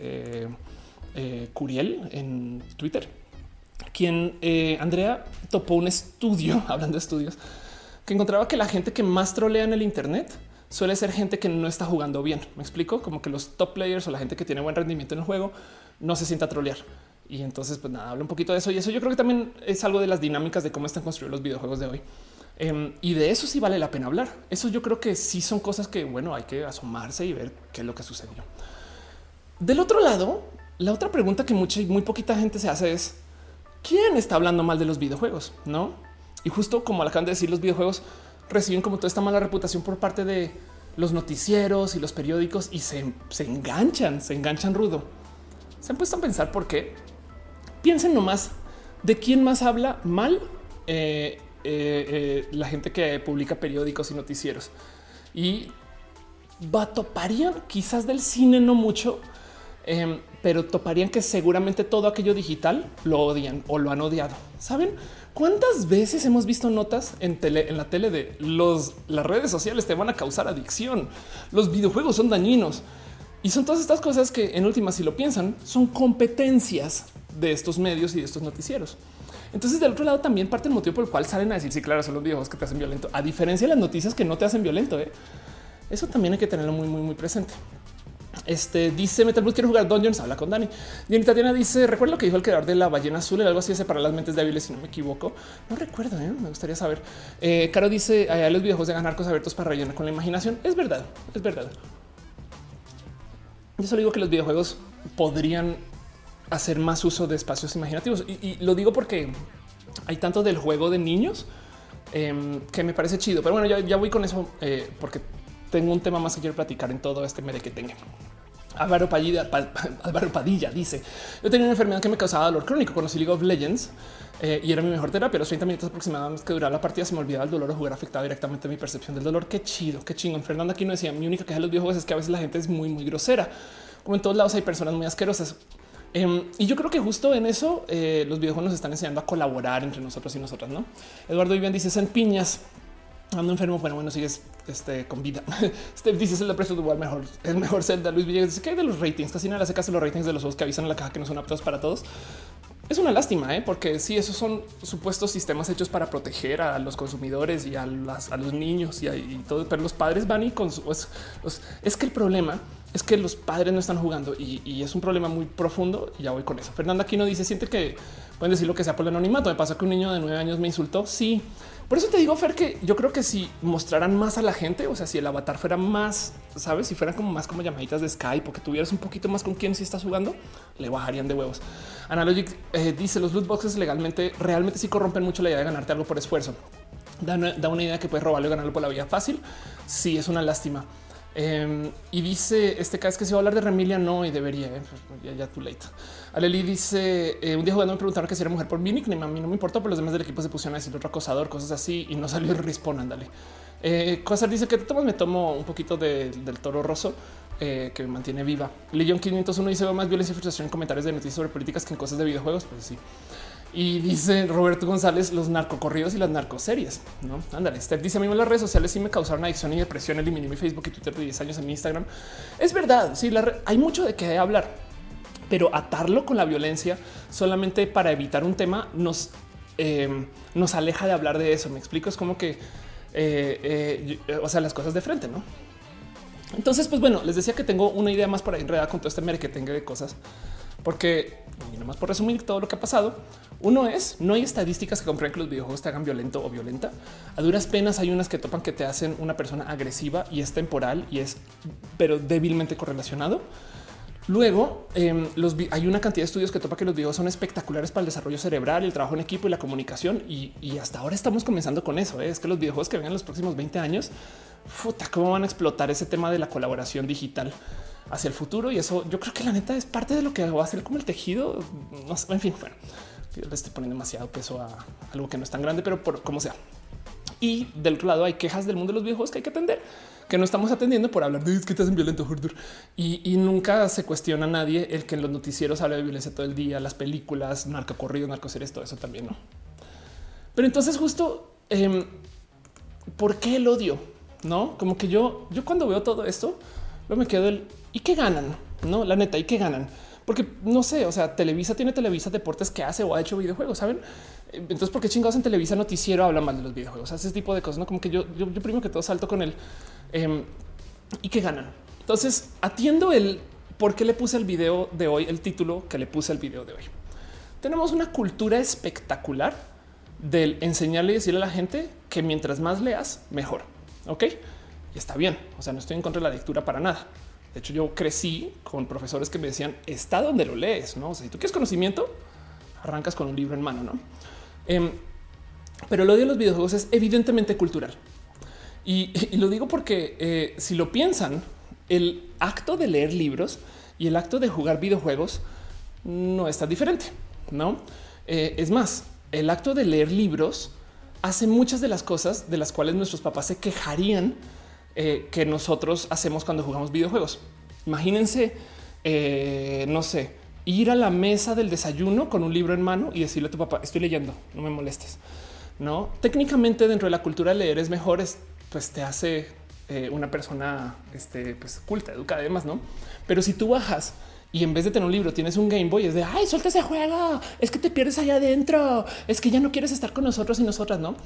A: Curiel en Twitter, quien Andrea topó un estudio, hablando de estudios, que encontraba que la gente que más trolea en el Internet suele ser gente que no está jugando bien. Me explico, como que los top players o la gente que tiene buen rendimiento en el juego no se sienta a trolear. Y entonces, pues nada, habla un poquito de eso. Y eso yo creo que también es algo de las dinámicas de cómo están construidos los videojuegos de hoy. Y de eso sí vale la pena hablar. Eso yo creo que sí son cosas que, bueno, hay que asomarse y ver qué es lo que sucedió. Del otro lado, la otra pregunta que muy poquita gente se hace es ¿quién está hablando mal de los videojuegos? No? Y justo como acaban de decir, los videojuegos reciben como toda esta mala reputación por parte de los noticieros y los periódicos y se enganchan rudo. Se han puesto a pensar por qué. Piensen nomás de quién más habla mal la gente que publica periódicos y noticieros, y toparían quizás del cine, no mucho, pero toparían que seguramente todo aquello digital lo odian o lo han odiado. ¿Saben cuántas veces hemos visto notas en la tele de las redes sociales te van a causar adicción, los videojuegos son dañinos? Y son todas estas cosas que en última, si lo piensan, son competencias de estos medios y de estos noticieros. Entonces, del otro lado, también parte del motivo por el cual salen a decir, sí, claro, son los videojuegos que te hacen violento, a diferencia de las noticias que no te hacen violento. Eso también hay que tenerlo muy presente. Dice Metal Blues, quiero jugar Dungeons, habla con Dani. Jenny Tatiana dice, recuerda lo que dijo el creador de la ballena azul, algo así de separar las mentes débiles, si no me equivoco. No recuerdo, me gustaría saber. Caro dice, hay los videojuegos de ganar cosas abiertos para rellenar con la imaginación. Es verdad, es verdad. Yo solo digo que los videojuegos podrían hacer más uso de espacios imaginativos. Y lo digo porque hay tanto del juego de niños que me parece chido. Pero bueno, ya voy con eso porque tengo un tema más que quiero platicar en todo este mere que tenga. Álvaro Padilla dice, yo tenía una enfermedad que me causaba dolor crónico. Conocí League of Legends y era mi mejor terapia. Los 30 minutos aproximadamente que duraba la partida se me olvidaba el dolor o jugar afectaba directamente mi percepción del dolor. Qué chido, qué chingón. Fernanda aquí no decía, mi única queja de los videojuegos es que a veces la gente es muy grosera. Como en todos lados hay personas muy asquerosas. Y yo creo que justo en eso los videojuegos nos están enseñando a colaborar entre nosotros y nosotras, ¿no? Eduardo Vivian dice, en piñas, ando enfermo, bueno, sigues con vida. Steph dice, es el precio de mejor, es mejor Zelda. Luis Villegas dice que hay de los ratings, casi nada le hace caso los ratings de los juegos que avisan en la caja que no son aptos para todos. Es una lástima, porque sí, esos son supuestos sistemas hechos para proteger a los consumidores y a los niños y todo, pero los padres van y con es que el problema es que los padres no están jugando y es un problema muy profundo. Y ya voy con eso. Fernanda Aquino dice, siente que pueden decir lo que sea por el anonimato. Me pasó que un niño de 9 años me insultó. Sí, por eso te digo, Fer, que yo creo que si mostraran más a la gente, o sea, si el avatar fuera más, sabes, si fueran como más como llamaditas de Skype o que tuvieras un poquito más con quién si estás jugando, le bajarían de huevos. Analogic dice, los loot boxes realmente sí corrompen mucho la idea de ganarte algo por esfuerzo. Da una idea que puedes robarlo y ganarlo por la vía fácil. Sí, es una lástima. Y dice cada vez que se va a hablar de Remilia, no, y debería, pues ya too late. Aleli dice, un día jugando me preguntaron que si era mujer por mi nickname, a mí no me importó, pero los demás del equipo se pusieron a decir otro acosador, cosas así, y no salió el respawn, ándale. Cosas dice que me tomo un poquito del toro roso que me mantiene viva. Legion 501 dice, veo más violencia y frustración en comentarios de noticias sobre políticas que en cosas de videojuegos, pues sí. Y dice Roberto González, los narcocorridos y las narcoseries, ¿no? Ándale, Steph dice, a mí las redes sociales sí me causaron adicción y depresión, eliminé mi Facebook y Twitter de 10 años en mi Instagram. Es verdad, sí, hay mucho de qué hablar, pero atarlo con la violencia solamente para evitar un tema nos aleja de hablar de eso. Me explico, es como que, o sea, las cosas de frente, ¿no? Entonces, pues bueno, les decía que tengo una idea más por ahí enredada con todo este merequetengue de cosas. porque y nomás por resumir todo lo que ha pasado. Uno es, no hay estadísticas que comprueben que los videojuegos te hagan violento o violenta. A duras penas hay unas que topan que te hacen una persona agresiva y es temporal y es, pero débilmente correlacionado. Luego hay una cantidad de estudios que topa que los videojuegos son espectaculares para el desarrollo cerebral, el trabajo en equipo y la comunicación. Y hasta ahora estamos comenzando con eso. Es que los videojuegos que vengan en los próximos 20 años, cómo van a explotar ese tema de la colaboración digital hacia el futuro. Y eso yo creo que la neta es parte de lo que va a hacer como el tejido. No sé, en fin, bueno, yo le estoy poniendo demasiado peso a algo que no es tan grande, pero por como sea. Y del otro lado hay quejas del mundo de los videojuegos que hay que atender, que no estamos atendiendo por hablar de es que te hacen violento y nunca se cuestiona a nadie el que en los noticieros habla de violencia todo el día, las películas, narcocorridos, narcoseries, todo eso también no. Pero entonces justo ¿por qué el odio? No, como que yo cuando veo todo esto, luego me quedo el ¿y qué ganan? No, la neta, ¿y qué ganan? Porque no sé, o sea, Televisa tiene Televisa Deportes que hace o ha hecho videojuegos, ¿saben? Entonces, ¿por qué chingados en Televisa Noticiero hablan mal de los videojuegos? Hace ese tipo de cosas, ¿no? Como que yo primero que todo salto con el ¿y qué ganan? Entonces, atiendo el por qué le puse el video de hoy, el título que le puse al video de hoy. Tenemos una cultura espectacular del enseñarle y decirle a la gente que mientras más leas, mejor. ¿Ok? Y está bien. O sea, no estoy en contra de la lectura para nada. De hecho, yo crecí con profesores que me decían está donde lo lees. No, o sea, si tú quieres conocimiento, arrancas con un libro en mano, no? Pero el odio de los videojuegos es evidentemente cultural. Y lo digo porque si lo piensan, el acto de leer libros y el acto de jugar videojuegos no es tan diferente, no? Es más, el acto de leer libros hace muchas de las cosas de las cuales nuestros papás se quejarían que nosotros hacemos cuando jugamos videojuegos. Imagínense, no sé, ir a la mesa del desayuno con un libro en mano y decirle a tu papá, estoy leyendo, no me molestes. No, técnicamente dentro de la cultura leer es mejor, pues te hace una persona pues culta, educada, además, no? Pero si tú bajas y en vez de tener un libro tienes un Game Boy, es de ay, suelta ese juego, es que te pierdes allá adentro, es que ya no quieres estar con nosotros y nosotras, no?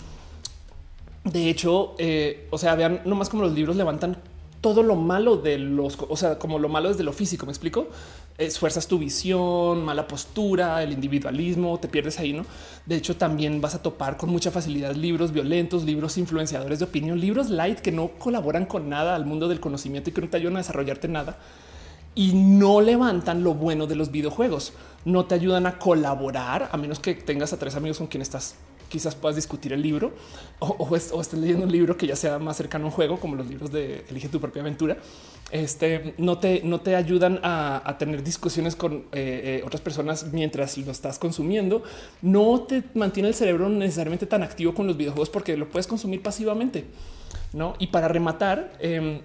A: De hecho, o sea, vean nomás como los libros levantan todo lo malo de los, o sea, como lo malo desde lo físico. Me explico. Esfuerzas tu visión, mala postura, el individualismo, te pierdes ahí, no? De hecho, también vas a topar con mucha facilidad libros violentos, libros influenciadores de opinión, libros light que no colaboran con nada al mundo del conocimiento y que no te ayudan a desarrollarte nada y no levantan lo bueno de los videojuegos. No te ayudan a colaborar a menos que tengas a 3 amigos con quien estás. Quizás puedas discutir el libro o estés leyendo un libro que ya sea más cercano a un juego, como los libros de Elige tu propia aventura. No te ayudan a tener discusiones con otras personas mientras lo estás consumiendo. No te mantiene el cerebro necesariamente tan activo con los videojuegos porque lo puedes consumir pasivamente, ¿no? Y para rematar,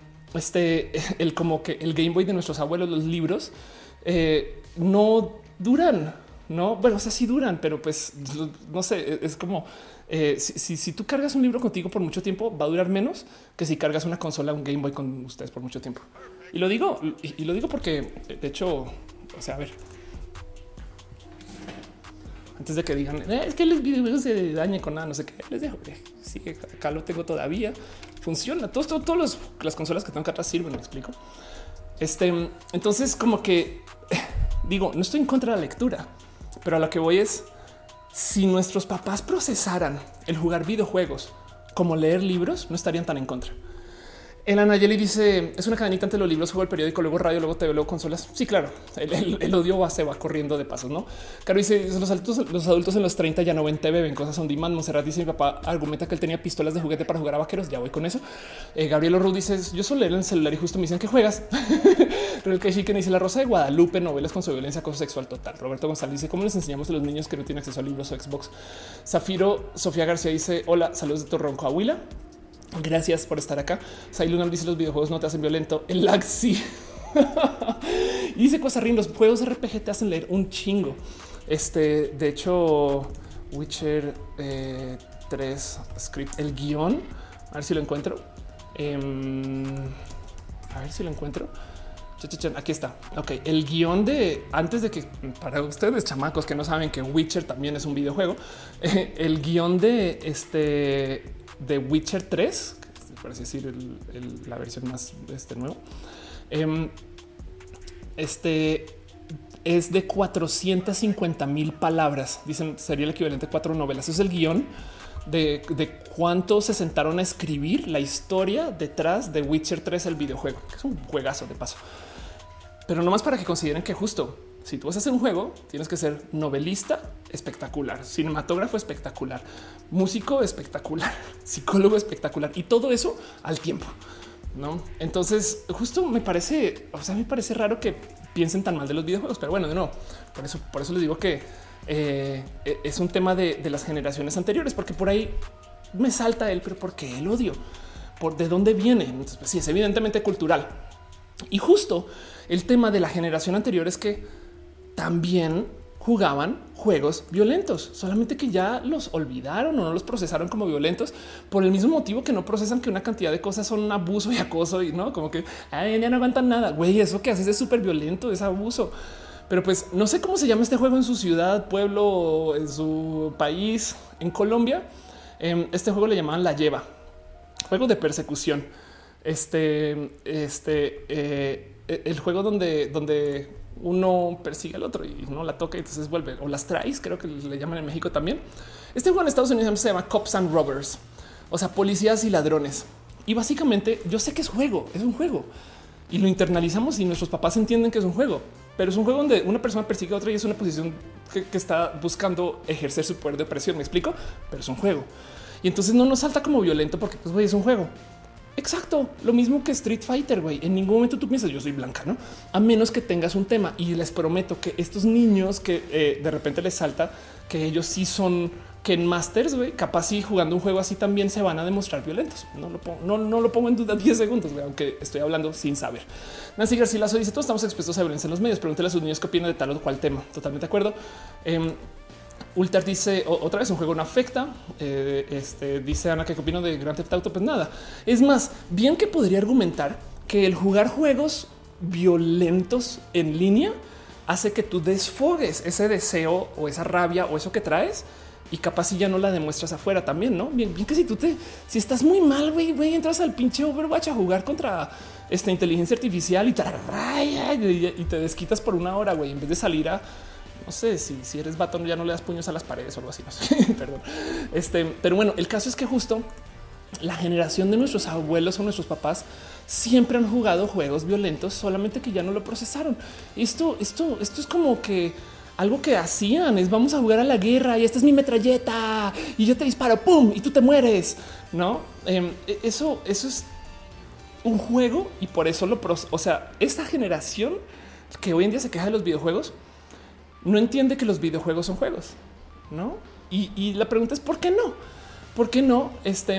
A: el como que el Game Boy de nuestros abuelos, los libros no duran. No, bueno, o sea, sí duran, pero pues no sé, es como si tú cargas un libro contigo por mucho tiempo, va a durar menos que si cargas una consola, un Game Boy con ustedes por mucho tiempo. Y lo digo, porque de hecho, o sea, a ver, antes de que digan es que los videojuegos se dañen con nada, no sé qué, les dejo. Sí, acá lo tengo todavía, funciona. Todas las consolas que tengo acá atrás sirven, me explico. Entonces, como que digo, no estoy en contra de la lectura. Pero a lo que voy es, si nuestros papás procesaran el jugar videojuegos como leer libros, no estarían tan en contra. El Anayeli dice, es una cadenita entre los libros, juego el periódico, luego radio, luego TV, luego consolas. Sí, claro, el odio se va corriendo de pasos, ¿no? Caro dice, los adultos en los 30 ya no ven TV, ven cosas on demand. Monserrat dice, mi papá argumenta que él tenía pistolas de juguete para jugar a vaqueros, ya voy con eso. Gabriel Orru dice, yo suelo leer en el celular y justo me dicen que juegas. Real que Chicken dice, La Rosa de Guadalupe, novelas con su violencia, acoso sexual total. Roberto González dice, ¿cómo les enseñamos a los niños que no tienen acceso a libros o Xbox? Zafiro Sofía García dice, hola, saludos de Torreón, Coahuila. Gracias por estar acá. Sailunam dice, los videojuegos no te hacen violento. El lag sí. Y dice Cosarrín, los juegos RPG te hacen leer un chingo. De hecho, Witcher 3 script, el guión, a ver si lo encuentro. Aquí está. Ok, el guión de antes de que para ustedes, chamacos que no saben que Witcher también es un videojuego, el guión de Witcher 3, por así decir, la versión más nuevo. es de 450,000 palabras. Dicen sería el equivalente a 4 novelas. Es el guión de cuánto se sentaron a escribir la historia detrás de Witcher 3, el videojuego, que es un juegazo de paso. Pero nomás para que consideren que justo si tú vas a hacer un juego, tienes que ser novelista espectacular, cinematógrafo espectacular, músico espectacular, psicólogo espectacular y todo eso al tiempo. No, entonces justo me parece, me parece raro que piensen tan mal de los videojuegos, pero bueno, de nuevo, por eso les digo que es un tema de las generaciones anteriores, porque por ahí me salta él, pero ¿por qué el odio? ¿Por de dónde viene? Entonces, pues sí, es evidentemente cultural. Y justo el tema de la generación anterior es que también jugaban juegos violentos, solamente que ya los olvidaron o no los procesaron como violentos por el mismo motivo que no procesan que una cantidad de cosas son abuso y acoso y no como que ya no aguantan nada. Güey, eso que haces es súper violento, es abuso. Pero pues no sé cómo se llama este juego en su ciudad, pueblo, en su país, en Colombia. Este juego le llamaban La Lleva, juego de persecución. El juego donde uno persigue al otro y no la toca y entonces vuelve o las traes. Creo que le llaman en México también. Este juego en Estados Unidos se llama Cops and Robbers, o sea, policías y ladrones. Y básicamente yo sé que es un juego y lo internalizamos y nuestros papás entienden que es un juego, pero es un juego donde una persona persigue a otra y es una posición que está buscando ejercer su poder de opresión. Me explico, pero es un juego y entonces no nos salta como violento porque pues güey, es un juego. Exacto, lo mismo que Street Fighter, güey. En ningún momento tú piensas yo soy blanca, ¿no? A menos que tengas un tema. Y les prometo que estos niños que de repente les salta que ellos sí son Ken Masters, güey, capaz si jugando un juego así también se van a demostrar violentos. No lo pongo en duda 10 segundos, güey, aunque estoy hablando sin saber. Nancy García Lazo dice, todos estamos expuestos a violencia en los medios. Pregúntale a sus niños qué opinan de tal o cual tema. Totalmente de acuerdo. Ultar dice otra vez un juego no afecta. Dice Ana que qué opino de Grand Theft Auto. Pues nada, es más bien que podría argumentar que el jugar juegos violentos en línea hace que tú desfogues ese deseo o esa rabia o eso que traes y capaz si ya no la demuestras afuera también, no bien que si estás muy mal, güey, entras al pinche Overwatch a jugar contra esta inteligencia artificial y te desquitas por una hora, güey, en vez de salir a no sé si eres vato, ya no le das puños a las paredes o algo así. No sé, perdón. Pero bueno, el caso es que justo la generación de nuestros abuelos o nuestros papás siempre han jugado juegos violentos, solamente que ya no lo procesaron. Esto es como que algo que hacían es vamos a jugar a la guerra y esta es mi metralleta y yo te disparo, pum, y tú te mueres. No, eso es un juego y por eso o sea, esta generación que hoy en día se queja de los videojuegos no entiende que los videojuegos son juegos, ¿no? Y la pregunta es ¿por qué no? ¿Por qué no?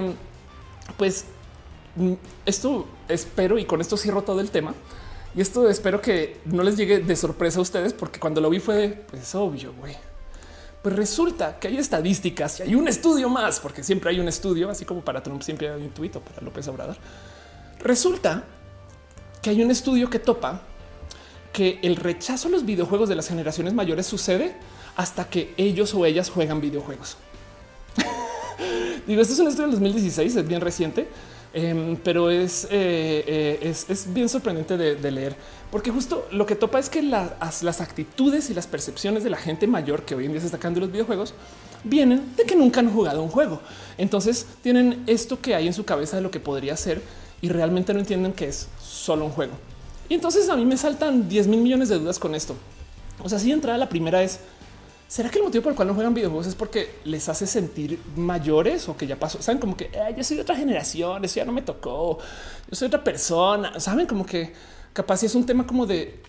A: Pues esto espero y con esto cierro todo el tema. Y esto espero que no les llegue de sorpresa a ustedes, porque cuando lo vi fue pues obvio, güey. Pues resulta que hay estadísticas y hay un estudio más, porque siempre hay un estudio, así como para Trump siempre hay un tuit o para López Obrador. Resulta que hay un estudio que topa que el rechazo a los videojuegos de las generaciones mayores sucede hasta que ellos o ellas juegan videojuegos. Digo, esto es un estudio del 2016, es bien reciente, pero es bien sorprendente de leer, porque justo lo que topa es que las actitudes y las percepciones de la gente mayor que hoy en día se está sacando de los videojuegos vienen de que nunca han jugado un juego. Entonces tienen esto que hay en su cabeza de lo que podría ser y realmente no entienden que es solo un juego. Y entonces a mí me saltan 10,000 millones de dudas con esto. O sea, si de entrada la primera es, ¿será que el motivo por el cual no juegan videojuegos es porque les hace sentir mayores o que ya pasó? Saben, como que yo soy de otra generación, eso ya no me tocó, yo soy otra persona. Saben, como que capaz si es un tema como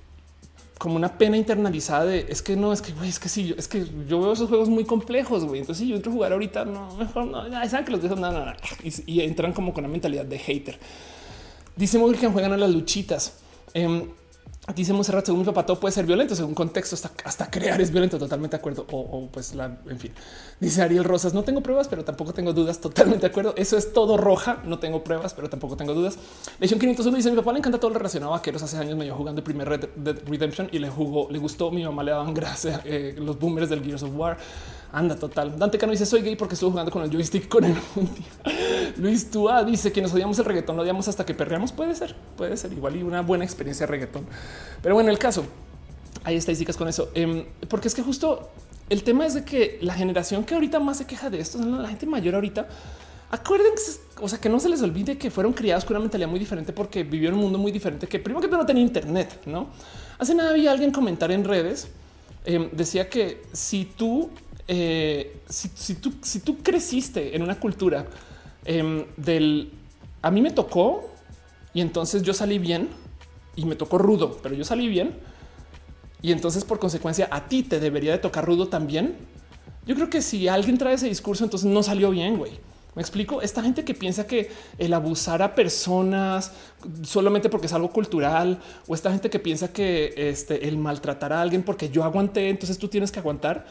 A: una pena internalizada de es que no, es que güey, es que yo veo esos juegos muy complejos, güey. Entonces, si yo entro a jugar ahorita, no, mejor no. Saben que los dejo, no. Y entran como con una mentalidad de hater. Dice Mogul que juegan a las luchitas. Dice Monserrat, según mi papá, todo puede ser violento, según contexto, hasta crear es violento. Totalmente de acuerdo. En fin. Dice Ariel Rosas, no tengo pruebas, pero tampoco tengo dudas. Totalmente de acuerdo. Eso es todo roja. No tengo pruebas, pero tampoco tengo dudas. Legion 501 dice, mi papá le encanta todo lo relacionado a vaqueros. Hace años me iba jugando el primer Red Dead Redemption y le gustó. Mi mamá le daban gracias los boomers del Gears of War. Anda, total. Dante Cano dice, soy gay porque estuve jugando con el joystick con él un día. Luis Tua dice que nos odiamos el reggaetón, lo odiamos hasta que perreamos. Puede ser igual y una buena experiencia de reggaetón. Pero bueno, el caso hay estadísticas con eso, porque es que justo el tema es de que la generación que ahorita más se queja de esto, la gente mayor ahorita, acuérdense, o sea, que no se les olvide que fueron criados con una mentalidad muy diferente porque vivieron un mundo muy diferente, que primero que todo no tenía internet, ¿no? Hace nada había alguien comentar en redes, decía que si tú si tú creciste en una cultura del a mí me tocó y entonces yo salí bien y me tocó rudo, pero yo salí bien y entonces por consecuencia a ti te debería de tocar rudo también. Yo creo que si alguien trae ese discurso, entonces no salió bien, güey. Me explico. Esta gente que piensa que el abusar a personas solamente porque es algo cultural, o esta gente que piensa que el maltratar a alguien porque yo aguanté, entonces tú tienes que aguantar.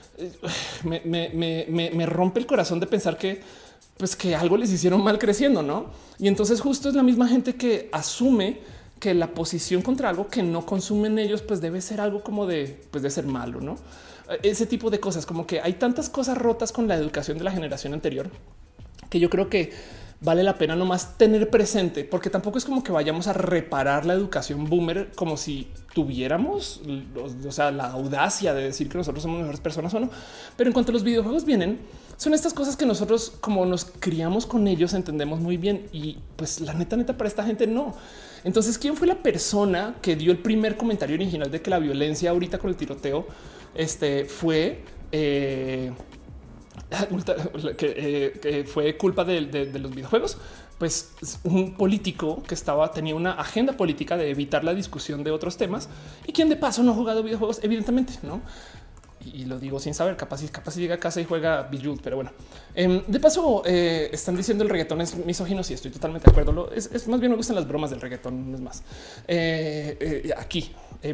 A: Me rompe el corazón de pensar que pues que algo les hicieron mal creciendo, ¿no? Y entonces justo es la misma gente que asume que la posición contra algo que no consumen ellos pues debe ser algo como de ser malo, ¿no? Ese tipo de cosas, como que hay tantas cosas rotas con la educación de la generación anterior que yo creo que vale la pena nomás tener presente, porque tampoco es como que vayamos a reparar la educación boomer como si tuviéramos, o sea, la audacia de decir que nosotros somos mejores personas o no. Pero en cuanto a los videojuegos vienen, son estas cosas que nosotros, como nos criamos con ellos, entendemos muy bien. Y pues la neta para esta gente no. Entonces, ¿quién fue la persona que dio el primer comentario original de que la violencia ahorita con el tiroteo fue que fue culpa de los videojuegos? Pues un político que tenía una agenda política de evitar la discusión de otros temas y quien de paso no ha jugado videojuegos, evidentemente, ¿no? Y lo digo sin saber, capaz llega a casa y juega Bejeweled, pero bueno. De paso, están diciendo el reggaetón es misógino. Sí, estoy totalmente de acuerdo. Es más bien me gustan las bromas del reggaetón, no es más. Aquí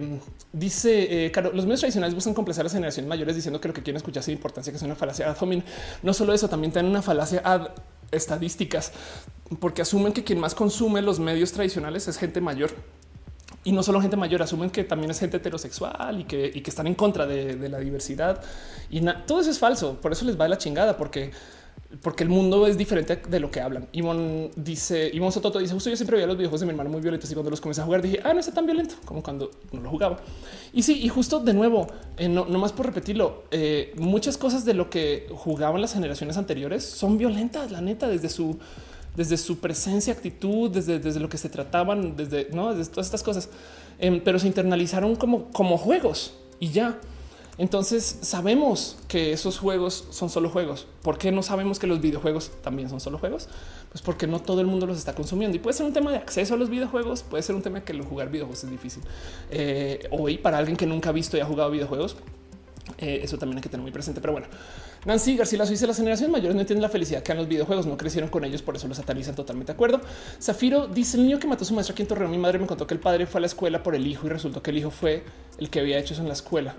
A: dice claro, los medios tradicionales buscan complacer a las generaciones mayores diciendo que lo que quieren escuchar sin importancia, que es una falacia ad hominem. No solo eso, también tienen una falacia ad estadísticas, porque asumen que quien más consume los medios tradicionales es gente mayor. Y no solo gente mayor, asumen que también es gente heterosexual y que están en contra de la diversidad. Y todo eso es falso. Por eso les va de la chingada, porque el mundo es diferente de lo que hablan. Ivonne Sototo dice: justo yo siempre veía los videojuegos de mi hermano muy violentos y cuando los comencé a jugar dije, no está tan violento como cuando no lo jugaba. Y sí, y justo de nuevo, no más por repetirlo, muchas cosas de lo que jugaban las generaciones anteriores son violentas, la neta, desde su presencia, actitud, desde lo que se trataban, desde todas estas cosas, pero se internalizaron como juegos y ya. Entonces sabemos que esos juegos son solo juegos. ¿Por qué no sabemos que los videojuegos también son solo juegos? Pues porque no todo el mundo los está consumiendo y puede ser un tema de acceso a los videojuegos, puede ser un tema que jugar videojuegos es difícil. Hoy para alguien que nunca ha visto y ha jugado videojuegos, eso también hay que tener muy presente. Pero bueno, Nancy García dice: las generaciones mayores no entienden la felicidad que dan los videojuegos, no crecieron con ellos, por eso los satanizan. Totalmente de acuerdo. Zafiro dice: el niño que mató a su maestra aquí en Torreón, mi madre me contó que el padre fue a la escuela por el hijo y resultó que el hijo fue el que había hecho eso en la escuela.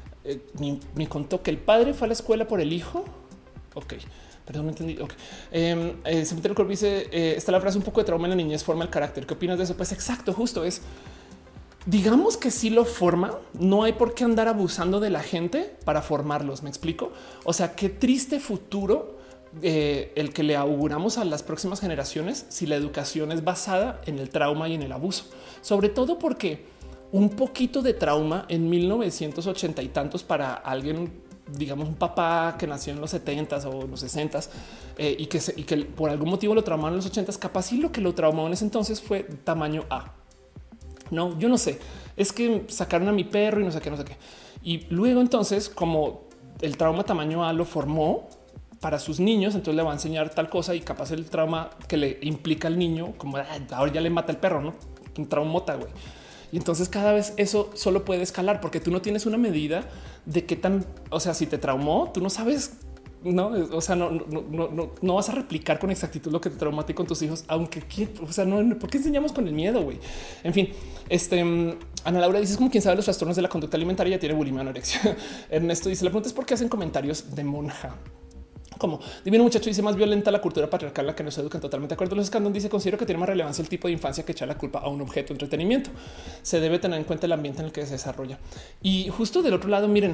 A: Me contó que el padre fue a la escuela por el hijo. Ok, perdón, no entendí. Okay. Cementerio Corp dice: está la frase un poco de trauma en la niñez forma el carácter. ¿Qué opinas de eso? Pues exacto, justo es. Digamos que sí lo forma, no hay por qué andar abusando de la gente para formarlos. ¿Me explico? O sea, qué triste futuro el que le auguramos a las próximas generaciones si la educación es basada en el trauma y en el abuso. Sobre todo porque un poquito de trauma en 1980 y tantos para alguien, digamos un papá que nació en los 70s o los 60s y que por algún motivo lo traumaron en los 80s, capaz sí lo que lo traumó en ese entonces fue tamaño A. No, yo no sé. Es que sacaron a mi perro y no sé qué. Y luego entonces, como el trauma tamaño A lo formó para sus niños, entonces le va a enseñar tal cosa y capaz el trauma que le implica al niño, como ahora ya le mata el perro, ¿no? Un traumota, güey. Y entonces cada vez eso solo puede escalar porque tú no tienes una medida de qué tan, o sea, si te traumó, tú no sabes. No, o sea, no vas a replicar con exactitud lo que te traumó a ti con tus hijos, aunque, o sea, no, ¿por qué enseñamos con el miedo, güey? En fin, Ana Laura dice: es como quien sabe los trastornos de la conducta alimentaria, tiene bulimia, anorexia. Ernesto dice: la pregunta es por qué hacen comentarios de monja. Como divino muchacho dice: más violenta la cultura patriarcal, la que nos educan. Totalmente de acuerdo. Los Scandon dice: considero que tiene más relevancia el tipo de infancia que echar la culpa a un objeto de entretenimiento. Se debe tener en cuenta el ambiente en el que se desarrolla. Y justo del otro lado, miren,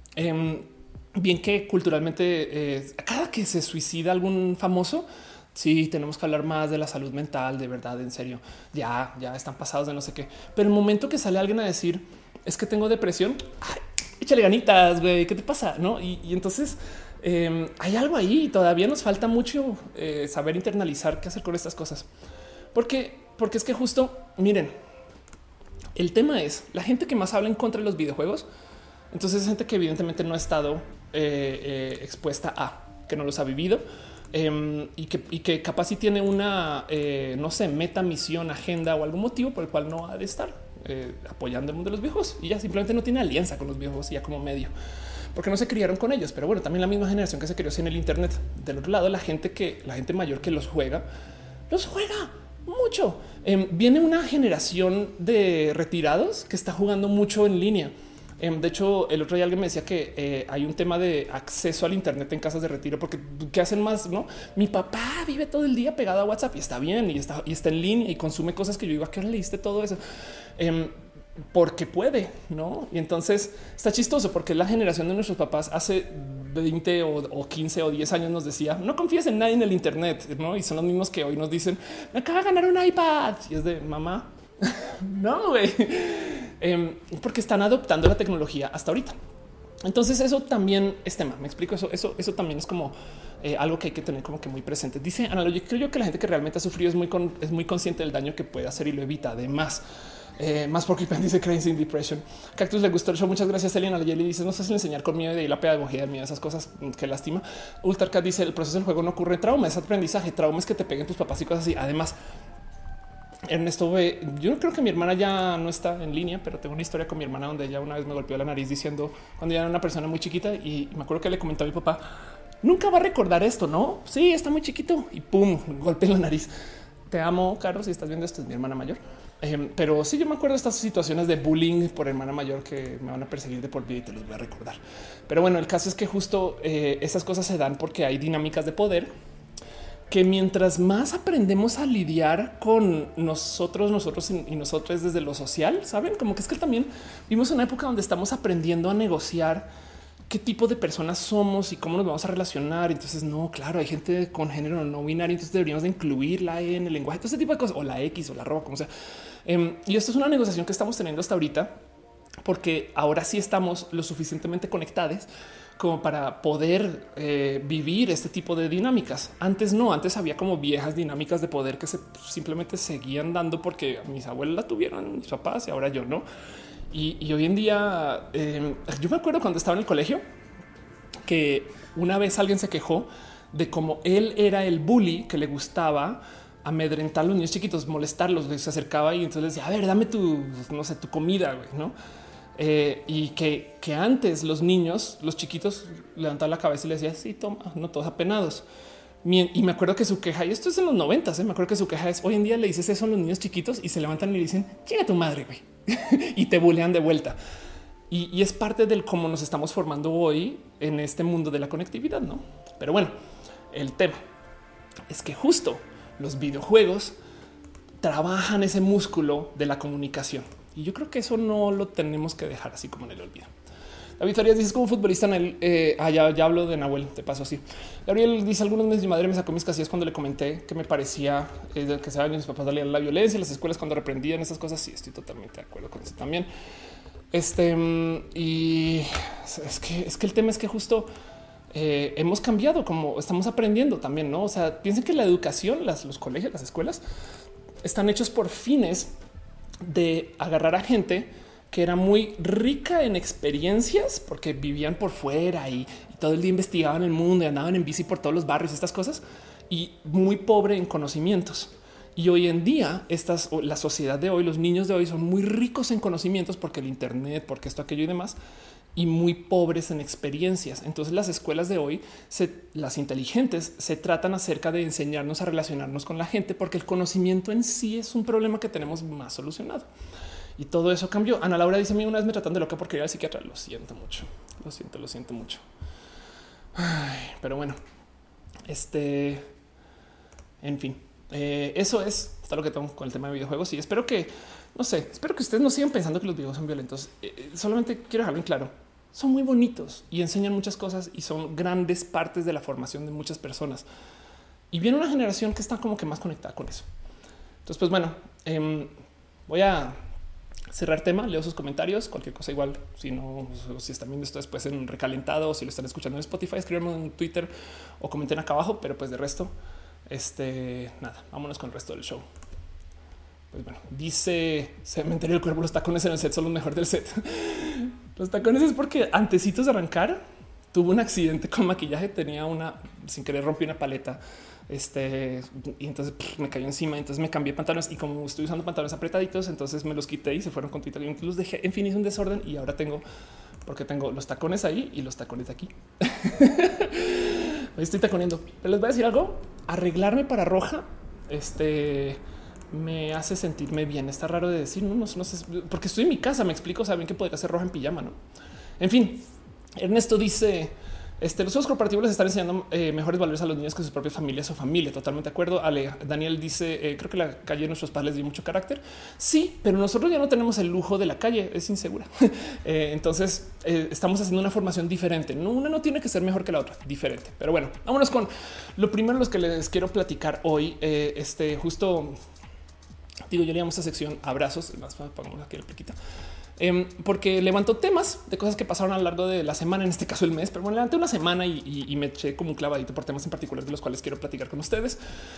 A: bien que culturalmente cada que se suicida algún famoso, sí tenemos que hablar más de la salud mental, de verdad, en serio, ya están pasados de no sé qué. Pero el momento que sale alguien a decir: es que tengo depresión. Ay, échale ganitas, güey, ¿qué te pasa? No? Y entonces hay algo ahí. Todavía nos falta mucho saber internalizar qué hacer con estas cosas. Porque es que justo, miren, el tema es la gente que más habla en contra de los videojuegos. Entonces es gente que evidentemente no ha estado expuesta a, que no los ha vivido y que capaz si tiene una, no sé, meta, misión, agenda o algún motivo por el cual no ha de estar apoyando el mundo de los viejos y ya simplemente no tiene alianza con los viejos ya como medio, porque no se criaron con ellos. Pero bueno, también la misma generación que se crió sin el Internet. Del otro lado, la gente mayor que los juega mucho. Viene una generación de retirados que está jugando mucho en línea. De hecho, el otro día alguien me decía que hay un tema de acceso al Internet en casas de retiro, porque ¿qué hacen más? No, mi papá vive todo el día pegado a WhatsApp y está bien y está en línea y consume cosas que yo digo, ¿a qué hora leíste todo eso? Porque puede, ¿no? Y entonces está chistoso porque la generación de nuestros papás hace 20 o 15 o 10 años nos decía no confíes en nadie en el Internet, ¿no? Y son los mismos que hoy nos dicen me acaba de ganar un iPad y es de mamá. No, güey. Porque están adoptando la tecnología hasta ahorita. Entonces eso también es tema. Me explico eso también es como algo que hay que tener como que muy presente. Dice Ana, yo creo que la gente que realmente ha sufrido es muy consciente del daño que puede hacer y lo evita. Además, más porque dice Crazy in Depression. Cactus le gustó el show. Muchas gracias, Elena. Le dice no sé si enseñar con miedo y la pedagogía del miedo, esas cosas que lástima. Ultracat dice el proceso del juego no ocurre trauma, es aprendizaje. Trauma es que te peguen tus papás y cosas así. Además, Ernesto, yo creo que mi hermana ya no está en línea, pero tengo una historia con mi hermana donde ella una vez me golpeó la nariz diciendo cuando ya era una persona muy chiquita y me acuerdo que le comentó a mi papá nunca va a recordar esto, ¿no? Sí, está muy chiquito y pum, golpe en la nariz. Te amo, Caro, si estás viendo esto, es mi hermana mayor. Pero sí, yo me acuerdo de estas situaciones de bullying por hermana mayor que me van a perseguir de por vida y te los voy a recordar. Pero bueno, el caso es que justo esas cosas se dan porque hay dinámicas de poder que mientras más aprendemos a lidiar con nosotros y nosotros desde lo social, saben, como que es que también vivimos una época donde estamos aprendiendo a negociar qué tipo de personas somos y cómo nos vamos a relacionar. Entonces, no, claro, hay gente con género no binario, entonces deberíamos de incluir la E en el lenguaje, todo ese tipo de cosas, o la X o la arroba, como sea. Y esto es una negociación que estamos teniendo hasta ahorita, porque ahora sí estamos lo suficientemente conectados como para poder vivir este tipo de dinámicas. Antes no, antes había como viejas dinámicas de poder que simplemente seguían dando porque mis abuelos la tuvieron, mis papás y ahora yo no. Y hoy en día yo me acuerdo cuando estaba en el colegio que una vez alguien se quejó de cómo él era el bully que le gustaba amedrentar a los niños chiquitos, molestarlos, se acercaba y entonces decía, a ver, dame tu, no sé, tu comida, güey, ¿no? Y que antes los niños, los chiquitos levantaban la cabeza y le decían, sí, toma, no todos apenados. Y me acuerdo que su queja, y esto es en los 90, me acuerdo que su queja es hoy en día le dices eso a los niños chiquitos y se levantan y le dicen, chinga tu madre, güey, y te bulean de vuelta. Y es parte del cómo nos estamos formando hoy en este mundo de la conectividad, ¿no? Pero bueno, el tema es que justo los videojuegos trabajan ese músculo de la comunicación. Y yo creo que eso no lo tenemos que dejar así como en el olvido. David Farías dice como futbolista en el ya hablo de Nahuel, te paso así. Gabriel dice algunos meses mi madre me sacó mis casillas cuando le comenté que me parecía que saben mis papás salían la violencia en las escuelas cuando reprendían esas cosas. Sí, estoy totalmente de acuerdo con eso también. Y es que el tema es que justo hemos cambiado como estamos aprendiendo también, ¿no? O sea, piensen que la educación, los colegios, las escuelas están hechos por fines de agarrar a gente que era muy rica en experiencias porque vivían por fuera y todo el día investigaban el mundo y andaban en bici por todos los barrios, estas cosas, y muy pobre en conocimientos. Y hoy en día, la sociedad de hoy, los niños de hoy son muy ricos en conocimientos porque el Internet, porque esto, aquello y demás, y muy pobres en experiencias. Entonces las escuelas de hoy, las inteligentes, se tratan acerca de enseñarnos a relacionarnos con la gente porque el conocimiento en sí es un problema que tenemos más solucionado. Y todo eso cambió. Ana Laura dice a mí una vez me tratan de loca porque ir al psiquiatra. Lo siento mucho. Lo siento mucho. Ay, pero bueno, en fin, eso es hasta lo que tengo con el tema de videojuegos y espero que, no sé, espero que ustedes no sigan pensando que los videojuegos son violentos. Solamente quiero dejarlo en claro. Son muy bonitos y enseñan muchas cosas y son grandes partes de la formación de muchas personas. Y viene una generación que está como que más conectada con eso. Entonces, pues bueno, voy a cerrar tema, leo sus comentarios, cualquier cosa igual. Si no, si están viendo esto después en recalentado o si lo están escuchando en Spotify, escríbanme en Twitter o comenten acá abajo. Pero pues de resto, nada, vámonos con el resto del show. Pues bueno, dice Cementerio del Cuervo, los tacones en el set son los mejores del set. Los tacones es porque antecitos de arrancar tuvo un accidente con maquillaje, tenía sin querer rompí una paleta. Y entonces me cayó encima. Entonces me cambié pantalones y como estoy usando pantalones apretaditos, entonces me los quité y se fueron con Twitter y los dejé. En fin, hice un desorden y ahora tengo los tacones ahí y los tacones de aquí. Hoy estoy taconeando, pero les voy a decir algo. Arreglarme para roja, me hace sentirme bien. Está raro de decir, no sé, porque estoy en mi casa. Me explico. Saben que podría ser roja en pijama, no? En fin, Ernesto dice: los juegos corporativos les están enseñando mejores valores a los niños que sus propias familias o familia. Totalmente de acuerdo. Daniel dice: creo que la calle de nuestros padres les dio mucho carácter. Sí, pero nosotros ya no tenemos el lujo de la calle. Es insegura. Entonces estamos haciendo una formación diferente. Una no tiene que ser mejor que la otra, diferente. Pero bueno, vámonos con lo primero los que les quiero platicar hoy. Justo digo, yo le llamo a esta sección abrazos. Más pongamos aquí el pliquito. Porque levantó temas de cosas que pasaron a lo largo de la semana, en este caso el mes, pero bueno, levanté una semana y me eché como un clavadito por temas en particular de los cuales quiero platicar con ustedes.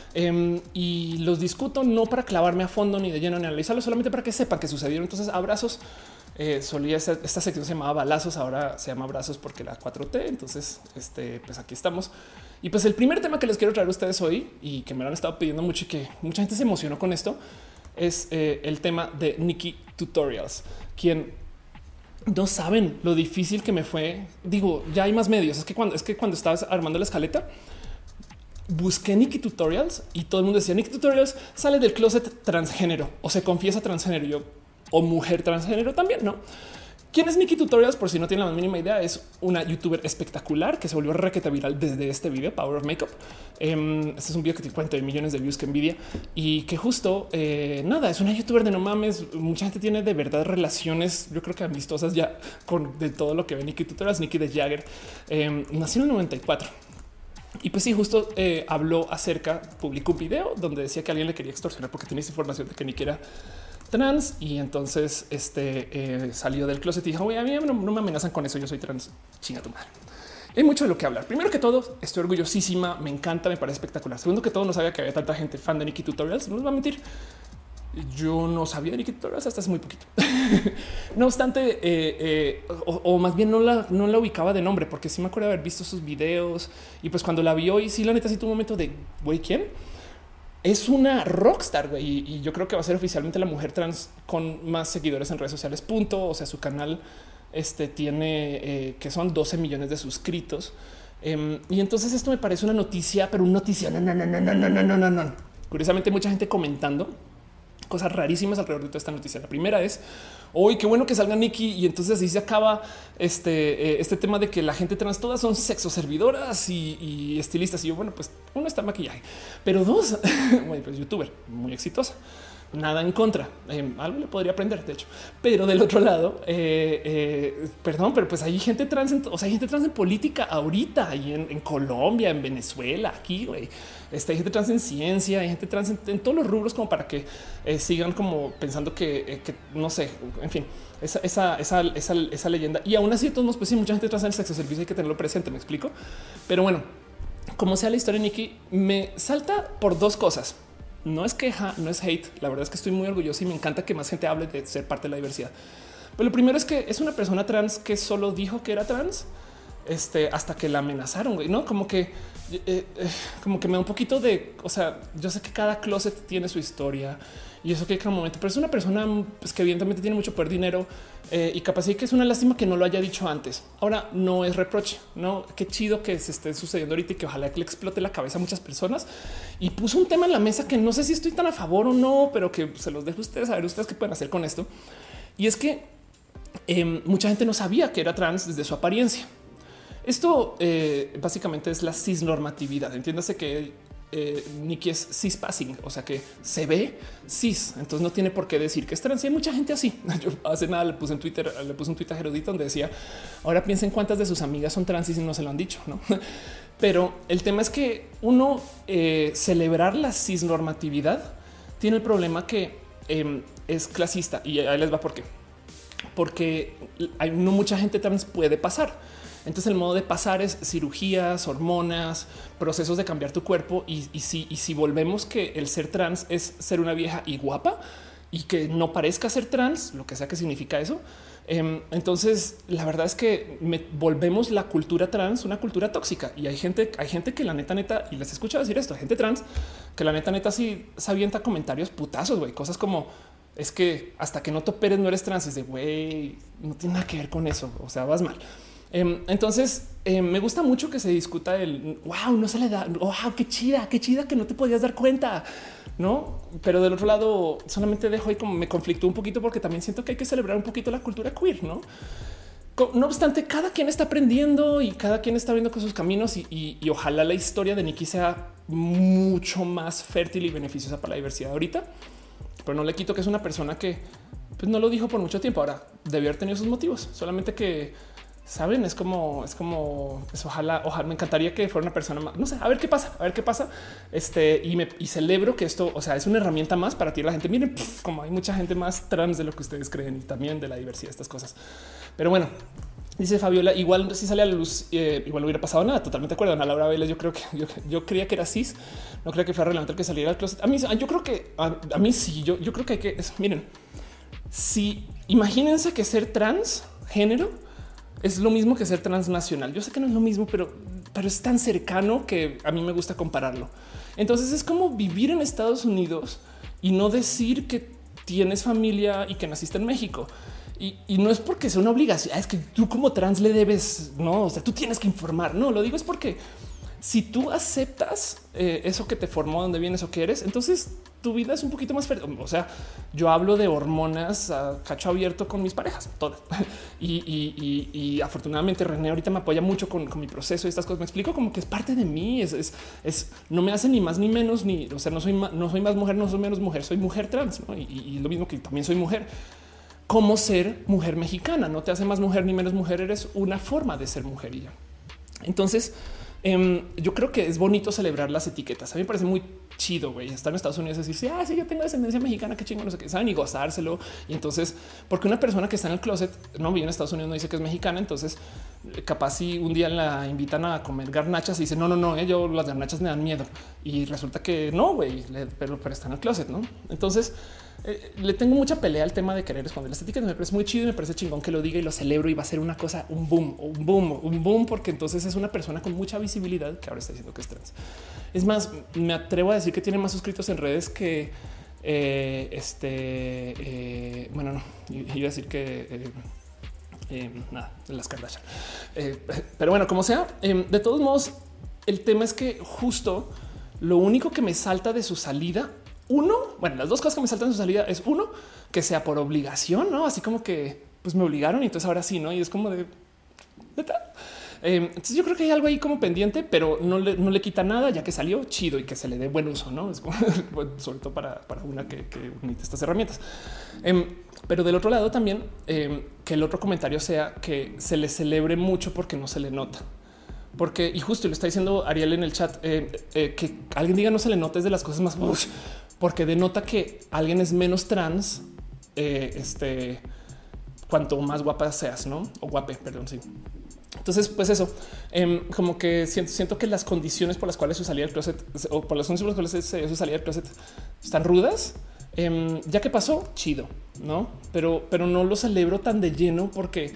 A: Y los discuto no para clavarme a fondo ni de lleno ni analizarlo, solamente para que sepan que sucedieron. Entonces, abrazos. Esta sección se llamaba balazos, ahora se llama abrazos porque la 4T. Entonces, pues aquí estamos. Y pues el primer tema que les quiero traer a ustedes hoy y que me lo han estado pidiendo mucho y que mucha gente se emocionó con esto es el tema de Nikki Tutorials, quien no saben lo difícil que me fue. Digo, ya hay más medios. Es que cuando estabas armando la escaleta, busqué Nikki Tutorials y todo el mundo decía: Nikki Tutorials sale del closet transgénero o se confiesa transgénero. Yo, o mujer transgénero también, ¿no? ¿Quién es Nikki Tutorials? Por si no tienen la mínima idea, es una youtuber espectacular que se volvió requete viral desde este video, Power of Makeup. Este es un video que tiene 40 millones de views, que envidia, y que justo nada, es una youtuber de no mames. Mucha gente tiene de verdad relaciones, yo creo que amistosas ya con de todo lo que ve Nikki Tutorials. Nikki de Jagger nació en el 94. Y pues sí, justo publicó un video donde decía que alguien le quería extorsionar porque tenía esa información de que Nikki era trans, y entonces salió del closet y dijo: güey, a mí no me amenazan con eso, yo soy trans, chinga tu madre. Hay mucho de lo que hablar. Primero que todo, estoy orgullosísima, me encanta, me parece espectacular. Segundo que todo, no sabía que había tanta gente fan de Nikki Tutorials. No les voy a mentir, yo no sabía de Nikki Tutorials hasta hace muy poquito. No obstante, o más bien no la ubicaba de nombre, porque sí me acuerdo de haber visto sus videos. Y pues cuando la vi hoy, sí, la neta, sí tuvo un momento de güey, ¿quién? Es una rockstar, güey, y yo creo que va a ser oficialmente la mujer trans con más seguidores en redes sociales. Punto. O sea, su canal tiene que son 12 millones de suscritos. Y entonces esto me parece una noticia, pero una noticia. No. Curiosamente, mucha gente comentando cosas rarísimas alrededor de toda esta noticia. La primera es: hoy qué bueno que salga Nikki, y entonces así se acaba este tema de que la gente trans todas son sexo servidoras y estilistas. Y yo, bueno, pues uno está en maquillaje, pero dos, bueno, pues youtuber muy exitosa. Nada en contra, algo le podría aprender, de hecho, pero del otro lado, perdón, pero pues hay gente trans, hay gente trans en política ahorita y en Colombia, en Venezuela, aquí, güey. Hay gente trans en ciencia, hay gente trans en todos los rubros, como para que sigan como pensando que no sé, en fin, esa leyenda. Y aún así, de todos modos, pues sí, mucha gente trans en el sexo servicio, hay que tenerlo presente, me explico. Pero bueno, como sea la historia de Nikki, me salta por dos cosas. No es queja, no es hate. La verdad es que estoy muy orgulloso y me encanta que más gente hable de ser parte de la diversidad. Pero lo primero es que es una persona trans que solo dijo que era trans hasta que la amenazaron, güey, ¿no? Como que me da un poquito de, o sea, yo sé que cada closet tiene su historia y eso que cada momento, pero es una persona pues, que evidentemente tiene mucho poder, dinero y capacidad, que es una lástima que no lo haya dicho antes. Ahora no es reproche, no, qué chido que se esté sucediendo ahorita y que ojalá que le explote la cabeza a muchas personas. Y puso un tema en la mesa que no sé si estoy tan a favor o no, pero que se los dejo a ustedes, a ver ustedes qué pueden hacer con esto. Y es que mucha gente no sabía que era trans desde su apariencia. Esto básicamente es la cisnormatividad. Entiéndase que Nikki es cispassing, o sea que se ve cis, entonces no tiene por qué decir que es trans. Y hay mucha gente así. Yo hace nada le puse un tweet a Gerudito donde decía: ahora piensen cuántas de sus amigas son trans y no se lo han dicho, ¿no? Pero el tema es que uno celebrar la cisnormatividad tiene el problema que es clasista y ahí les va por qué. Porque no mucha gente trans puede pasar. Entonces el modo de pasar es cirugías, hormonas, procesos de cambiar tu cuerpo. Y si volvemos que el ser trans es ser una vieja y guapa y que no parezca ser trans, lo que sea que significa eso, entonces la verdad es que volvemos la cultura trans una cultura tóxica. Y hay gente que la neta, y les escucho decir esto, gente trans que la neta sí se avienta comentarios putazos, güey, cosas como es que hasta que no te operes no eres trans. Es de güey, no tiene nada que ver con eso. O sea, vas mal. Entonces me gusta mucho que se discuta el wow, no se le da. Wow, qué chida que no te podías dar cuenta, no? Pero del otro lado, solamente dejo ahí como me conflictó un poquito porque también siento que hay que celebrar un poquito la cultura queer, no? No obstante, cada quien está aprendiendo y cada quien está viendo con sus caminos y ojalá la historia de Nikki sea mucho más fértil y beneficiosa para la diversidad ahorita. Pero no le quito que es una persona que pues, no lo dijo por mucho tiempo. Ahora debió haber tenido sus motivos, solamente que saben, es como pues, ojalá me encantaría que fuera una persona más, no sé, a ver qué pasa. Y celebro que esto, o sea, es una herramienta más para ti. La gente, miren, como hay mucha gente más trans de lo que ustedes creen y también de la diversidad de estas cosas. Pero bueno, dice Fabiola, igual si sale a la luz, igual no hubiera pasado nada. Totalmente de acuerdo. Ana Laura Vélez, yo creo que yo creía que era cis. No creo que fuera relevante el que saliera al closet. A mí, yo creo que a mí sí, yo creo que hay que, miren, si imagínense que ser transgénero es lo mismo que ser transnacional. Yo sé que no es lo mismo, pero es tan cercano que a mí me gusta compararlo. Entonces es como vivir en Estados Unidos y no decir que tienes familia y que naciste en México. Y no es porque sea una obligación, es que tú como trans le debes, no, o sea, tú tienes que informar. No, lo digo es porque si tú aceptas eso que te formó, donde vienes o qué eres, entonces tu vida es un poquito más fértil. O sea, yo hablo de hormonas a cacho abierto con mis parejas, todas. Y afortunadamente René ahorita me apoya mucho con mi proceso y estas cosas. Me explico como que es parte de mí, no me hace ni más ni menos, ni, o sea, no soy más mujer, no soy menos mujer, soy mujer trans, ¿no? Y lo mismo que también soy mujer. Como ser mujer mexicana no te hace más mujer ni menos mujer, eres una forma de ser mujer y ya. Entonces, yo creo que es bonito celebrar las etiquetas. A mí me parece muy chido, güey, estar en Estados Unidos y decir, sí, yo tengo descendencia mexicana, qué chingo, no sé qué, saben, y gozárselo. Y entonces, porque una persona que está en el closet, no vive en Estados Unidos, no dice que es mexicana, entonces capaz si un día la invitan a comer garnachas y dice, no, yo las garnachas me dan miedo. Y resulta que no, güey, pero está en el closet, ¿no? Entonces, le tengo mucha pelea al tema de querer esconder las etiquetas. Me parece muy chido y me parece chingón que lo diga y lo celebro y va a ser una cosa, un boom, porque entonces es una persona con mucha visibilidad que ahora está diciendo que es trans. Es más, me atrevo a decir que tiene más suscritos en redes que bueno, no, iba a decir que nada, las Kardashian. Pero bueno, como sea, de todos modos, el tema es que justo lo único que me salta de su salida, las dos cosas que me saltan de su salida es uno, que sea por obligación, no así como que pues me obligaron y entonces ahora sí, no? Y es como de ¿neta? Entonces yo creo que hay algo ahí como pendiente, pero no le quita nada ya que salió chido y que se le dé buen uso, no? Es como, sobre todo para una que necesita estas herramientas. Pero del otro lado también que el otro comentario sea que se le celebre mucho porque no se le nota. Porque, y justo lo está diciendo Ariel en el chat, que alguien diga no se le nota es de las cosas más, porque denota que alguien es menos trans, cuanto más guapa seas, ¿no? O guape, perdón, sí. Entonces, pues eso, como que siento que las condiciones por las cuales su salida del closet o por las condiciones por las cuales su salida del closet están rudas, ya que pasó, chido, ¿no? Pero no lo celebro tan de lleno porque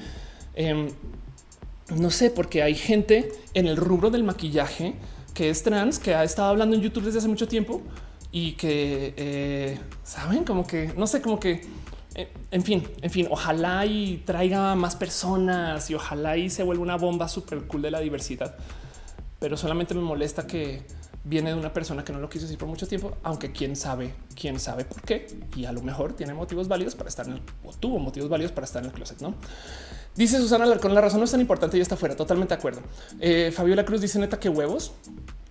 A: no sé, porque hay gente en el rubro del maquillaje que es trans, que ha estado hablando en YouTube desde hace mucho tiempo y que saben, como que no sé, como que en fin, ojalá y traiga más personas y ojalá y se vuelva una bomba súper cool de la diversidad. Pero solamente me molesta que viene de una persona que no lo quiso decir por mucho tiempo, aunque quién sabe por qué. Y a lo mejor tiene motivos válidos para estar o tuvo motivos válidos para estar en el closet, ¿no? Dice Susana Alarcón, la razón no es tan importante y está fuera. Totalmente de acuerdo. Fabiola Cruz dice neta que huevos.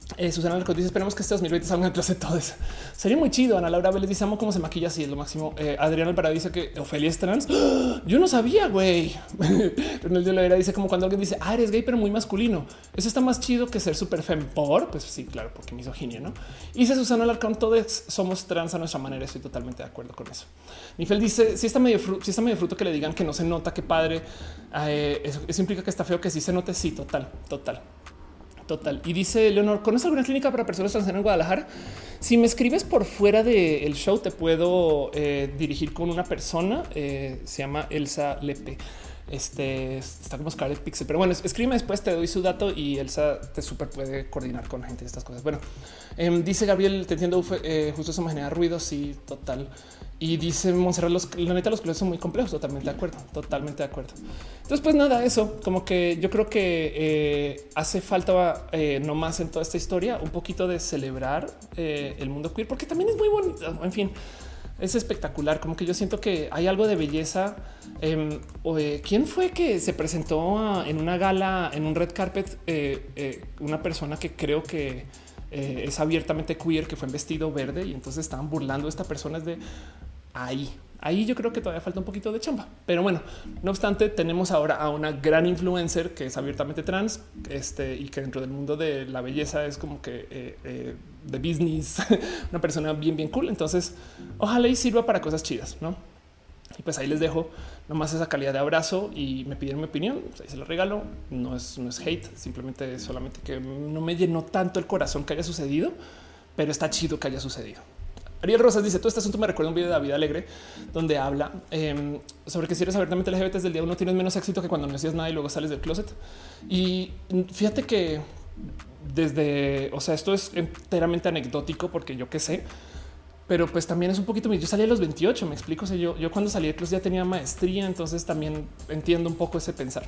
A: Susana Alcott dice: esperemos que este 2020 salgan en clase todos. Sería muy chido. Ana Laura Vélez dice: amo cómo se maquilla así, es lo máximo. Adrián Alvarado dice que Ofelia es trans. ¡Ah! Yo no sabía, güey. Ronaldo Loera dice: como cuando alguien dice: ah, eres gay, pero muy masculino. Eso está más chido que ser súper fem. Por pues sí, claro, porque misoginia, no? Y dice Susana Alarcón: todos somos trans a nuestra manera. Estoy totalmente de acuerdo con eso. Nifel dice: si está medio fruto que le digan que no se nota, qué padre. Eso implica que está feo que sí se note. Sí, total. Total. Y dice Leonor: ¿conoces alguna clínica para personas trans en Guadalajara? Si me escribes por fuera del show, te puedo dirigir con una persona. Se llama Elsa Lepe. Está como Scarlet Pixel, pero bueno, escríbeme después, te doy su dato y Elsa te súper puede coordinar con gente de estas cosas. Bueno, dice Gabriel: te entiendo, justo eso me genera ruido. Sí, total. Y dice Montserrat: la neta, los colores son muy complejos. Totalmente de acuerdo, totalmente de acuerdo. Entonces, pues nada, eso como que yo creo que hace falta nomás en toda esta historia un poquito de celebrar el mundo queer, porque también es muy bonito. En fin, es espectacular. Como que yo siento que hay algo de belleza. ¿Quién fue que se presentó en una gala, en un red carpet? Una persona que creo que es abiertamente queer, que fue en vestido verde y entonces estaban burlando a esta persona. Es de ahí yo creo que todavía falta un poquito de chamba, pero bueno, no obstante, tenemos ahora a una gran influencer que es abiertamente trans y que dentro del mundo de la belleza es como que de business, una persona bien cool. Entonces ojalá y sirva para cosas chidas, ¿no? Y pues ahí les dejo nomás esa calidad de abrazo y me pidieron mi opinión. Pues ahí se lo regalo. No es hate, simplemente solamente que no me llenó tanto el corazón que haya sucedido, pero está chido que haya sucedido. Ariel Rosas dice: todo este asunto me recuerda un video de David Alegre donde habla sobre que si eres abiertamente LGBT desde el día uno tienes menos éxito que cuando no hacías nada y luego sales del closet. Y fíjate que esto es enteramente anecdótico porque yo qué sé, pero pues también es un poquito. Yo salí a los 28, me explico. O sea, yo cuando salí del closet ya tenía maestría, entonces también entiendo un poco ese pensar.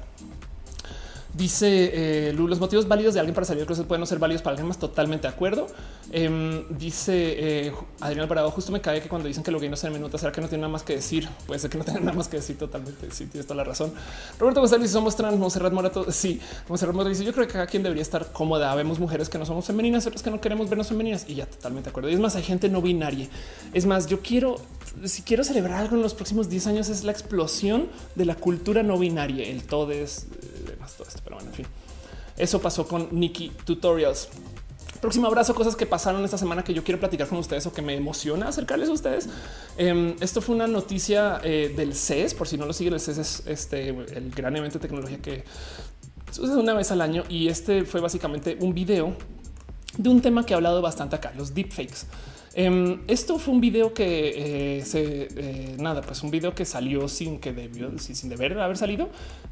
A: Dice Lu: los motivos válidos de alguien para salir del closet pueden no ser válidos para alguien más. Totalmente de acuerdo. Dice Adrián Alvarado: justo me cae que cuando dicen que lo gay no se minuta, será que no tiene nada más que decir. Puede ser que no tenga nada más que decir. Totalmente. Sí, tienes toda la razón. Roberto González dice: somos trans. Monserrat Morato: sí. Monserrat Morato dice: yo creo que cada quien debería estar cómoda. Vemos mujeres que no somos femeninas, otras que no queremos vernos femeninas. Y ya totalmente de acuerdo. Y es más, hay gente no binaria. Es más, si quiero celebrar algo en los próximos 10 años es la explosión de la cultura no binaria, el todes, demás, todo esto. Pero bueno, en fin, eso pasó con Nikki Tutorials. Próximo abrazo, cosas que pasaron esta semana que yo quiero platicar con ustedes o que me emociona acercarles a ustedes. Esto fue una noticia del CES. Por si no lo siguen, el CES es el gran evento de tecnología que sucede una vez al año. Y fue básicamente un video de un tema que he hablado bastante acá, los deepfakes. Esto fue un video que pues un video que salió sin deber haber salido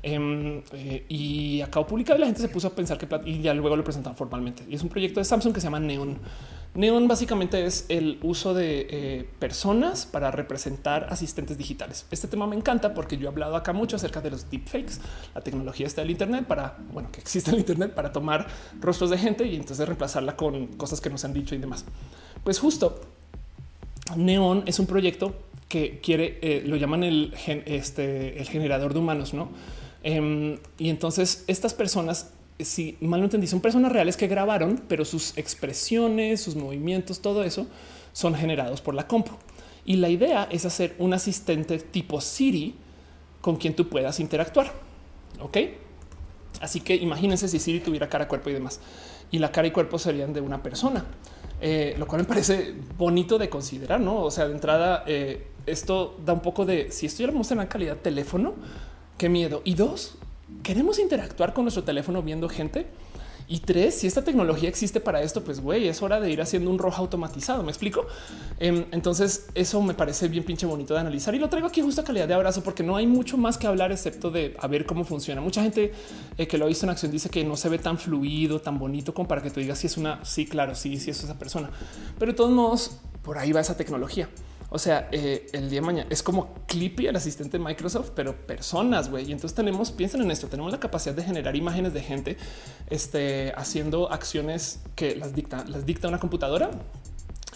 A: y acabó publicado y la gente se puso a pensar y ya luego lo presentaron formalmente. Y es un proyecto de Samsung que se llama Neon. Neon básicamente es el uso de personas para representar asistentes digitales. Este tema me encanta porque yo he hablado acá mucho acerca de los deepfakes, la tecnología está del Internet que existe en el Internet para tomar rostros de gente y entonces reemplazarla con cosas que nos han dicho y demás. Pues justo Neon es un proyecto que quiere, lo llaman el generador de humanos, ¿no? Y entonces estas personas, si mal no entendí, son personas reales que grabaron, pero sus expresiones, sus movimientos, todo eso son generados por la compu. Y la idea es hacer un asistente tipo Siri con quien tú puedas interactuar. Ok, así que imagínense si Siri tuviera cara, cuerpo y demás, y la cara y cuerpo serían de una persona. Lo cual me parece bonito de considerar, ¿no? O sea, de entrada, esto da un poco de, si esto ya lo muestra en calidad teléfono, qué miedo. Y dos, queremos interactuar con nuestro teléfono viendo gente. Y tres, si esta tecnología existe para esto, pues güey, es hora de ir haciendo un rojo automatizado. ¿Me explico? Entonces eso me parece bien pinche bonito de analizar y lo traigo aquí justo a calidad de abrazo porque no hay mucho más que hablar excepto de a ver cómo funciona. Mucha gente que lo ha visto en acción dice que no se ve tan fluido, tan bonito como para que tú digas si es una, sí, claro, sí es esa persona. Pero de todos modos, por ahí va esa tecnología. O sea, el día de mañana es como Clippy, el asistente de Microsoft, pero personas, güey. Y entonces piensen en esto, tenemos la capacidad de generar imágenes de gente haciendo acciones que las dicta una computadora,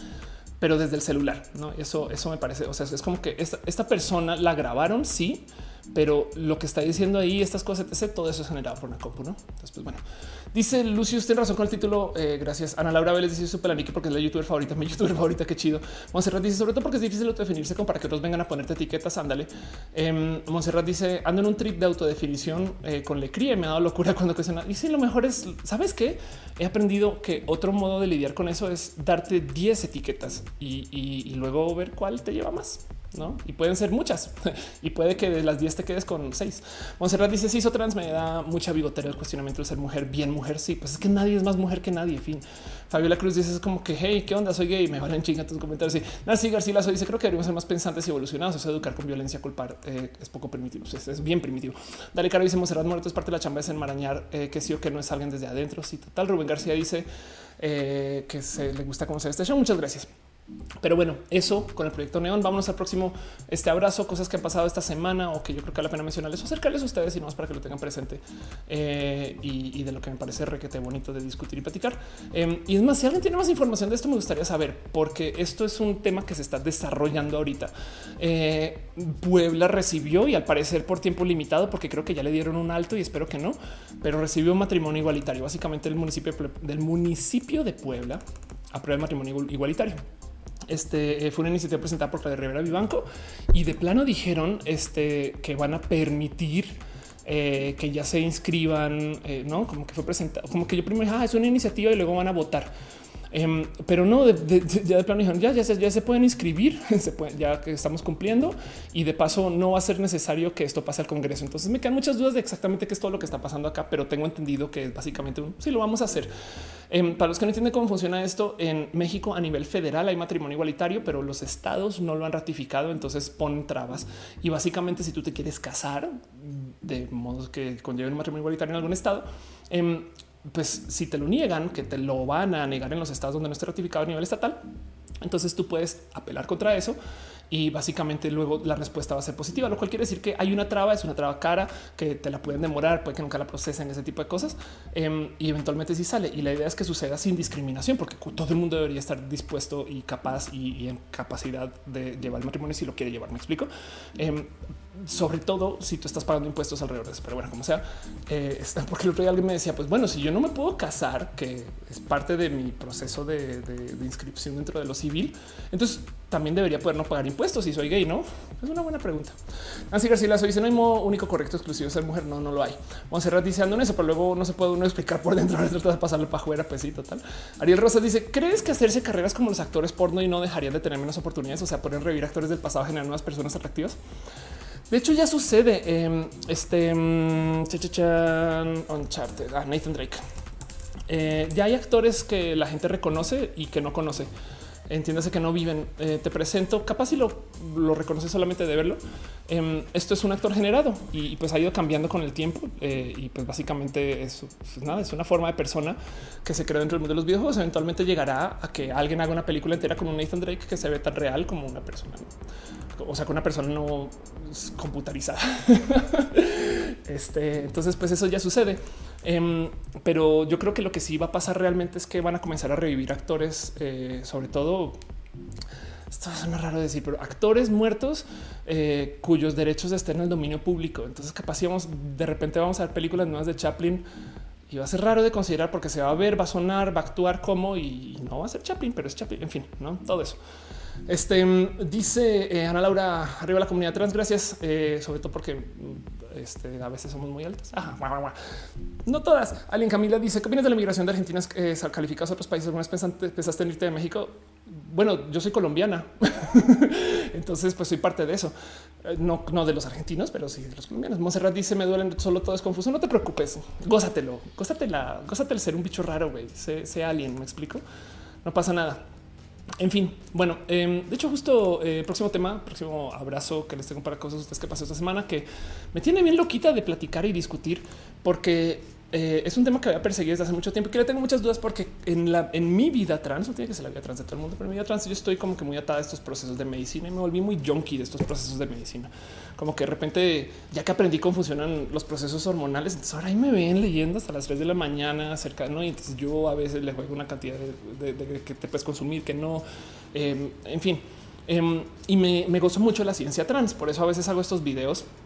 A: pero desde el celular, ¿no? Eso me parece, o sea, es como que esta persona la grabaron, sí, pero lo que está diciendo ahí, estas cosas, etc., todo eso es generado por una compu, ¿no? Entonces, pues bueno, dice Lucius, tiene razón con el título. Gracias. Ana Laura Vélez dice super Niki porque es la youtuber favorita, mi youtuber favorita, qué chido. Monserrat dice sobre todo porque es difícil autodefinirse como para que otros vengan a ponerte etiquetas. Ándale. Monserrat dice ando en un trip de autodefinición con Le Crie, me ha dado locura cuando cuestiona. Y sí, lo mejor es, ¿sabes qué? He aprendido que otro modo de lidiar con eso es darte 10 etiquetas y luego ver cuál te lleva más. ¿No? Y pueden ser muchas y puede que de las 10 te quedes con 6. Monserrat dice: si hizo trans, me da mucha bigotera el cuestionamiento de ser mujer, bien mujer. Sí, pues es que nadie es más mujer que nadie. En fin, Fabiola Cruz dice: es como que hey, ¿qué onda? Soy gay. Me valen chinga tus comentarios. Sí, Narcy Garcilaso dice: creo que deberíamos ser más pensantes y evolucionados. O sea, educar con violencia, culpar es poco primitivo. Es bien primitivo. Dale Caro dice: Monserrat Muerto es parte de la chamba, es enmarañar que sí o que no es alguien desde adentro. Sí, total. Rubén García dice que se le gusta cómo se ve este show. Muchas gracias. Pero bueno, eso con el proyecto Neón. Vámonos al próximo abrazo, cosas que han pasado esta semana o que yo creo que vale la pena mencionarles o acercarles a ustedes y no más para que lo tengan presente y de lo que me parece requete bonito de discutir y platicar. Y es más, si alguien tiene más información de esto, me gustaría saber, porque esto es un tema que se está desarrollando ahorita. Puebla recibió y al parecer por tiempo limitado, porque creo que ya le dieron un alto y espero que no, pero recibió un matrimonio igualitario. Básicamente el municipio de Puebla aprueba el matrimonio igualitario. Fue una iniciativa presentada por Claudia Rivera Vivanco y de plano dijeron que van a permitir que ya se inscriban, no como que fue presentado, como que yo primero dije, es una iniciativa y luego van a votar. Pero no, ya de plano dijeron ya se pueden inscribir, ya que estamos cumpliendo y de paso no va a ser necesario que esto pase al Congreso. Entonces me quedan muchas dudas de exactamente qué es todo lo que está pasando acá, pero tengo entendido que es básicamente sí lo vamos a hacer. Para los que no entienden cómo funciona esto, en México a nivel federal hay matrimonio igualitario, pero los estados no lo han ratificado, entonces ponen trabas y básicamente si tú te quieres casar de modo que conlleve un matrimonio igualitario en algún estado, pues si te lo niegan, que te lo van a negar en los estados donde no esté ratificado a nivel estatal, entonces tú puedes apelar contra eso y básicamente luego la respuesta va a ser positiva, lo cual quiere decir que hay una traba, es una traba cara que te la pueden demorar, puede que nunca la procesen, ese tipo de cosas y eventualmente sí sale. Y la idea es que suceda sin discriminación, porque todo el mundo debería estar dispuesto y capaz y en capacidad de llevar el matrimonio si lo quiere llevar. Me explico. Sobre todo si tú estás pagando impuestos alrededor de eso, pero bueno, como sea, porque el otro día alguien me decía, pues bueno, si yo no me puedo casar, que es parte de mi proceso de inscripción dentro de lo civil, entonces también debería poder no pagar impuestos si soy gay, ¿no? Es una buena pregunta. Nancy García dice: no hay modo único correcto exclusivo ser mujer. No lo hay. Monserrat dice: ando en eso, pero luego no se puede uno explicar por dentro. Ahora trata de pasarlo para afuera, pues sí, total. Ariel Rosas dice: ¿crees que hacerse carreras como los actores porno y no dejarían de tener menos oportunidades? O sea, poder revivir actores del pasado, generar nuevas personas atractivas. De hecho, ya sucede. Uncharted, Nathan Drake. Ya hay actores que la gente reconoce y que no conoce. Entiéndase que no viven. Te presento, capaz si lo reconoces solamente de verlo. Esto es un actor generado y pues ha ido cambiando con el tiempo. Y pues básicamente es nada, es una forma de persona que se creó dentro del mundo de los videojuegos. Eventualmente llegará a que alguien haga una película entera con un Nathan Drake que se ve tan real como una persona, ¿no? O sea, con una persona no computarizada. Entonces, pues eso ya sucede. Pero yo creo que lo que sí va a pasar realmente es que van a comenzar a revivir actores, sobre todo. Esto suena raro decir, pero actores muertos cuyos derechos estén en el dominio público. Entonces, capaz si de repente vamos a ver películas nuevas de Chaplin y va a ser raro de considerar porque se va a ver, va a sonar, va a actuar como y no va a ser Chaplin, pero es Chaplin. En fin, no todo eso. Dice Ana Laura, arriba la comunidad trans. Gracias, sobre todo porque a veces somos muy altos. Ajá, no todas. Alguien Camila dice: ¿qué opinas de la migración de argentinas calificadas a otros países? ¿Alguna vez pensaste en irte de México? Bueno, yo soy colombiana, entonces pues soy parte de eso. No de los argentinos, pero sí de los colombianos. Monserrat dice: me duelen, solo todo es confuso. No te preocupes, gózatelo, gózate el ser un bicho raro, güey. Sé alien, me explico. No pasa nada. En fin, bueno, de hecho, justo próximo abrazo que les tengo para cosas ustedes que pasó esta semana que me tiene bien loquita de platicar y discutir, porque es un tema que había perseguido desde hace mucho tiempo y que le tengo muchas dudas porque en mi vida trans, no tiene que ser la vida trans de todo el mundo, pero en mi vida trans yo estoy como que muy atada a estos procesos de medicina y me volví muy junkie de estos procesos de medicina. Como que de repente, ya que aprendí cómo funcionan los procesos hormonales, entonces ahora ahí me ven leyendo hasta las 3 de la mañana acerca, ¿no? Y entonces yo a veces le juego una cantidad de que te puedes consumir, que no, en fin. Y me gozo mucho la ciencia trans, por eso a veces hago estos videos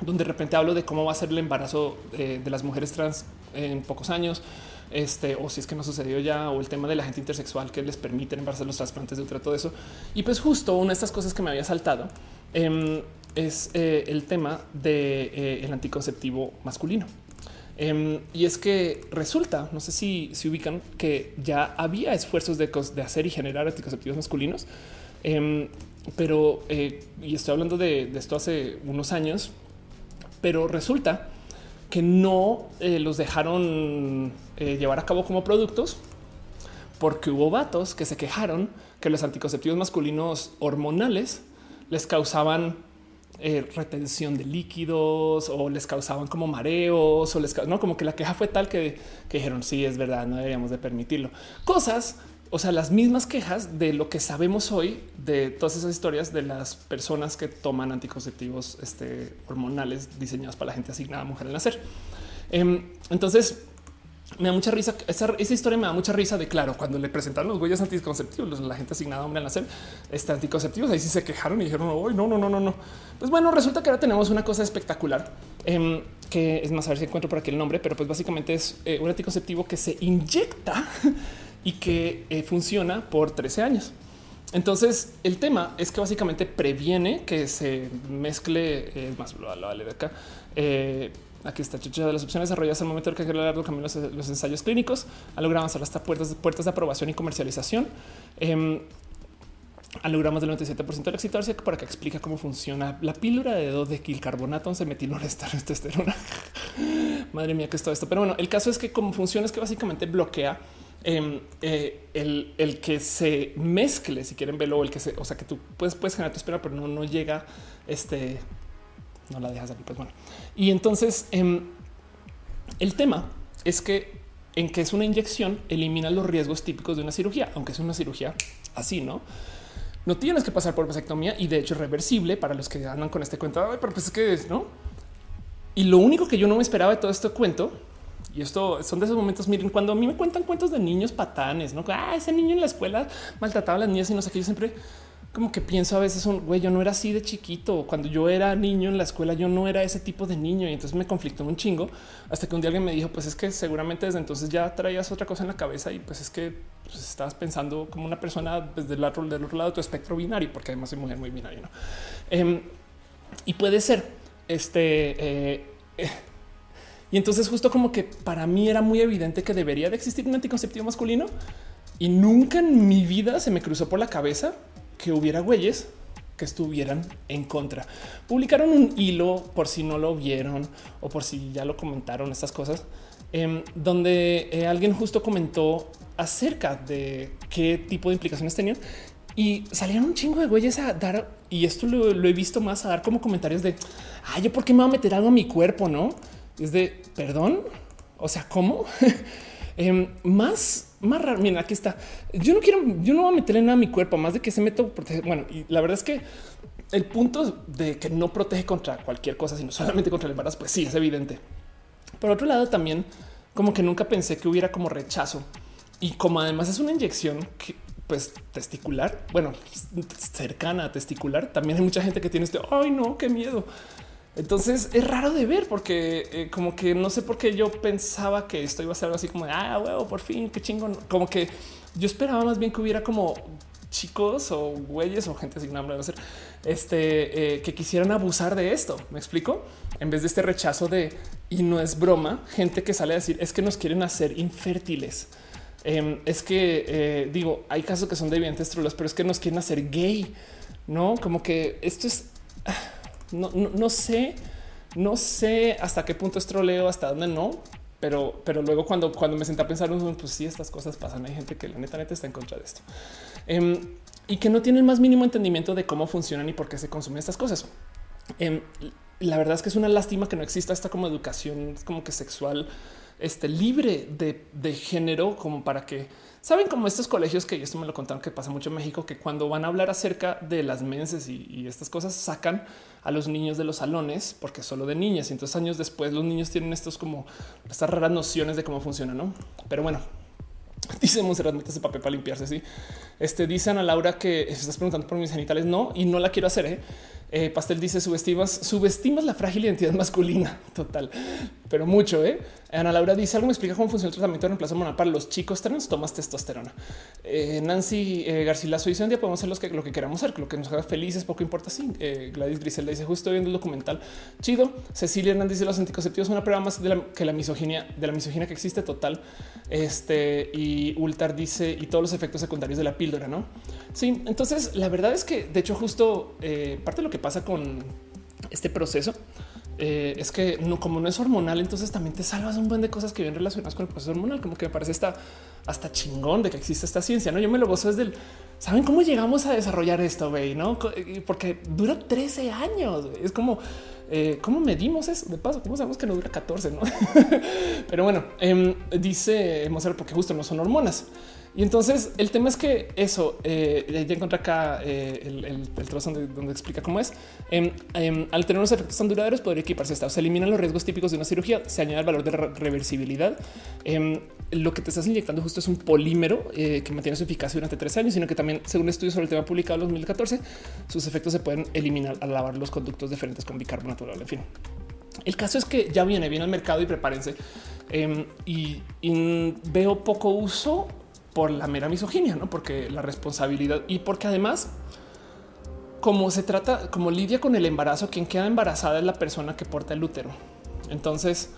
A: donde de repente hablo de cómo va a ser el embarazo de las mujeres trans en pocos años, o si es que no sucedió ya, o el tema de la gente intersexual que les permiten embarazar los trasplantes de útero, todo eso. Y pues justo una de estas cosas que me había saltado es el tema del el anticonceptivo masculino. Y es que resulta, no sé si se ubican, que ya había esfuerzos de hacer y generar anticonceptivos masculinos, pero y estoy hablando de esto hace unos años, pero resulta que no los dejaron llevar a cabo como productos porque hubo vatos que se quejaron que los anticonceptivos masculinos hormonales les causaban retención de líquidos o les causaban como mareos o no, como que la queja fue tal que dijeron sí, es verdad, no deberíamos de permitirlo. Cosas, o sea, las mismas quejas de lo que sabemos hoy de todas esas historias de las personas que toman anticonceptivos hormonales diseñados para la gente asignada a mujer al nacer. Entonces me da mucha risa. Esa historia me da mucha risa de claro, cuando le presentaron los güeyes anticonceptivos, la gente asignada a hombre al nacer, anticonceptivos, ahí sí se quejaron y dijeron, oh, no. Pues bueno, resulta que ahora tenemos una cosa espectacular, que es más, a ver si encuentro por aquí el nombre, pero pues básicamente es un anticonceptivo que se inyecta y que funciona por 13 años. Entonces el tema es que básicamente previene que se mezcle, es más, lo vale de acá. Aquí está chucha de las opciones desarrolladas al momento de que hay largo camino los ensayos clínicos. Han logrado avanzar hasta puertas de aprobación y comercialización. Han logrado más del 97% del éxito para que explica cómo funciona la píldora de dodequilcarbonato 11 metilnoestesterona. Madre mía, que es todo esto. Pero bueno, el caso es que cómo funciona es que básicamente bloquea el que se mezcle, si quieren verlo, el que se, o sea, que tú puedes generar tu esperma, pero no llega no la dejas aquí. Pues bueno, y entonces el tema es que en que es una inyección elimina los riesgos típicos de una cirugía, aunque es una cirugía así, no tienes que pasar por vasectomía y de hecho es reversible para los que andan con este cuento. Ay, pero pues es que no. Y lo único que yo no me esperaba de todo este cuento, y esto son de esos momentos, miren, cuando a mí me cuentan cuentos de niños patanes, no, ese niño en la escuela maltrataba a las niñas y no sé qué, yo siempre como que pienso a veces, güey, yo no era así de chiquito. Cuando yo era niño en la escuela, yo no era ese tipo de niño. Y entonces me conflictó un chingo hasta que un día alguien me dijo, pues es que seguramente desde entonces ya traías otra cosa en la cabeza y pues es que pues, estabas pensando como una persona desde del otro lado de tu espectro binario, porque además soy mujer muy binaria, ¿no? Y puede ser y entonces justo como que para mí era muy evidente que debería de existir un anticonceptivo masculino y nunca en mi vida se me cruzó por la cabeza que hubiera güeyes que estuvieran en contra. Publicaron un hilo, por si no lo vieron o por si ya lo comentaron, estas cosas, donde alguien justo comentó acerca de qué tipo de implicaciones tenían y salieron un chingo de güeyes a dar, y esto lo he visto más, a dar como comentarios de yo por qué me voy a meter algo a mi cuerpo, ¿no? Es de perdón, o sea, ¿cómo? Más raro. Mira, aquí está. Yo no voy a meterle nada a mi cuerpo, más de que se meto. Bueno, y la verdad es que el punto de que no protege contra cualquier cosa, sino solamente contra el embarazo, pues sí, es evidente. Por otro lado, también como que nunca pensé que hubiera como rechazo y como además es una inyección que pues testicular, bueno, cercana a testicular, también hay mucha gente que tiene ay no, qué miedo. Entonces es raro de ver porque como que no sé por qué yo pensaba que esto iba a ser algo así como huevo, por fin, qué chingón. Como que yo esperaba más bien que hubiera como chicos o güeyes o gente sin nombre, no sé, que quisieran abusar de esto. Me explico, en vez de este rechazo de y no es broma, gente que sale a decir es que nos quieren hacer infértiles. Es que digo, hay casos que son de evidentes trolos, pero es que nos quieren hacer gay, no como que esto es. No sé hasta qué punto es troleo, hasta dónde no, pero luego cuando me senté a pensar, pues sí, estas cosas pasan. Hay gente que la neta está en contra de esto y que no tiene el más mínimo entendimiento de cómo funcionan y por qué se consumen estas cosas. La verdad es que es una lástima que no exista esta como educación como que sexual libre de género, como para que saben como estos colegios que esto me lo contaron que pasa mucho en México, que cuando van a hablar acerca de las menses y estas cosas sacan a los niños de los salones porque solo de niñas. Y entonces años después los niños tienen estos como estas raras nociones de cómo funciona, ¿no? Pero bueno, Dice Monserrat, métase papel para limpiarse. Sí, dice Ana Laura que estás preguntando por mis genitales. No, y no la quiero hacer. Pastel dice subestimas la frágil identidad masculina. Total, pero mucho. Ana Laura dice algo me explica cómo funciona el tratamiento de reemplazo hormonal para los chicos trans. Tomas testosterona. Nancy Garcilaso dice un día podemos hacer lo que queramos hacer, lo que nos haga felices, poco importa. Sí, Gladys Griselda dice justo viendo el documental chido. Cecilia Hernández dice los anticonceptivos son una prueba más que la misoginia que existe. Total. Y Ultar dice y todos los efectos secundarios de la píldora, no? Sí, entonces la verdad es que de hecho justo parte de lo que pasa con este proceso es que como no es hormonal, entonces también te salvas un buen de cosas que vienen relacionadas con el proceso hormonal, como que me parece hasta chingón de que existe esta ciencia, ¿no? Yo me lo gozo desde ¿saben cómo llegamos a desarrollar esto, güey? ¿No? Porque dura 13 años, wey. Es como ¿cómo medimos eso? De paso, ¿cómo sabemos que no dura 14? ¿No? Pero bueno, dice Mozart porque justo no son hormonas. Y entonces el tema es que eso ya encontré acá el trozo donde explica cómo es. Al tener unos efectos tan duraderos, podría equiparse esta. Se eliminan los riesgos típicos de una cirugía, se añade el valor de reversibilidad. Lo que te estás inyectando justo es un polímero que mantiene su eficacia durante 3 años, sino que también, según estudios sobre el tema publicado en 2014, sus efectos se pueden eliminar al lavar los conductos deferentes con bicarbonato. En fin, el caso es que ya viene al mercado y prepárense. Y veo poco uso por la mera misoginia, no porque la responsabilidad y porque además, como se trata, como lidia con el embarazo, quien queda embarazada es la persona que porta el útero. Entonces,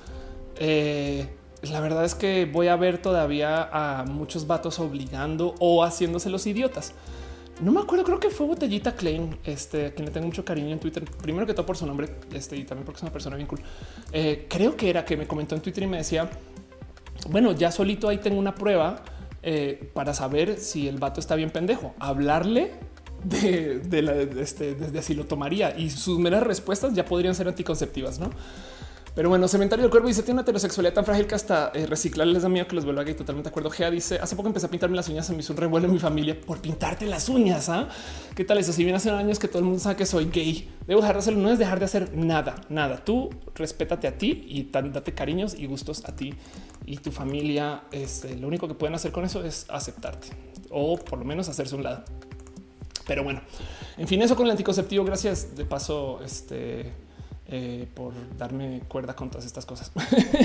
A: la verdad es que voy a ver todavía a muchos vatos obligando o haciéndose los idiotas. No me acuerdo, creo que fue Botellita Klein, a quien le tengo mucho cariño en Twitter, primero que todo por su nombre, y también porque es una persona bien cool. Creo que era que me comentó en Twitter y me decía, bueno, ya solito ahí tengo una prueba para saber si el vato está bien pendejo. Hablarle desde así lo tomaría y sus meras respuestas ya podrían ser anticonceptivas, ¿no? Pero bueno, Cementerio del Cuervo dice tiene una heterosexualidad tan frágil que hasta reciclar les da miedo que los vuelva gay. Totalmente de acuerdo. Gea dice hace poco empecé a pintarme las uñas, se me hizo un revuelo en mi familia por pintarte las uñas. ¿Qué tal eso? Si bien hace años que todo el mundo sabe que soy gay, debo dejar de hacerlo. No es dejar de hacer nada. Tú respétate a ti y date cariños y gustos a ti y tu familia. Lo único que pueden hacer con eso es aceptarte o por lo menos hacerse un lado. Pero bueno, en fin, eso con el anticonceptivo. Gracias de paso, por darme cuerda con todas estas cosas.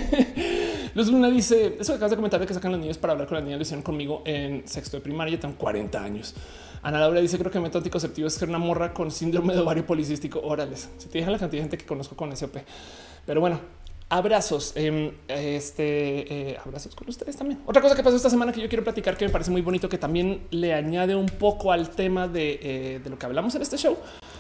A: Luz Luna dice eso que acabas de comentar de que sacan los niños para hablar con la niña, lo hicieron conmigo en sexto de primaria. Ya tengo 40 años. Ana Laura dice creo que el método anticonceptivo es ser una morra con síndrome de ovario policístico. Órales, si te dejan la cantidad de gente que conozco con SOP. Pero bueno, abrazos. Abrazos con ustedes también. Otra cosa que pasó esta semana que yo quiero platicar que me parece muy bonito, que también le añade un poco al tema de lo que hablamos en este show,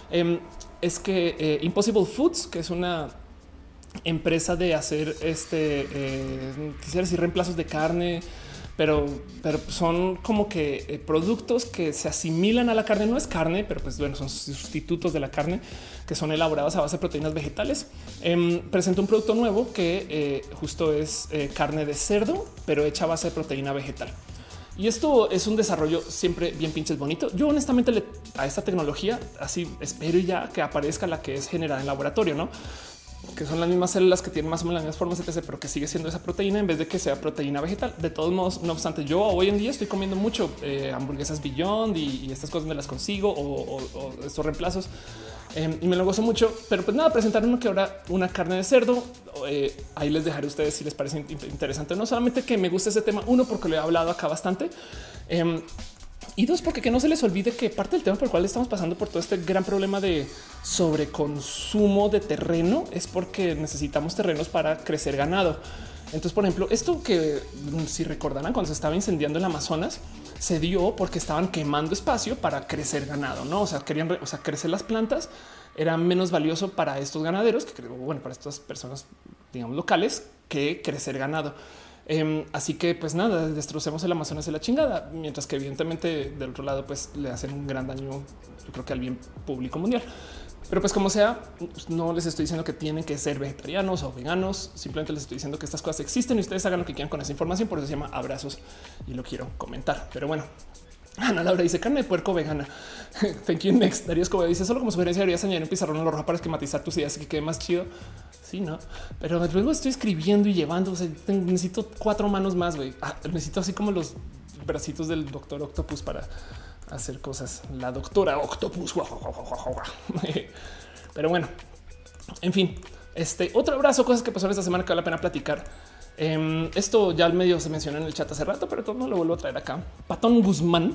A: es que Impossible Foods, que es una empresa de hacer quisiera decir reemplazos de carne, pero son como que productos que se asimilan a la carne. No es carne, pero pues bueno, son sustitutos de la carne que son elaborados a base de proteínas vegetales. Presentó un producto nuevo que justo es carne de cerdo, pero hecha a base de proteína vegetal. Y esto es un desarrollo siempre bien pinches bonito. Yo honestamente a esta tecnología así espero ya que aparezca la que es generada en laboratorio, ¿no? Que son las mismas células que tienen más o menos las mismas formas, etc., pero que sigue siendo esa proteína en vez de que sea proteína vegetal. De todos modos, no obstante, yo hoy en día estoy comiendo mucho hamburguesas Beyond y estas cosas donde las consigo o estos reemplazos. Y me lo gozo mucho, pero pues nada, presentaron que ahora una carne de cerdo. Ahí les dejaré a ustedes si les parece interesante. No solamente que me gusta ese tema, uno, porque lo he hablado acá bastante, y dos, porque que no se les olvide que parte del tema por el cual estamos pasando por todo este gran problema de sobreconsumo de terreno es porque necesitamos terrenos para crecer ganado. Entonces, por ejemplo, esto que si recordarán cuando se estaba incendiando el Amazonas, se dio porque estaban quemando espacio para crecer ganado, no? O sea, querían crecer las plantas. Era menos valioso para estos ganaderos que, bueno, para estas personas, digamos, locales, que crecer ganado. Así que pues nada, destrocemos el Amazonas de la chingada, mientras que evidentemente del otro lado pues le hacen un gran daño, yo creo que al bien público mundial. Pero pues como sea, pues no les estoy diciendo que tienen que ser vegetarianos o veganos, simplemente les estoy diciendo que estas cosas existen y ustedes hagan lo que quieran con esa información. Por eso se llama abrazos y lo quiero comentar. Pero bueno, Ana Laura dice carne de puerco vegana. Thank you. Next. Darío Escobar dice solo como sugerencia deberías añadir un pizarrón en lo rojo para esquematizar tus ideas y que quede más chido. Sí, no, pero luego estoy escribiendo y llevando. O sea, necesito 4 manos más. Güey, necesito así como los bracitos del doctor Octopus para hacer cosas. La doctora Octopus. Pero bueno, en fin, otro abrazo, cosas que pasaron esta semana que vale la pena platicar. Esto ya al medio se mencionó en el chat hace rato, pero todo no lo vuelvo a traer acá. Patón Guzmán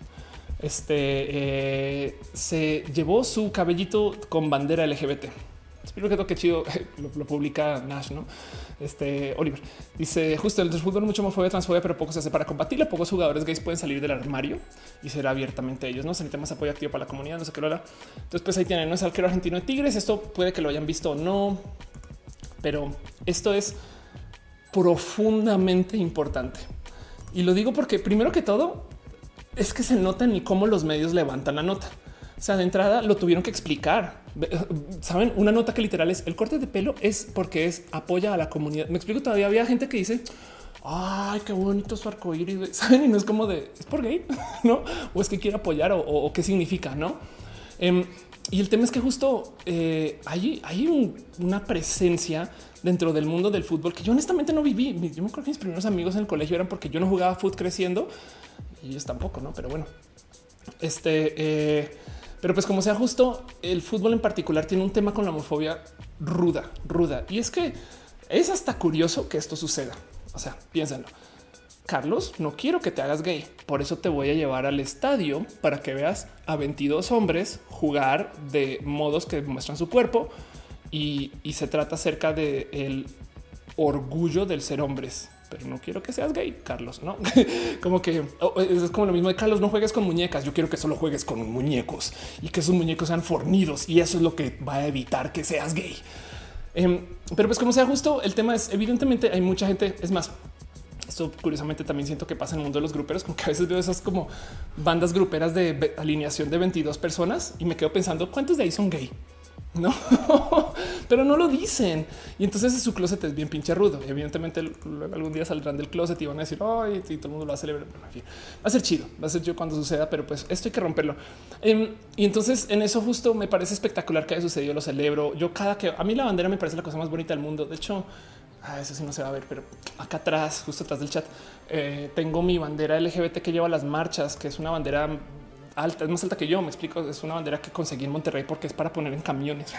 A: se llevó su cabellito con bandera LGBT. Espero que toque chido. Lo publica Nash, no? Oliver dice justo el fútbol mucho homofobia, transfobia, pero poco se hace para combatirla. Pocos jugadores gays pueden salir del armario y ser abiertamente ellos. No se necesita más apoyo activo para la comunidad. No sé qué lo hará. Entonces, pues ahí tienen, no es arquero argentino de Tigres. Esto puede que lo hayan visto o no, pero esto es profundamente importante. Y lo digo porque primero que todo es que se nota en cómo los medios levantan la nota. O sea, de entrada lo tuvieron que explicar. Saben, una nota que literal es el corte de pelo es porque es apoya a la comunidad. Me explico. Todavía había gente que dice ay, qué bonito su arcoíris, saben? Y no es como de es por gay, no? O es que quiere apoyar o qué significa, no? Y el tema es que justo hay una presencia dentro del mundo del fútbol que yo honestamente no viví. Yo me acuerdo que mis primeros amigos en el colegio eran porque yo no jugaba fútbol creciendo y ellos tampoco, no? Pero bueno, pero pues como sea, justo el fútbol en particular tiene un tema con la homofobia ruda. Y es que es hasta curioso que esto suceda. O sea, piénsenlo. Carlos, no quiero que te hagas gay. Por eso te voy a llevar al estadio para que veas a 22 hombres jugar de modos que muestran su cuerpo. Y se trata acerca de el orgullo del ser hombres. Pero no quiero que seas gay, Carlos, ¿no? Como que es como lo mismo de Carlos, no juegues con muñecas. Yo quiero que solo juegues con muñecos y que esos muñecos sean fornidos. Y eso es lo que va a evitar que seas gay. Pero pues como sea, justo el tema es evidentemente hay mucha gente. Es más, esto curiosamente también siento que pasa en el mundo de los gruperos, como que a veces veo esas como bandas gruperas de alineación de 22 personas y me quedo pensando cuántos de ahí son gay. No, pero no lo dicen. Y entonces su closet es bien pinche rudo. Y evidentemente algún día saldrán del closet y van a decir ay, y todo el mundo lo va a celebrar. Bueno, en fin, va a ser chido, va a ser chido cuando suceda, pero pues esto hay que romperlo. Y entonces en eso justo me parece espectacular que haya sucedido. Lo celebro. Yo cada que a mí la bandera me parece la cosa más bonita del mundo. De hecho, eso sí no se va a ver, pero acá atrás, justo atrás del chat, tengo mi bandera LGBT que lleva las marchas, que es una bandera alta, es más alta que yo. Me explico. Es una bandera que conseguí en Monterrey porque es para poner en camiones.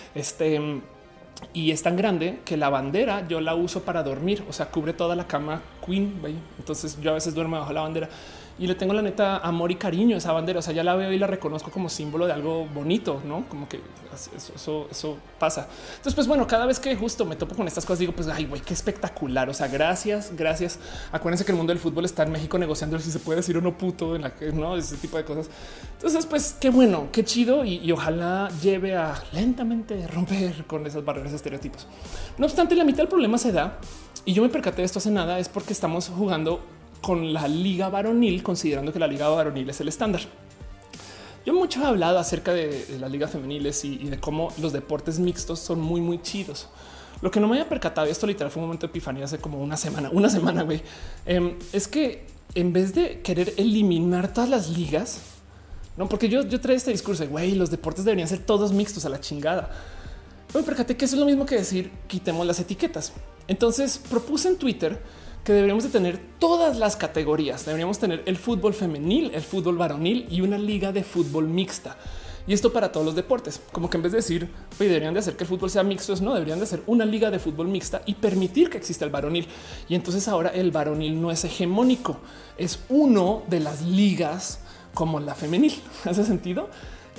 A: Y es tan grande que la bandera yo la uso para dormir. O sea, cubre toda la cama queen. ¿Ve? Entonces yo a veces duermo bajo la bandera y le tengo la neta amor y cariño a esa bandera. O sea, ya la veo y la reconozco como símbolo de algo bonito, no como que eso pasa. Entonces, pues bueno, cada vez que justo me topo con estas cosas, digo, pues ay, güey, qué espectacular. O sea, gracias. Acuérdense que el mundo del fútbol está en México negociando si se puede decir o no puto en la que no ese tipo de cosas. Entonces, pues qué bueno, qué chido y ojalá lleve a lentamente romper con esas barreras, estereotipos. No obstante, la mitad del problema se da y yo me percaté de esto hace nada, es porque estamos jugando con la liga varonil, considerando que la liga varonil es el estándar. Yo mucho he hablado acerca de las ligas femeniles y de cómo los deportes mixtos son muy, muy chidos. Lo que no me había percatado, y esto literal fue un momento de epifanía hace como una semana, güey, es que en vez de querer eliminar todas las ligas, no, porque yo trae este discurso de güey, los deportes deberían ser todos mixtos a la chingada. Me percaté que eso es lo mismo que decir quitemos las etiquetas. Entonces propuse en Twitter que deberíamos de tener todas las categorías. Deberíamos tener el fútbol femenil, el fútbol varonil y una liga de fútbol mixta. Y esto para todos los deportes, como que en vez de decir oye, deberían de hacer que el fútbol sea mixto, no deberían de hacer una liga de fútbol mixta y permitir que exista el varonil. Y entonces ahora el varonil no es hegemónico, es uno de las ligas como la femenil. ¿Hace sentido?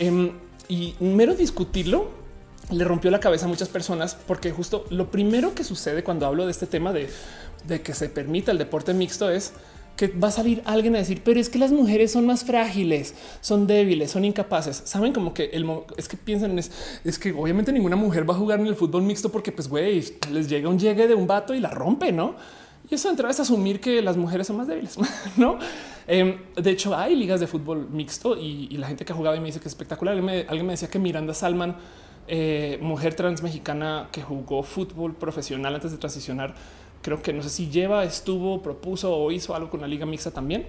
A: Y mero discutirlo le rompió la cabeza a muchas personas, porque justo lo primero que sucede cuando hablo de este tema de que se permita el deporte mixto es que va a salir alguien a decir, pero es que las mujeres son más frágiles, son débiles, son incapaces. Saben como que es que piensan es que obviamente ninguna mujer va a jugar en el fútbol mixto porque pues güey, les llega un llegue de un vato y la rompe, ¿no? Y eso entra es asumir que las mujeres son más débiles, ¿no? De hecho, hay ligas de fútbol mixto y la gente que ha jugado y me dice que es espectacular. Alguien me decía que Miranda Salman, mujer trans mexicana que jugó fútbol profesional antes de transicionar, creo que no sé si estuvo, propuso o hizo algo con la liga mixta también.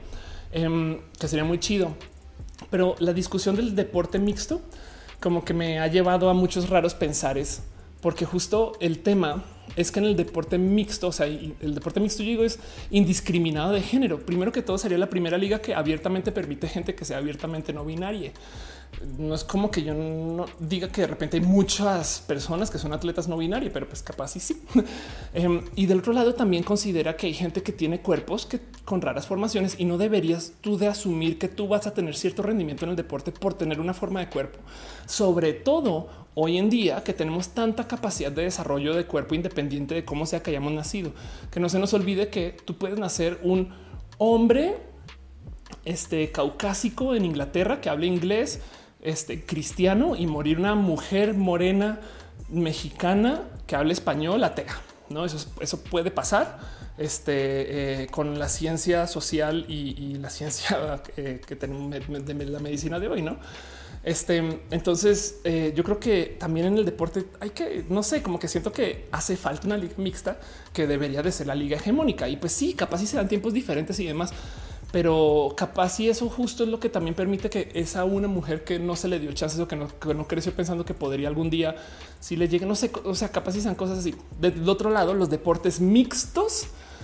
A: que sería muy chido. Pero la discusión del deporte mixto como que me ha llevado a muchos raros pensares, porque justo el tema es que en el deporte mixto, o sea, el deporte mixto, yo digo, es indiscriminado de género. Primero que todo, sería la primera liga que abiertamente permite gente que sea abiertamente no binaria. No es como que yo no diga que de repente hay muchas personas que son atletas no binarias, pero pues capaz y sí. Y del otro lado también considera que hay gente que tiene cuerpos que con raras formaciones y no deberías tú de asumir que tú vas a tener cierto rendimiento en el deporte por tener una forma de cuerpo. Sobre todo hoy en día que tenemos tanta capacidad de desarrollo de cuerpo independiente de cómo sea que hayamos nacido, que no se nos olvide que tú puedes nacer un hombre caucásico en Inglaterra que hable inglés, cristiano, y morir una mujer morena mexicana que hable español atea. No, eso puede pasar con la ciencia social y la ciencia que tenemos de la medicina de hoy, no? Entonces yo creo que también en el deporte hay que, no sé, como que siento que hace falta una liga mixta que debería de ser la liga hegemónica. Y pues sí, capaz si se dan tiempos diferentes y demás, pero capaz si eso justo es lo que también permite que esa una mujer que no se le dio chances o que no creció pensando que podría algún día si le llegue, no sé, o sea, capaz si sean cosas así. Del otro lado, los deportes mixtos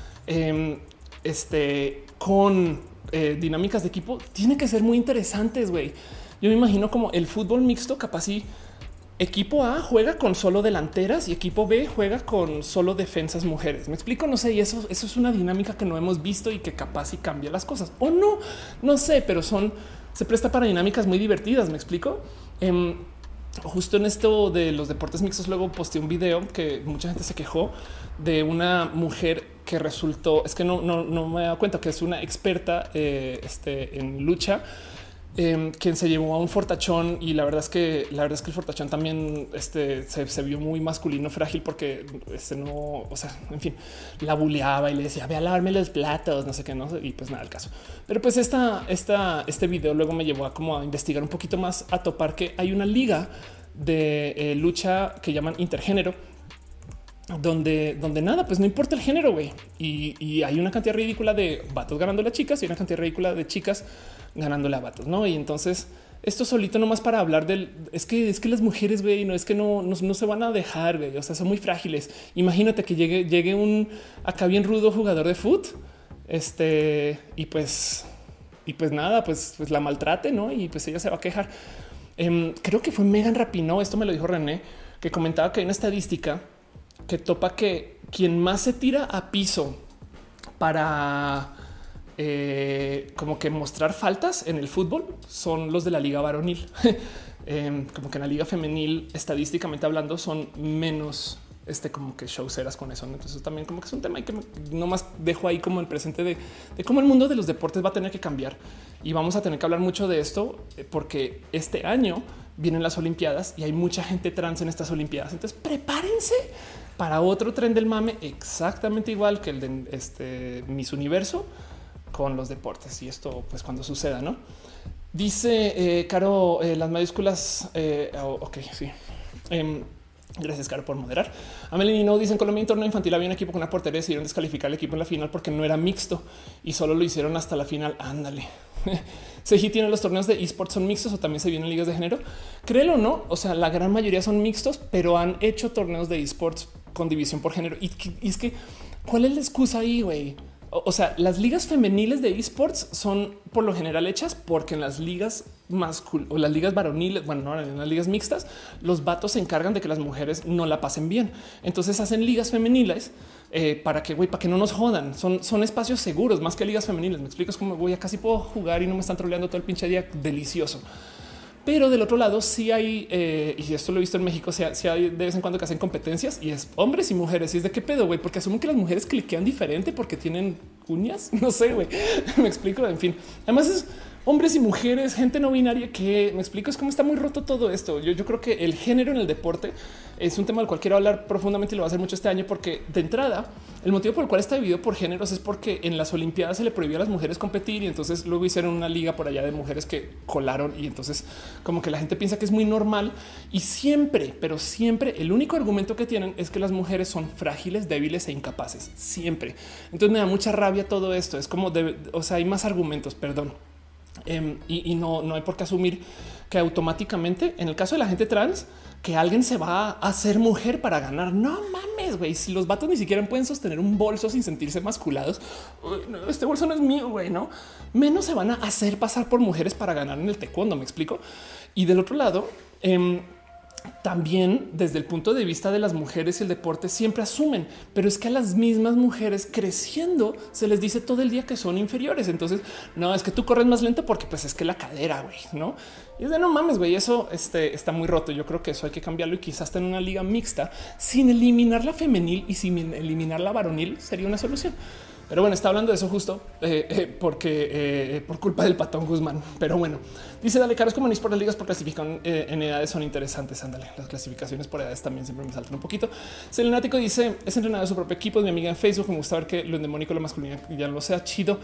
A: con dinámicas de equipo tienen que ser muy interesantes, güey. Yo me imagino como el fútbol mixto, capaz si equipo A juega con solo delanteras y equipo B juega con solo defensas mujeres. Me explico, no sé, y eso es una dinámica que no hemos visto y que capaz y cambia las cosas o no, no sé, pero se presta para dinámicas muy divertidas. Me explico. Justo en esto de los deportes mixtos, luego posteé un video que mucha gente se quejó de una mujer que resultó, es que no me he dado cuenta que es una experta en lucha, quien se llevó a un fortachón, y la verdad es que el fortachón también se vio muy masculino, frágil, porque no, o sea, en fin, la buleaba y le decía ve a lavarme los platos, no sé qué, no, y pues nada, el caso. Pero pues este video luego me llevó a investigar un poquito más, a topar que hay una liga de lucha que llaman intergénero, donde nada, pues no importa el género, güey. Y hay una cantidad ridícula de vatos ganándole a chicas y una cantidad ridícula de chicas ganándole a vatos, ¿no? Y entonces esto solito nomás para hablar es que las mujeres, güey, no es que no se van a dejar, güey. O sea, son muy frágiles. Imagínate que llegue un acá bien rudo jugador de fútbol, y pues nada, pues la maltrate, ¿no? Y pues ella se va a quejar. Creo que fue Megan Rapinoe, esto me lo dijo René, que comentaba que hay una estadística que topa que quien más se tira a piso para como que mostrar faltas en el fútbol son los de la liga varonil. Como que en la liga femenil, estadísticamente hablando, son menos como que showceras con eso, ¿no? Entonces también como que es un tema que nomás dejo ahí como el presente de cómo el mundo de los deportes va a tener que cambiar, y vamos a tener que hablar mucho de esto porque este año vienen las Olimpiadas y hay mucha gente trans en estas Olimpiadas. Entonces prepárense para otro tren del mame exactamente igual que el de Miss Universo con los deportes, y esto pues cuando suceda, ¿no? Dice Caro, las mayúsculas. Ok, sí. Gracias, Caro, por moderar. Amelie no dice: en Colombia en torneo infantil había un equipo con una portería, decidieron descalificar al equipo en la final porque no era mixto y solo lo hicieron hasta la final. Ándale. Seji tiene los torneos de esports son mixtos o también se vienen ligas de género. Créelo o no, o sea, la gran mayoría son mixtos, pero han hecho torneos de esports con división por género. Y es que, ¿cuál es la excusa ahí, güey? O sea, las ligas femeniles de esports son por lo general hechas porque en las ligas o las ligas varoniles, bueno, no, en las ligas mixtas, los vatos se encargan de que las mujeres no la pasen bien. Entonces hacen ligas femeniles para que no nos jodan. Son espacios seguros más que ligas femeniles. Me explico, es como voy a casi puedo jugar y no me están troleando todo el pinche día. Delicioso. Pero del otro lado sí hay, y esto lo he visto en México, sí hay de vez en cuando que hacen competencias y es hombres y mujeres. Y es de qué pedo, güey, porque asumen que las mujeres cliquean diferente porque tienen uñas. No sé, güey, me explico. En fin, además es hombres y mujeres, gente no binaria, que me explico, es como está muy roto todo esto. Yo creo que el género en el deporte es un tema del cual quiero hablar profundamente y lo voy a hacer mucho este año, porque de entrada el motivo por el cual está dividido por géneros es porque en las Olimpiadas se le prohibió a las mujeres competir y entonces luego hicieron una liga por allá de mujeres que colaron y entonces como que la gente piensa que es muy normal y siempre, pero siempre el único argumento que tienen es que las mujeres son frágiles, débiles e incapaces. Siempre. Entonces me da mucha rabia todo esto. Es como, o sea, hay más argumentos, perdón. Y no hay por qué asumir que automáticamente en el caso de la gente trans, que alguien se va a hacer mujer para ganar. No mames, güey. Si los vatos ni siquiera pueden sostener un bolso sin sentirse masculados, no, este bolso no es mío, güey, no. Menos se van a hacer pasar por mujeres para ganar en el taekwondo. Me explico. Y del otro lado, también desde el punto de vista de las mujeres y el deporte siempre asumen, pero es que a las mismas mujeres creciendo se les dice todo el día que son inferiores. Entonces, no, es que tú corres más lento porque pues es que la cadera, güey, ¿no? Y es de no mames, güey, eso está muy roto. Yo creo que eso hay que cambiarlo y quizás en una liga mixta sin eliminar la femenil y sin eliminar la varonil sería una solución. Pero bueno, está hablando de eso justo porque por culpa del Patón Guzmán. Pero bueno, dice dale, Carlos, como ni por las ligas por clasificación en edades son interesantes. Ándale, las clasificaciones por edades también siempre me saltan un poquito. Selenático dice es entrenador de su propio equipo, es mi amiga en Facebook. Me gusta ver que lo endemónico, lo masculino ya lo sea chido.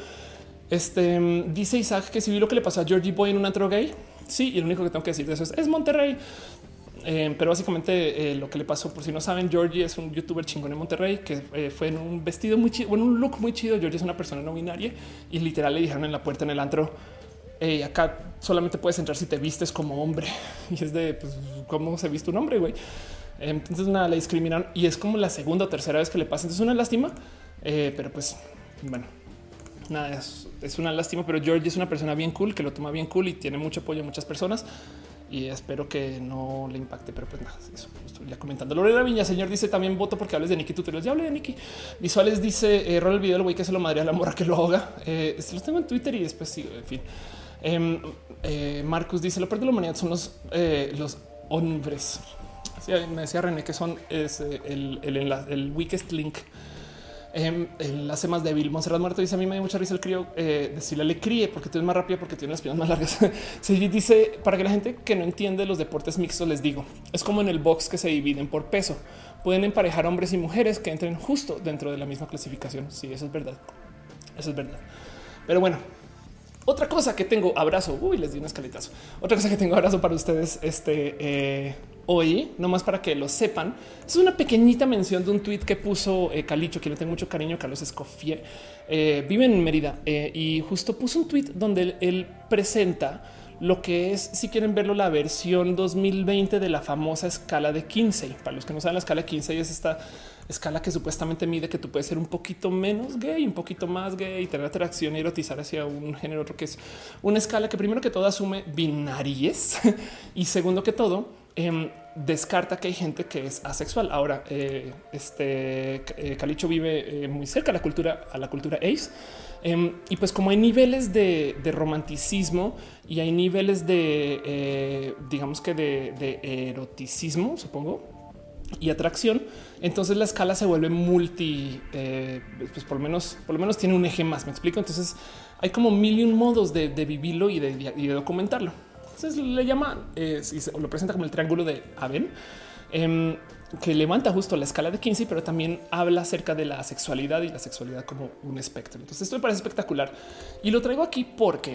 A: Dice Isaac que si vi lo que le pasó a Georgie Boy en un antro gay. Sí, y lo único que tengo que decir de eso es Monterrey. Pero básicamente lo que le pasó, por si no saben, Georgie es un youtuber chingón en Monterrey que fue en un vestido muy chido, en un look muy chido. Georgie es una persona no binaria y literal le dijeron en la puerta en el antro: acá solamente puedes entrar si te vistes como hombre. Y es de pues, cómo se viste un hombre, güey. Entonces nada, le discriminaron y es como la segunda o tercera vez que le pasa. Entonces es una lástima, pero pues bueno, nada, es una lástima. Pero Georgie es una persona bien cool que lo toma bien cool y tiene mucho apoyo a muchas personas. Y espero que no le impacte, pero pues nada, eso estoy ya comentando. Lorena Viña, señor, dice también voto porque hables de Nikki Tutorials. Ya hablé de Nikki. Visuales dice rola el video del güey que se lo madre a la morra que lo ahoga. Lo tengo en Twitter y después sí, en fin. Marcus dice lo peor de la humanidad son los hombres. Sí, me decía René que son el weakest link. El enlace más débil. Monserrat Muerto dice a mí me da mucha risa el crío decirle le críe porque tú eres más rápida porque tiene las piernas más largas. Se dice para que la gente que no entiende los deportes mixtos les digo es como en el box que se dividen por peso. Pueden emparejar hombres y mujeres que entren justo dentro de la misma clasificación. Sí, eso es verdad. Eso es verdad. Pero bueno, otra cosa que tengo abrazo. Uy, les di un escaletazo. Otra cosa que tengo abrazo para ustedes. Hoy, nomás para que lo sepan, es una pequeñita mención de un tweet que puso Calicho, quien le tengo mucho cariño, Carlos Escoffier, vive en Mérida y justo puso un tweet donde él presenta lo que es, si quieren verlo, la versión 2020 de la famosa escala de Kinsey. Para los que no saben, la escala de Kinsey es esta escala que supuestamente mide que tú puedes ser un poquito menos gay, un poquito más gay y tener atracción y erotizar hacia un género, otro, que es una escala que primero que todo asume binaries y segundo que todo descarta que hay gente que es asexual. Ahora, Calicho vive muy cerca a la cultura ace. Y pues como hay niveles de romanticismo y hay niveles de, digamos que de eroticismo, supongo, y atracción, entonces la escala se vuelve pues por lo menos tiene un eje más. Me explico. Entonces hay como mil y un modos de vivirlo y de documentarlo. Entonces le llama, lo presenta como el triángulo de Aben, que levanta justo la escala de Kinsey, pero también habla acerca de la sexualidad y la sexualidad como un espectro. Entonces esto me parece espectacular y lo traigo aquí porque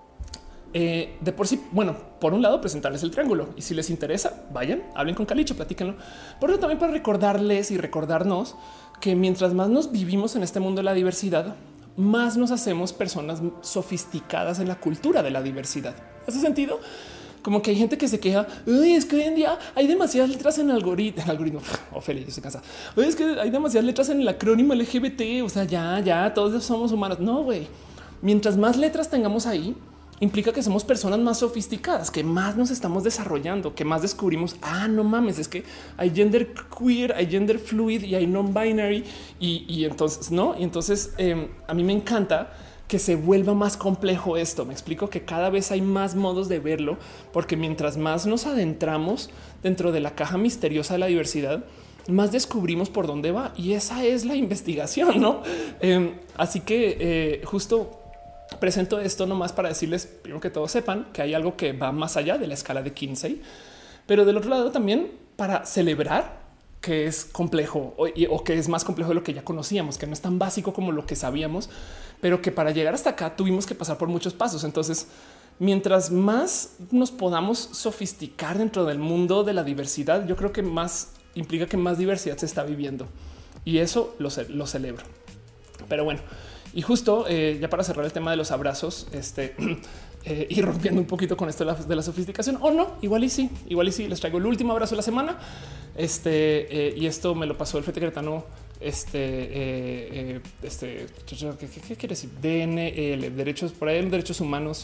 A: de por sí, bueno, por un lado presentarles el triángulo y si les interesa, vayan, hablen con Calicho, platíquenlo. Por eso también para recordarles y recordarnos que mientras más nos vivimos en este mundo de la diversidad, más nos hacemos personas sofisticadas en la cultura de la diversidad. ¿Hace sentido? Como que hay gente que se queja, es que hoy en día hay demasiadas letras en el algoritmo. Ophelia, yo estoy cansada. Es que hay demasiadas letras en el acrónimo LGBT. O sea, ya, todos somos humanos. No, güey. Mientras más letras tengamos ahí, implica que somos personas más sofisticadas, que más nos estamos desarrollando, que más descubrimos. No mames, es que hay gender queer, hay gender fluid y hay non binary. Y entonces no. Y entonces a mí me encanta que se vuelva más complejo esto. Me explico que cada vez hay más modos de verlo, porque mientras más nos adentramos dentro de la caja misteriosa de la diversidad, más descubrimos por dónde va. Y esa es la investigación, ¿no? Así que justo Presento esto nomás para decirles, primero que todos sepan que hay algo que va más allá de la escala de Kinsey, pero del otro lado también para celebrar que es complejo o que es más complejo de lo que ya conocíamos, que no es tan básico como lo que sabíamos, pero que para llegar hasta acá tuvimos que pasar por muchos pasos. Entonces, mientras más nos podamos sofisticar dentro del mundo de la diversidad, yo creo que más implica que más diversidad se está viviendo y eso lo celebro. Pero bueno, y justo ya para cerrar el tema de los abrazos, y rompiendo un poquito con esto de la sofisticación o no, igual y sí, les traigo el último abrazo de la semana. Y esto me lo pasó el Fete Cretano. ¿Qué quiere decir? DNL, derechos por ahí, derechos humanos.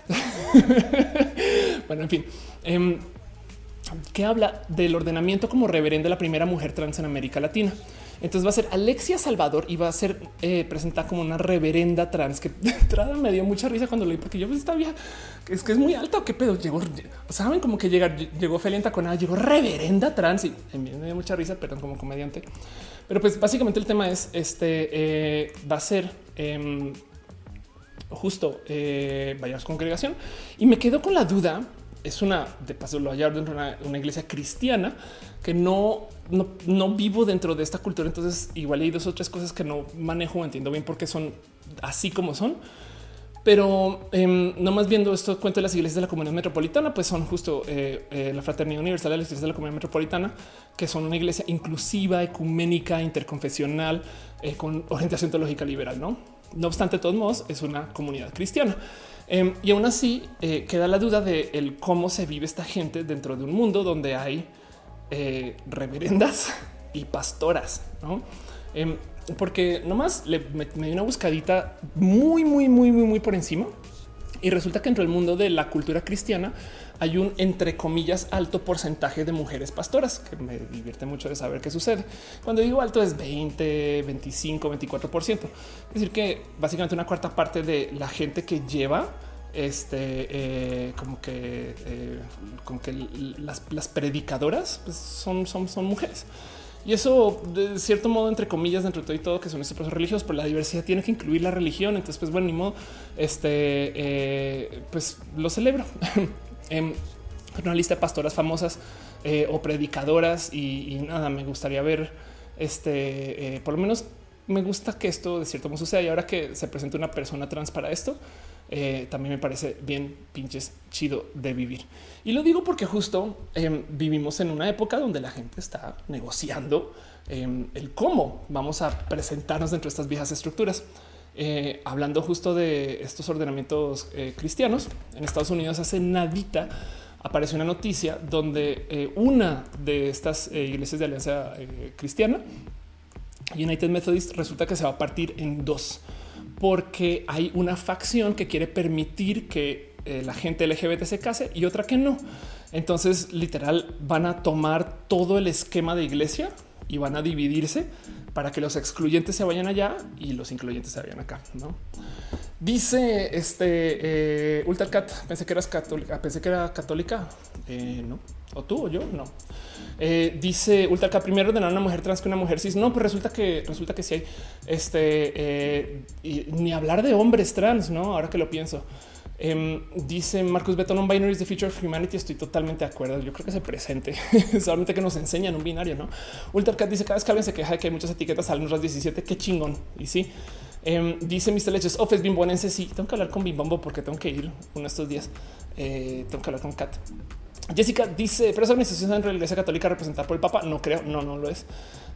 A: Bueno, en fin, que habla del ordenamiento como reverenda de la primera mujer trans en América Latina. Entonces va a ser Alexia Salvador y va a ser presentada como una reverenda trans, que de entrada me dio mucha risa cuando leí, porque yo pues, esta vieja es que es muy alta o qué pedo. Saben como que llegó Felia en taconada, llegó reverenda trans y me dio mucha risa, perdón, como comediante. Pero pues básicamente el tema es va a ser justo vaya a su congregación y me quedo con la duda. Es una de paso lo hallar dentro de una iglesia cristiana que no vivo dentro de esta cultura. Entonces igual hay dos o tres cosas que no manejo, entiendo bien por qué son así como son. Pero no más viendo esto, cuento de las iglesias de la Comunidad Metropolitana, pues son justo la Fraternidad Universal de las Iglesias de la Comunidad Metropolitana, que son una iglesia inclusiva, ecuménica, interconfesional, con orientación teológica liberal. No obstante, de todos modos, es una comunidad cristiana. Y aún así queda la duda de el cómo se vive esta gente dentro de un mundo donde hay reverendas y pastoras, ¿no? Porque nomás me di una buscadita muy por encima y resulta que dentro del mundo de la cultura cristiana hay un, entre comillas, alto porcentaje de mujeres pastoras, que me divierte mucho de saber qué sucede. Cuando digo alto es 20, 25, 24%. Es decir, que básicamente una cuarta parte de la gente que lleva como que las predicadoras pues son mujeres. Y eso, de cierto modo, entre comillas, dentro de todo y todo, que son estos procesos religiosos, pero la diversidad tiene que incluir la religión. Entonces, pues bueno, ni modo, pues lo celebro. Una lista de pastoras famosas o predicadoras y nada, me gustaría ver por lo menos me gusta que esto de cierto modo suceda. Y ahora que se presenta una persona trans para esto, también me parece bien pinches chido de vivir. Y lo digo porque justo vivimos en una época donde la gente está negociando el cómo vamos a presentarnos dentro de estas viejas estructuras. Hablando justo de estos ordenamientos cristianos en Estados Unidos, hace nadita apareció una noticia donde una de estas iglesias de Alianza Cristiana, United Methodist, resulta que se va a partir en dos, porque hay una facción que quiere permitir que la gente LGBT se case y otra que no. Entonces, literal, van a tomar todo el esquema de iglesia y van a dividirse para que los excluyentes se vayan allá y los incluyentes se vayan acá, ¿no? Dice Ultracat, pensé que eras católica, pensé que era católica, no, o tú o yo, no. Dice Ultracat, primero ordenar a una mujer trans que una mujer cis. No, pues resulta que sí hay y ni hablar de hombres trans, no, ahora que lo pienso. Dice Marcus Beto, non binary is the future of humanity. Estoy totalmente de acuerdo. Yo creo que se presente solamente que nos enseñan un binario, no? Ultracat dice cada vez que alguien se queja de que hay muchas etiquetas al NURAS 17. Qué chingón. Y sí, dice Mr. Leches, es bimbonense. Sí, tengo que hablar con Bimbombo porque tengo que ir uno de estos días. Tengo que hablar con Kat. Jessica dice, pero esa organización dentro de la Iglesia Católica representada por el Papa. No creo, no lo es.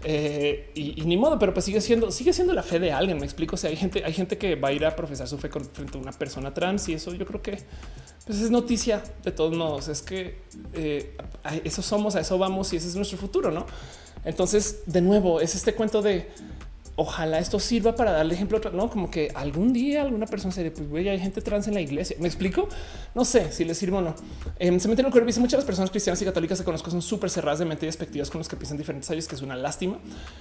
A: Y ni modo, pero pues sigue siendo la fe de alguien. Me explico. O sea, hay gente que va a ir a profesar su fe frente a una persona trans y eso yo creo que pues es noticia de todos modos. Es que a eso somos, a eso vamos y ese es nuestro futuro, ¿no? Entonces, de nuevo, es este cuento de ojalá esto sirva para darle ejemplo, no como que algún día alguna persona se pues güey, hay gente trans en la iglesia. Me explico. No sé si les sirve o no. Se meten en el cuerpo. Dice muchas de las personas cristianas y católicas que conozco son súper cerradas de mente y despectivas con los que piensan diferentes a ellos, que es una lástima.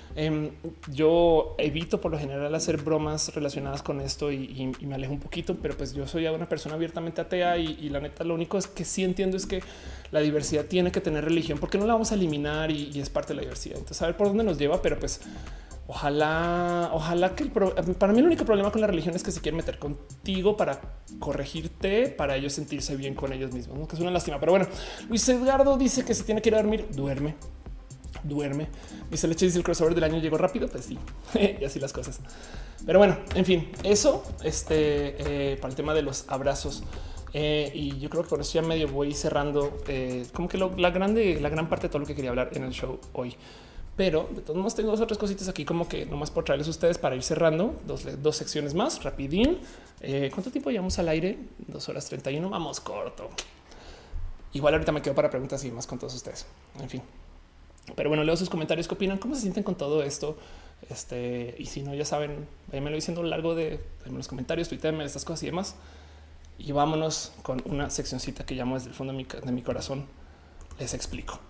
A: Yo evito por lo general hacer bromas relacionadas con esto y me alejo un poquito, pero pues yo soy una persona abiertamente atea y la neta lo único es que sí entiendo es que la diversidad tiene que tener religión porque no la vamos a eliminar y es parte de la diversidad. Entonces a ver por dónde nos lleva, pero pues Ojalá que para mí el único problema con la religión es que se quieren meter contigo para corregirte, para ellos sentirse bien con ellos mismos, ¿no? Que es una lástima. Pero bueno, Luis Edgardo dice que se tiene que ir a dormir. Duerme. Dice Leche, dice el crossover del año llegó rápido. Pues sí, y así las cosas. Pero bueno, en fin, eso para el tema de los abrazos. Y yo creo que por eso ya medio voy cerrando como que la gran parte de todo lo que quería hablar en el show hoy. Pero de todos modos tengo dos otras cositas aquí como que nomás por traerles a ustedes para ir cerrando dos secciones más rapidín. ¿Cuánto tiempo llevamos al aire? 2 horas 31. Vamos corto. Igual ahorita me quedo para preguntas y más con todos ustedes. En fin. Pero bueno, leo sus comentarios. ¿Qué opinan? ¿Cómo se sienten con todo esto? Y si no, ya saben, váyanmelo diciendo a lo largo de los comentarios, tuítenme estas cosas y demás. Y vámonos con una seccioncita que llamo desde el fondo de mi corazón. Les explico.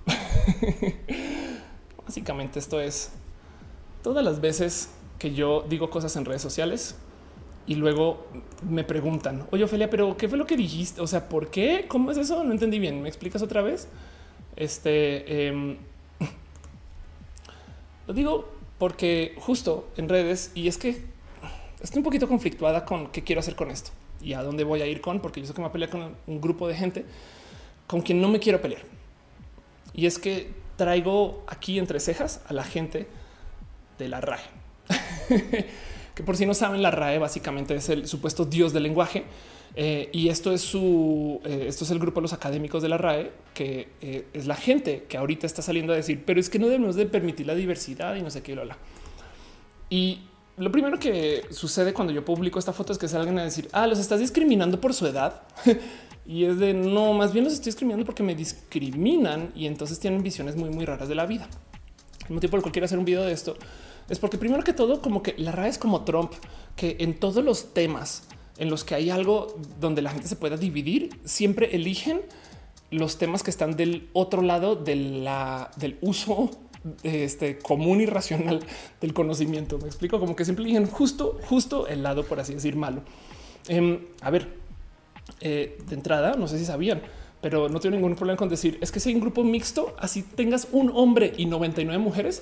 A: Básicamente esto es todas las veces que yo digo cosas en redes sociales y luego me preguntan, oye, Ofelia, pero ¿qué fue lo que dijiste? O sea, ¿por qué? ¿Cómo es eso? No entendí bien. ¿Me explicas otra vez? Lo digo porque justo en redes, y es que estoy un poquito conflictuada con qué quiero hacer con esto y a dónde voy a ir porque yo sé que me voy a pelear con un grupo de gente con quien no me quiero pelear. Y es que traigo aquí entre cejas a la gente de la RAE, que por si no saben, la RAE básicamente es el supuesto dios del lenguaje. Y esto es el grupo de los académicos de la RAE, que es la gente que ahorita está saliendo a decir, pero es que no debemos de permitir la diversidad y no sé qué. Y lo primero que sucede cuando yo publico esta foto es que salgan a decir, los estás discriminando por su edad. Y es de no, más bien los estoy discriminando porque me discriminan y entonces tienen visiones muy, muy raras de la vida. El motivo por el cual quiero hacer un video de esto es porque primero que todo, como que la RAE es como Trump, que en todos los temas en los que hay algo donde la gente se pueda dividir, siempre eligen los temas que están del otro lado del uso común y racional del conocimiento. Me explico, como que siempre eligen justo el lado, por así decir, malo. A ver, de entrada, no sé si sabían, pero no tengo ningún problema con decir es que si hay un grupo mixto, así tengas un hombre y 99 mujeres,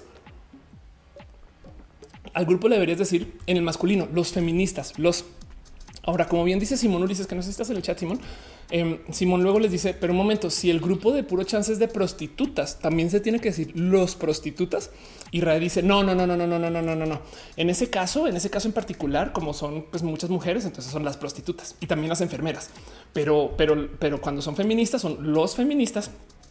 A: al grupo le deberías decir en el masculino, los feministas, Ahora, como bien dice Simón Ulises, que no sé si estás en el chat, Simón. Simón luego les dice, pero un momento, si el grupo de puro chances de prostitutas también se tiene que decir los prostitutas. Y RAE dice no. En ese caso en particular, como son pues muchas mujeres, entonces son las prostitutas y también las enfermeras. Pero cuando son feministas, son los feministas.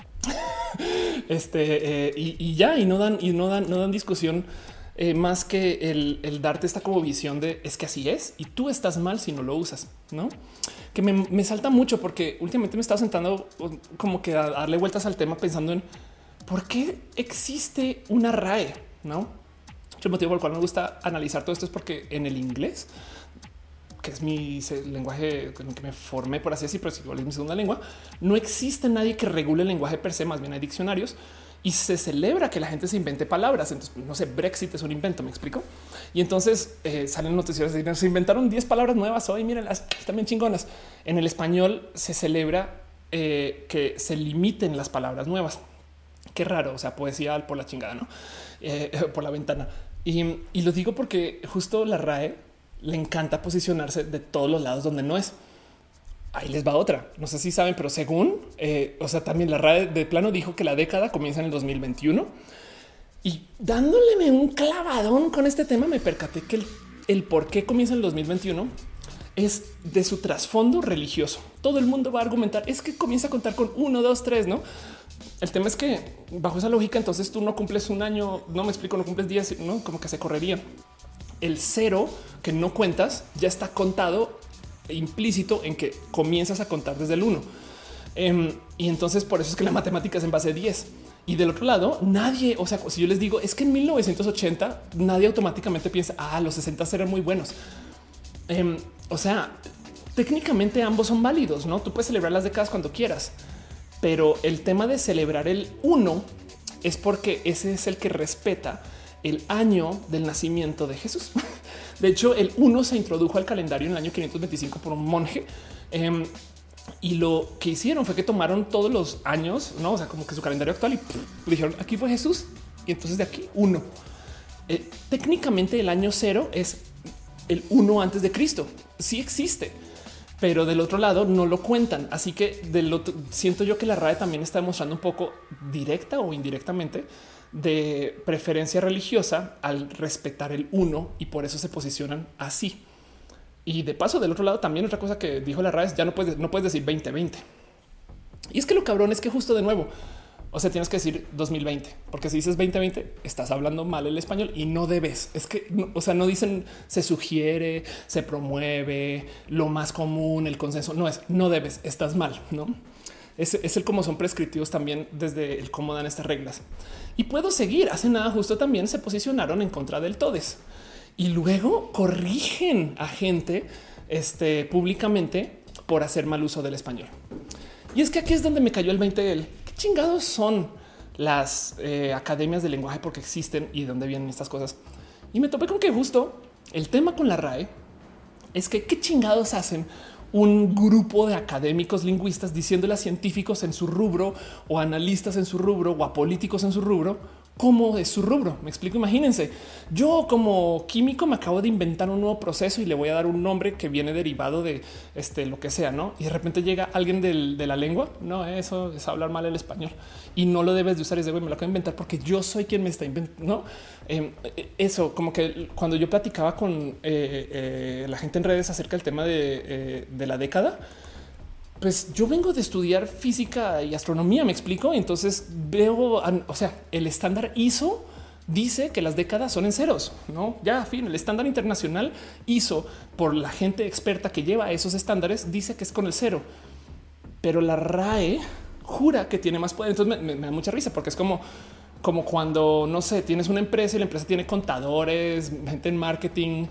A: Y no dan discusión. Más que el darte esta como visión de es que así es y tú estás mal si no lo usas, no? Que me salta mucho porque últimamente me he estado sentando como que a darle vueltas al tema pensando en por qué existe una RAE, no? El motivo por el cual me gusta analizar todo esto es porque en el inglés, que es mi lenguaje con el que me formé, por así decirlo, pero igual es mi segunda lengua, no existe nadie que regule el lenguaje per se, más bien hay diccionarios. Y se celebra que la gente se invente palabras. Entonces, no sé, Brexit es un invento, me explico. Y entonces salen noticias de se inventaron 10 palabras nuevas hoy. Mírenlas, están bien chingonas. En el español se celebra que se limiten las palabras nuevas. Qué raro. O sea, poesía por la chingada, no por la ventana. Y lo digo porque justo la RAE le encanta posicionarse de todos los lados donde no es. Ahí les va otra. No sé si saben, pero según, también la RAE de plano dijo que la década comienza en el 2021 y dándole un clavadón con este tema me percaté que el por qué comienza en el 2021 es de su trasfondo religioso. Todo el mundo va a argumentar es que comienza a contar con 1, 2, 3, ¿no? El tema es que bajo esa lógica, entonces tú no cumples un año, no me explico, no cumples 10, ¿no? Como que se correría. El 0 que no cuentas ya está contado implícito en que comienzas a contar desde el 1. Y entonces por eso es que la matemática es en base de 10. Y del otro lado, nadie, o sea, si yo les digo es que en 1980 nadie automáticamente piensa, los 60 eran muy buenos. O sea, técnicamente ambos son válidos, ¿no? Tú puedes celebrar las décadas cuando quieras, pero el tema de celebrar el 1 es porque ese es el que respeta el año del nacimiento de Jesús. De hecho, el 1 se introdujo al calendario en el año 525 por un monje. Y lo que hicieron fue que tomaron todos los años, no? O sea, como que su calendario actual y dijeron aquí fue Jesús. Y entonces de aquí 1. Técnicamente el año cero es el 1 antes de Cristo. Sí existe, pero del otro lado no lo cuentan. Así que siento yo que la RAE también está demostrando un poco directa o indirectamente de preferencia religiosa al respetar el 1 y por eso se posicionan así. Y de paso, del otro lado, también otra cosa que dijo la RAE es ya no puedes decir 2020. Y es que lo cabrón es que justo de nuevo, o sea, tienes que decir 2020, porque si dices 2020, estás hablando mal el español y no debes. Es que, o sea, no dicen se sugiere, se promueve, lo más común, el consenso. No debes, estás mal, ¿no? Es el cómo son prescriptivos también desde el cómo dan estas reglas. Y puedo seguir. Hace nada justo también se posicionaron en contra del todes y luego corrigen a gente públicamente por hacer mal uso del español. Y es que aquí es donde me cayó el 20 del qué chingados son las academias de lenguaje, porque existen y de dónde vienen estas cosas. Y me topé con que justo el tema con la RAE es que qué chingados hacen un grupo de académicos lingüistas diciéndole a científicos en su rubro o analistas en su rubro o a políticos en su rubro cómo es su rubro. Me explico. Imagínense, yo como químico me acabo de inventar un nuevo proceso y le voy a dar un nombre que viene derivado de lo que sea, ¿no? Y de repente llega alguien de la lengua. No, eso es hablar mal el español y no lo debes de usar. Es de güey, me lo acabo de inventar porque yo soy quien me está inventando, ¿no? Eso como que cuando yo platicaba con la gente en redes acerca del tema de la década, pues yo vengo de estudiar física y astronomía, me explico. Entonces veo, o sea, el estándar ISO dice que las décadas son en ceros, no? Ya, fin, el estándar internacional ISO por la gente experta que lleva esos estándares dice que es con el cero, pero la RAE jura que tiene más poder. Entonces me da mucha risa porque es como cuando, no sé, tienes una empresa y la empresa tiene contadores, gente en marketing,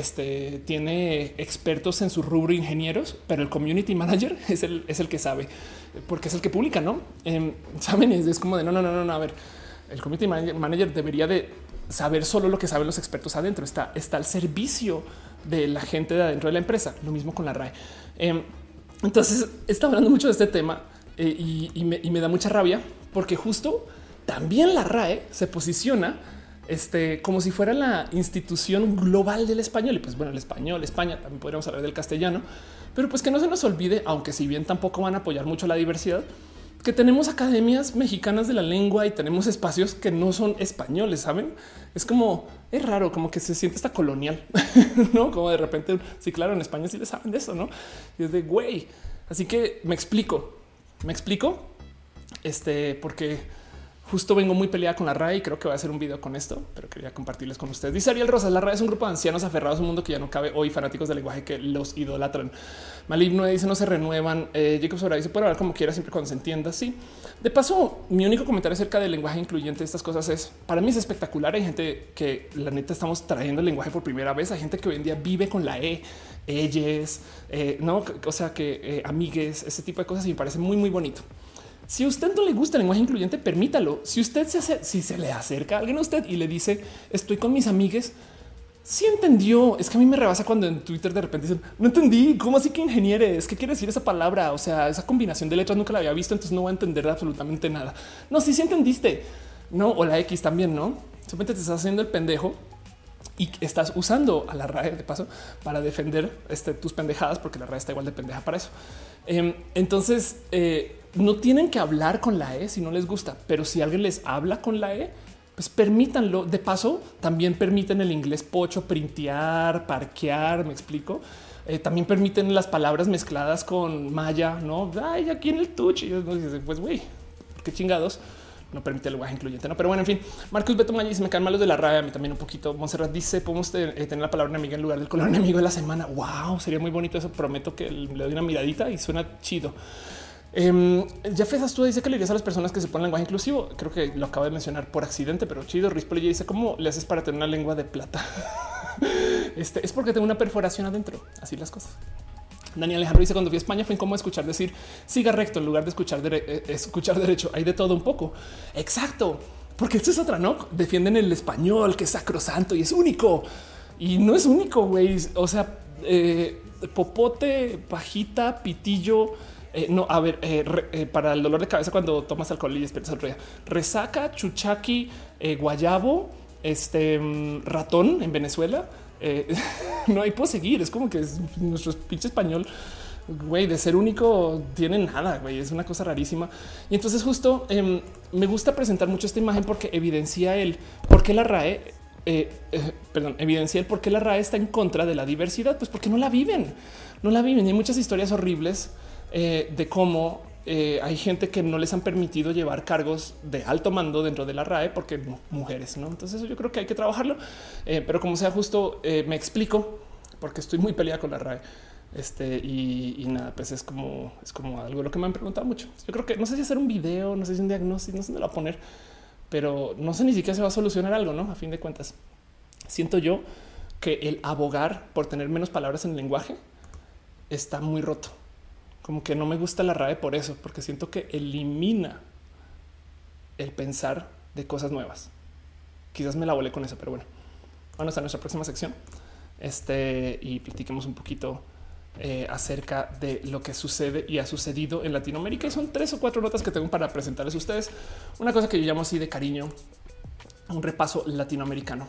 A: tiene expertos en su rubro, ingenieros, pero el community manager es el que sabe, porque es el que publica, ¿no? Saben, es como de no, a ver, el community manager debería de saber solo lo que saben los expertos adentro, está al servicio de la gente de adentro de la empresa. Lo mismo con la RAE. Entonces está hablando mucho de este tema y me da mucha rabia porque justo también la RAE se posiciona como si fuera la institución global del español. Y pues bueno, el español, España, también podríamos hablar del castellano, pero pues que no se nos olvide, aunque si bien tampoco van a apoyar mucho la diversidad, que tenemos academias mexicanas de la lengua y tenemos espacios que no son españoles, ¿saben? Es como, es raro, como que se siente hasta colonial, ¿no? Como de repente, sí, claro, en España sí le saben de eso, ¿no? Y es de güey. Así que me explico, porque justo vengo muy peleada con la RAE y creo que voy a hacer un video con esto, pero quería compartirles con ustedes. Dice Ariel Rosas, la RAE es un grupo de ancianos aferrados a un mundo que ya no cabe hoy, fanáticos del lenguaje que los idolatran. Maligno dice no se renuevan. Jacob Sobra dice puede hablar como quiera siempre cuando se entienda. Sí, de paso, mi único comentario acerca del lenguaje incluyente de estas cosas es, para mí es espectacular. Hay gente que la neta estamos trayendo el lenguaje por primera vez. Hay gente que hoy en día vive con la ellos, no, o sea que amigues, ese tipo de cosas y me parece muy, muy bonito. Si a usted no le gusta el lenguaje incluyente, permítalo. Si usted si se le acerca a alguien a usted y le dice estoy con mis amigues, sí entendió. Es que a mí me rebasa cuando en Twitter de repente dicen no entendí. ¿Cómo así que ingenieres? ¿Qué quiere decir esa palabra? O sea, esa combinación de letras nunca la había visto, entonces no voy a entender absolutamente nada. No, sí entendiste. No, o la X también, no? Simplemente te estás haciendo el pendejo y estás usando a la RAE de paso para defender tus pendejadas, porque la RAE está igual de pendeja para eso. Entonces no tienen que hablar con la si no les gusta, pero si alguien les habla con la pues permítanlo. De paso, también permiten el inglés pocho, printear, parquear. Me explico. También permiten las palabras mezcladas con maya, no? Ay, aquí en el touch. Y pues güey, qué chingados. No permite el lenguaje incluyente, no, pero bueno, en fin. Marcus Beto Maya dice: me caen mal los de la RAE, a mí también un poquito. Montserrat dice: podemos tener la palabra enemiga en lugar del color enemigo de la semana. Wow, sería muy bonito eso. Prometo que le doy una miradita y suena chido. Ya Fesas tú dice que le dirías a las personas que se ponen lenguaje inclusivo. Creo que lo acabo de mencionar por accidente, pero chido. Rispoli dice: ¿cómo le haces para tener una lengua de plata? Es porque tengo una perforación adentro. Así las cosas. Daniel Alejandro dice: cuando fui a España fue incómodo escuchar decir siga recto en lugar de escuchar derecho. Hay de todo un poco. Exacto, porque esto es otra, no defienden el español que es sacrosanto y es único y no es único. Güey, o sea, popote, pajita, pitillo. No, a ver, para el dolor de cabeza cuando tomas alcohol y despiertas otro día, resaca, chuchaqui, guayabo, ratón en Venezuela. No hay puedo seguir. Es como que es nuestro pinche español, güey, de ser único tiene nada, güey. Es una cosa rarísima. Y entonces justo me gusta presentar mucho esta imagen porque evidencia el por qué la RAE, evidencia el por qué la RAE está en contra de la diversidad, pues porque no la viven, no la viven. Y hay muchas historias horribles de cómo hay gente que no les han permitido llevar cargos de alto mando dentro de la RAE porque mujeres, ¿no? Entonces eso yo creo que hay que trabajarlo, pero como sea justo me explico porque estoy muy peleada con la RAE. Y nada, pues es como algo de lo que me han preguntado mucho. Yo creo que no sé si hacer un video, no sé si un diagnóstico, no sé dónde lo va a poner, pero no sé ni siquiera se va a solucionar algo, ¿no? A fin de cuentas, siento yo que el abogar por tener menos palabras en el lenguaje está muy roto. Como que no me gusta la RAE por eso, porque siento que elimina el pensar de cosas nuevas. Quizás me la volé con eso, pero bueno, vamos a nuestra próxima sección y platiquemos un poquito acerca de lo que sucede y ha sucedido en Latinoamérica. Y son 3 o 4 notas que tengo para presentarles a ustedes. Una cosa que yo llamo así de cariño, un repaso latinoamericano.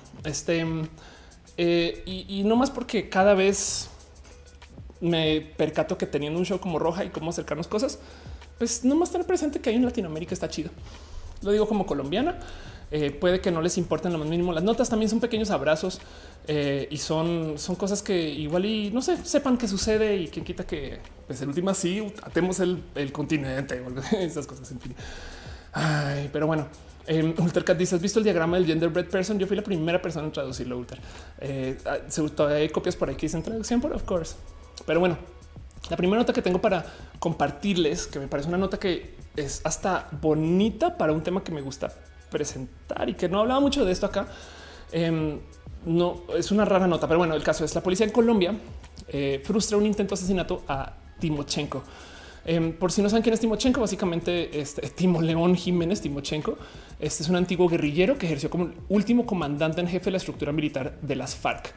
A: Y no más porque cada vez me percato que teniendo un show como Roja y cómo acercarnos cosas, pues no más tener presente que hay en Latinoamérica está chido. Lo digo como colombiana. Puede que no les importen lo más mínimo. Las notas también son pequeños abrazos y son cosas que igual y no sé, sepan qué sucede y quién quita que pues el último sí atemos el continente o esas cosas. En fin, ay, pero bueno, Ultercat dice: ¿has visto el diagrama del genderbread person? Yo fui la primera persona en traducirlo. Ulter, todavía hay copias por ahí que dicen traducción por of course, pero bueno. La primera nota que tengo para compartirles, que me parece una nota que es hasta bonita para un tema que me gusta presentar y que no hablaba mucho de esto acá. No es una rara nota, pero bueno, el caso es la policía en Colombia frustra un intento de asesinato a Timochenko. Por si no saben quién es Timochenko, básicamente Timo León Jiménez Timochenko. Este es un antiguo guerrillero que ejerció como el último comandante en jefe de la estructura militar de las FARC.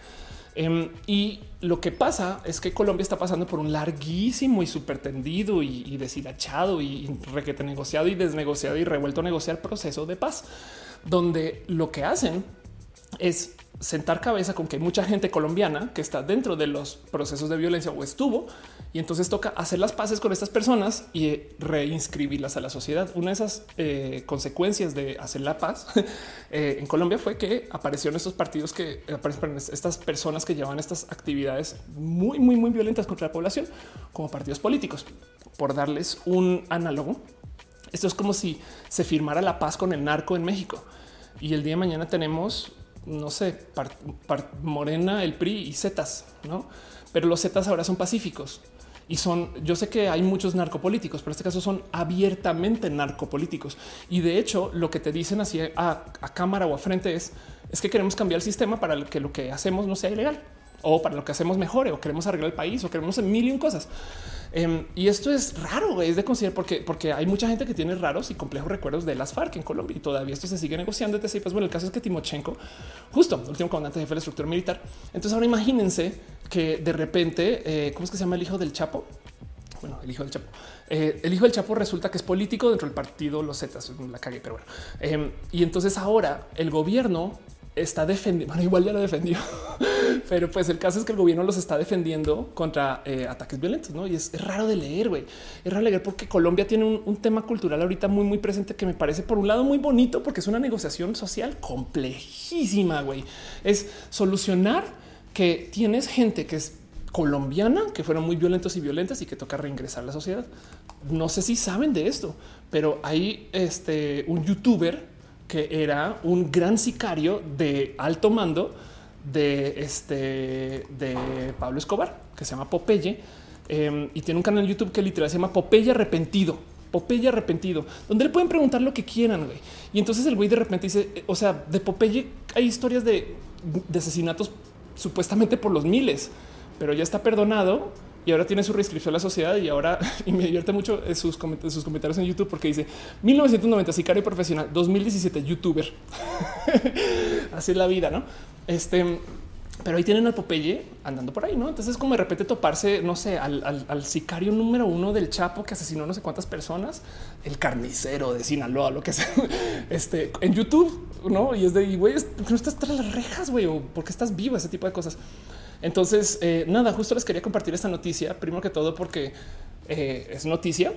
A: Y lo que pasa es que Colombia está pasando por un larguísimo y súper tendido y deshilachado y requete negociado y desnegociado y revuelto a negociar proceso de paz, donde lo que hacen es sentar cabeza con que hay mucha gente colombiana que está dentro de los procesos de violencia o estuvo, y entonces toca hacer las paces con estas personas y reinscribirlas a la sociedad. Una de esas consecuencias de hacer la paz en Colombia fue que aparecieron estos partidos que aparecen estas personas que llevan estas actividades muy violentas contra la población como partidos políticos. Por darles un análogo, esto es como si se firmara la paz con el narco en México y el día de mañana tenemos, no sé, Morena, el PRI y Zetas, ¿no? Pero los Zetas ahora son pacíficos y son, yo sé que hay muchos narcopolíticos, pero en este caso son abiertamente narcopolíticos. Y de hecho, lo que te dicen así a cámara o a frente es que queremos cambiar el sistema para que lo que hacemos no sea ilegal, o para lo que hacemos mejore, o queremos arreglar el país, o queremos en mil y un cosas. Y esto es raro, es de considerar porque hay mucha gente que tiene raros y complejos recuerdos de las FARC en Colombia y todavía esto se sigue negociando. Pues bueno, el caso es que Timochenko, justo último comandante jefe de la estructura militar. Entonces ahora imagínense que de repente, ¿cómo es que se llama el hijo del Chapo? Bueno, el hijo del Chapo. El hijo del Chapo resulta que es político dentro del partido Los Zetas. La cagué, pero bueno. Y entonces ahora el gobierno está defendiendo, bueno, igual ya lo defendió, pero pues el caso es que el gobierno los está defendiendo contra ataques violentos, ¿no? Y es raro de leer, güey. Es raro de leer porque Colombia tiene un tema cultural ahorita muy presente que me parece por un lado muy bonito porque es una negociación social complejísima, güey. Es solucionar que tienes gente que es colombiana, que fueron muy violentos y violentas y que toca reingresar a la sociedad. No sé si saben de esto, pero hay un youtuber que era un gran sicario de alto mando de Pablo Escobar, que se llama Popeye, y tiene un canal en YouTube que literal se llama Popeye Arrepentido, donde le pueden preguntar lo que quieran, güey. Y entonces el güey de repente dice, o sea, de Popeye hay historias de asesinatos supuestamente por los miles, pero ya está perdonado y ahora tiene su reinscripción a la sociedad. Y ahora, y me divierte mucho sus comentarios en YouTube porque dice 1990 sicario profesional, 2017 youtuber. Así es la vida, ¿no? Pero ahí tienen al Popeye andando por ahí, ¿no? Entonces como de repente toparse, no sé, al sicario número uno del Chapo que asesinó no sé cuántas personas, el carnicero de Sinaloa, lo que sea, en YouTube, ¿no? Y es de, güey, ¿por qué no estás tras las rejas, güey? ¿O por qué estás vivo? Ese tipo de cosas. Entonces, nada, justo les quería compartir esta noticia, primero que todo porque es noticia.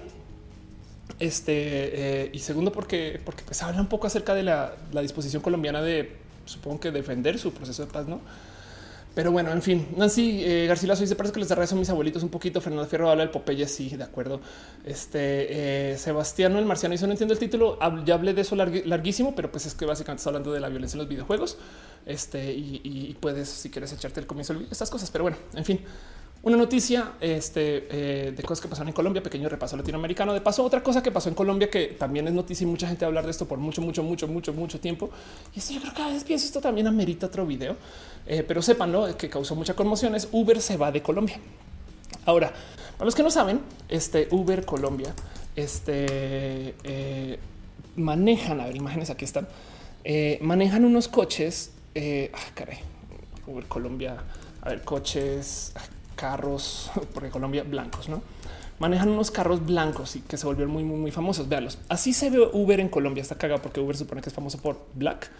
A: Y segundo, porque pues habla un poco acerca de la disposición colombiana de, supongo que defender su proceso de paz, ¿no? Pero bueno, en fin, Nancy Garcilaso dice: parece que les da razón mis abuelitos un poquito. Fernando Fierro habla del Popeye. Sí, de acuerdo. Sebastiano el Marciano dice: no entiendo el título. Ya hablé de eso larguísimo, pero pues es que básicamente está hablando de la violencia en los videojuegos. Y puedes, si quieres, echarte el comienzo de estas cosas. Pero bueno, en fin, una noticia de cosas que pasaron en Colombia, pequeño repaso latinoamericano. De paso, otra cosa que pasó en Colombia que también es noticia y mucha gente va a hablar de esto por mucho tiempo. Y esto yo creo que cada vez pienso, esto también amerita otro video, pero sépanlo, que causó mucha conmoción. Es Uber se va de Colombia. Ahora, para los que no saben, Uber Colombia, manejan, a ver, imágenes aquí están, manejan unos coches, caray, Uber Colombia, a ver, coches, carros, porque Colombia blancos, ¿no? Manejan unos carros blancos y que se volvieron muy famosos. Véanlos. Así se ve Uber en Colombia. Está cagado porque Uber supone que es famoso por black.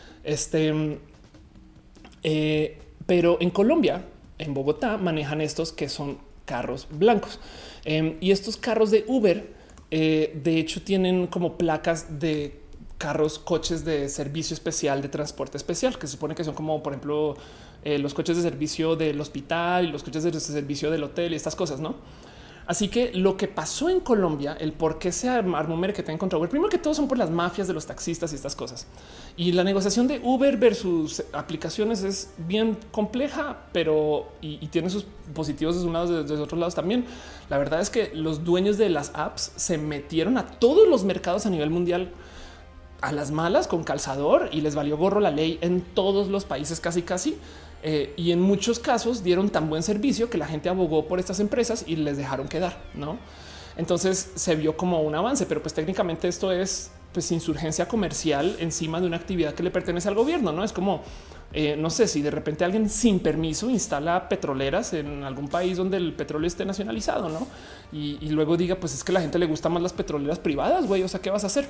A: Pero en Colombia, en Bogotá, manejan estos que son carros blancos. Y estos carros de Uber, de hecho, tienen como placas de carros, coches de servicio especial, de transporte especial, que se supone que son como, por ejemplo, los coches de servicio del hospital y los coches de servicio del hotel y estas cosas, ¿no? Así que lo que pasó en Colombia, el por qué se armó merequetén contra Uber, primero que todo son por las mafias de los taxistas y estas cosas. Y la negociación de Uber versus aplicaciones es bien compleja, pero y tiene sus positivos de un lado, de otros lados también. La verdad es que los dueños de las apps se metieron a todos los mercados a nivel mundial a las malas con calzador y les valió gorro la ley en todos los países casi. Y en muchos casos dieron tan buen servicio que la gente abogó por estas empresas y les dejaron quedar, ¿no? Entonces se vio como un avance, pero pues técnicamente esto es pues insurgencia comercial encima de una actividad que le pertenece al gobierno, ¿no? Es como, no sé, si de repente alguien sin permiso instala petroleras en algún país donde el petróleo esté nacionalizado, ¿no? Y luego diga, pues es que a la gente le gustan más las petroleras privadas, güey, o sea, ¿qué vas a hacer?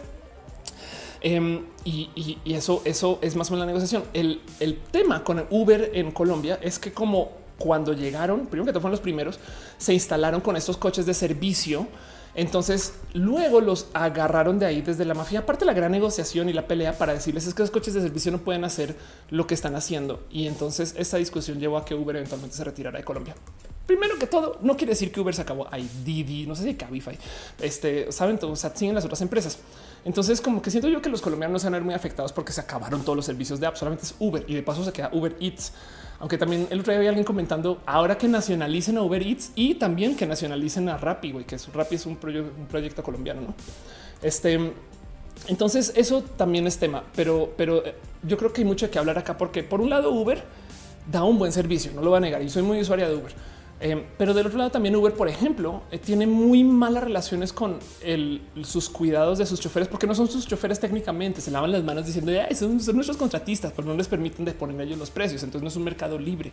A: Y eso es más o menos la negociación. El tema con Uber en Colombia es que como cuando llegaron, primero que todo fueron los primeros, se instalaron con estos coches de servicio. Entonces luego los agarraron de ahí desde la mafia. Aparte la gran negociación y la pelea para decirles es que los coches de servicio no pueden hacer lo que están haciendo. Y entonces esta discusión llevó a que Uber eventualmente se retirara de Colombia. Primero que todo, no quiere decir que Uber se acabó. Hay Didi, no sé si Cabify, saben, todos, o sea, siguen las otras empresas. Entonces, como que siento yo que los colombianos se van a ver muy afectados porque se acabaron todos los servicios de app. Solamente es Uber y de paso se queda Uber Eats. Aunque también el otro día había alguien comentando ahora que nacionalicen a Uber Eats y también que nacionalicen a Rappi, güey, que Rappi es un proyecto colombiano, ¿no? Entonces eso también es tema, pero yo creo que hay mucho que hablar acá porque por un lado Uber da un buen servicio, no lo voy a negar y soy muy usuaria de Uber. Pero del otro lado también Uber, por ejemplo, tiene muy malas relaciones con sus cuidados de sus choferes, porque no son sus choferes técnicamente, se lavan las manos diciendo son nuestros contratistas, pero no les permiten de poner ellos los precios, entonces no es un mercado libre.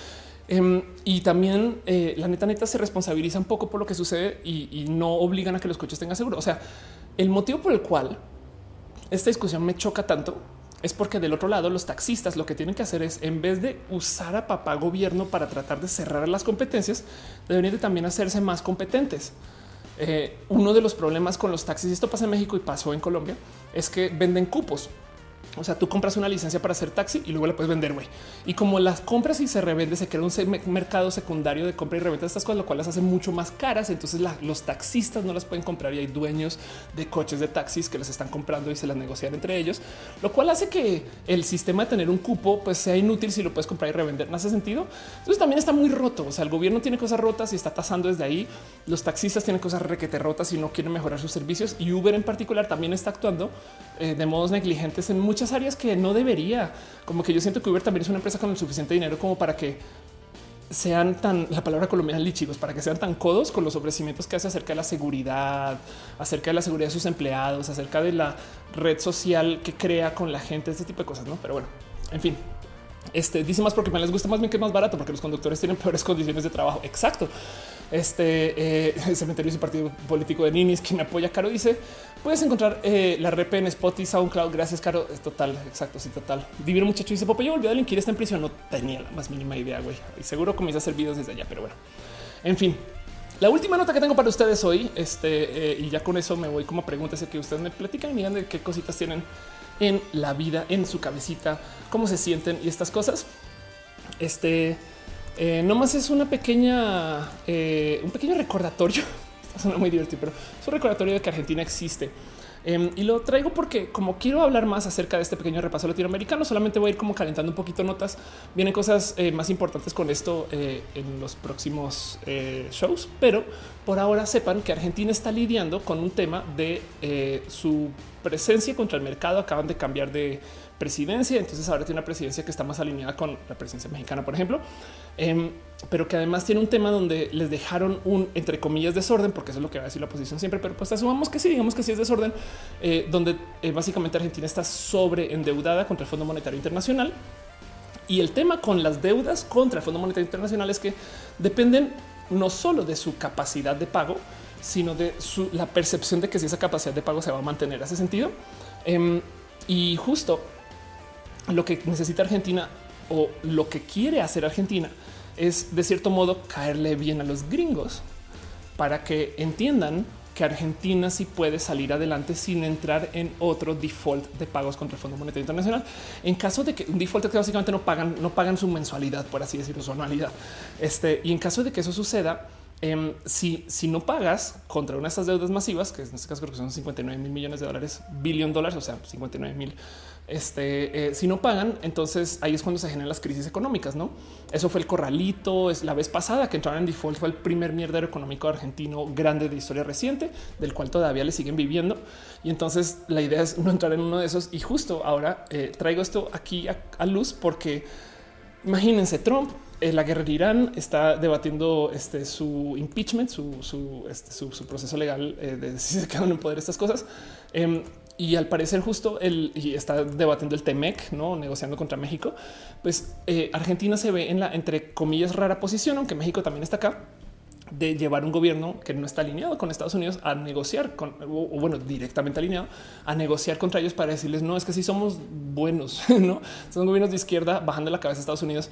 A: Y también la neta se responsabiliza un poco por lo que sucede y no obligan a que los coches tengan seguro. O sea, el motivo por el cual esta discusión me choca tanto es porque del otro lado los taxistas lo que tienen que hacer es, en vez de usar a papá gobierno para tratar de cerrar las competencias, deberían de también hacerse más competentes. Uno de los problemas con los taxis, y esto pasa en México y pasó en Colombia, es que venden cupos. O sea, tú compras una licencia para hacer taxi y luego la puedes vender, güey. Y como las compras y se revende, se crea un mercado secundario de compra y reventa de estas cosas, lo cual las hace mucho más caras. Entonces los taxistas no las pueden comprar y hay dueños de coches de taxis que las están comprando y se las negocian entre ellos, lo cual hace que el sistema de tener un cupo pues sea inútil si lo puedes comprar y revender. ¿No hace sentido? Entonces también está muy roto. O sea, el gobierno tiene cosas rotas y está tasando desde ahí. Los taxistas tienen cosas requete rotas y no quieren mejorar sus servicios. Y Uber en particular también está actuando de modos negligentes en muchas áreas que no debería. Como que yo siento que Uber también es una empresa con el suficiente dinero como para que sean tan, la palabra colombiana, lichigos, para que sean tan codos con los ofrecimientos que hace acerca de la seguridad, acerca de la seguridad de sus empleados, acerca de la red social que crea con la gente, este tipo de cosas, ¿no? Pero bueno, en fin. Dice más porque me les gusta más bien que es más barato, porque los conductores tienen peores condiciones de trabajo. Exacto. Cementerio y partido político de Ninis, que me apoya. Caro dice: puedes encontrar la rep en Spotify, SoundCloud. Gracias, Caro. Es total. Exacto. Sí, total. Divino muchacho dice: Popo, yo volví a delinquir, está en prisión. No tenía la más mínima idea, güey. Y seguro comienza a hacer videos desde allá, pero bueno, en fin. La última nota que tengo para ustedes hoy, y ya con eso me voy como preguntas que ustedes me platican y me digan de qué cositas tienen en la vida, en su cabecita, cómo se sienten y estas cosas. Nomás es una pequeña, un pequeño recordatorio. Suena muy divertido, pero es un recordatorio de que Argentina existe. Y lo traigo porque como quiero hablar más acerca de este pequeño repaso latinoamericano, solamente voy a ir como calentando un poquito notas. Vienen cosas más importantes con esto en los próximos shows, pero por ahora sepan que Argentina está lidiando con un tema de su presencia contra el mercado. Acaban de cambiar de presidencia, entonces ahora tiene una presidencia que está más alineada con la presidencia mexicana, por ejemplo, pero que además tiene un tema donde les dejaron un, entre comillas, desorden, porque eso es lo que va a decir la oposición siempre, pero pues asumamos que sí, digamos que sí es desorden, donde básicamente Argentina está sobreendeudada contra el Fondo Monetario Internacional. Y el tema con las deudas contra el Fondo Monetario Internacional es que dependen no solo de su capacidad de pago, sino de la percepción de que si esa capacidad de pago se va a mantener. ¿Hace sentido? Y justo lo que necesita Argentina o lo que quiere hacer Argentina es de cierto modo caerle bien a los gringos para que entiendan que Argentina sí puede salir adelante sin entrar en otro default de pagos contra el Fondo Monetario Internacional. En caso de que un default es que básicamente no pagan su mensualidad, por así decirlo, su anualidad. Y en caso de que eso suceda, si no pagas contra una de estas deudas masivas, que en este caso creo que son 59 mil millones de dólares, billón dólares, o sea, 59 mil, si no pagan, entonces ahí es cuando se generan las crisis económicas, ¿no? Eso fue el corralito, es la vez pasada que entraron en default, fue el primer mierdero económico argentino grande de historia reciente, del cual todavía le siguen viviendo. Y entonces la idea es no entrar en uno de esos. Y justo ahora traigo esto aquí a luz porque imagínense, Trump, la guerra de Irán, está debatiendo su impeachment, su proceso legal de si se quedan en poder estas cosas. Y al parecer justo y está debatiendo el TEMEC, no negociando contra México. Pues Argentina se ve en la, entre comillas, rara posición, aunque México también está acá, de llevar un gobierno que no está alineado con Estados Unidos a negociar con, o bueno, directamente alineado a negociar contra ellos para decirles no, es que sí somos buenos, no son gobiernos de izquierda bajando la cabeza a Estados Unidos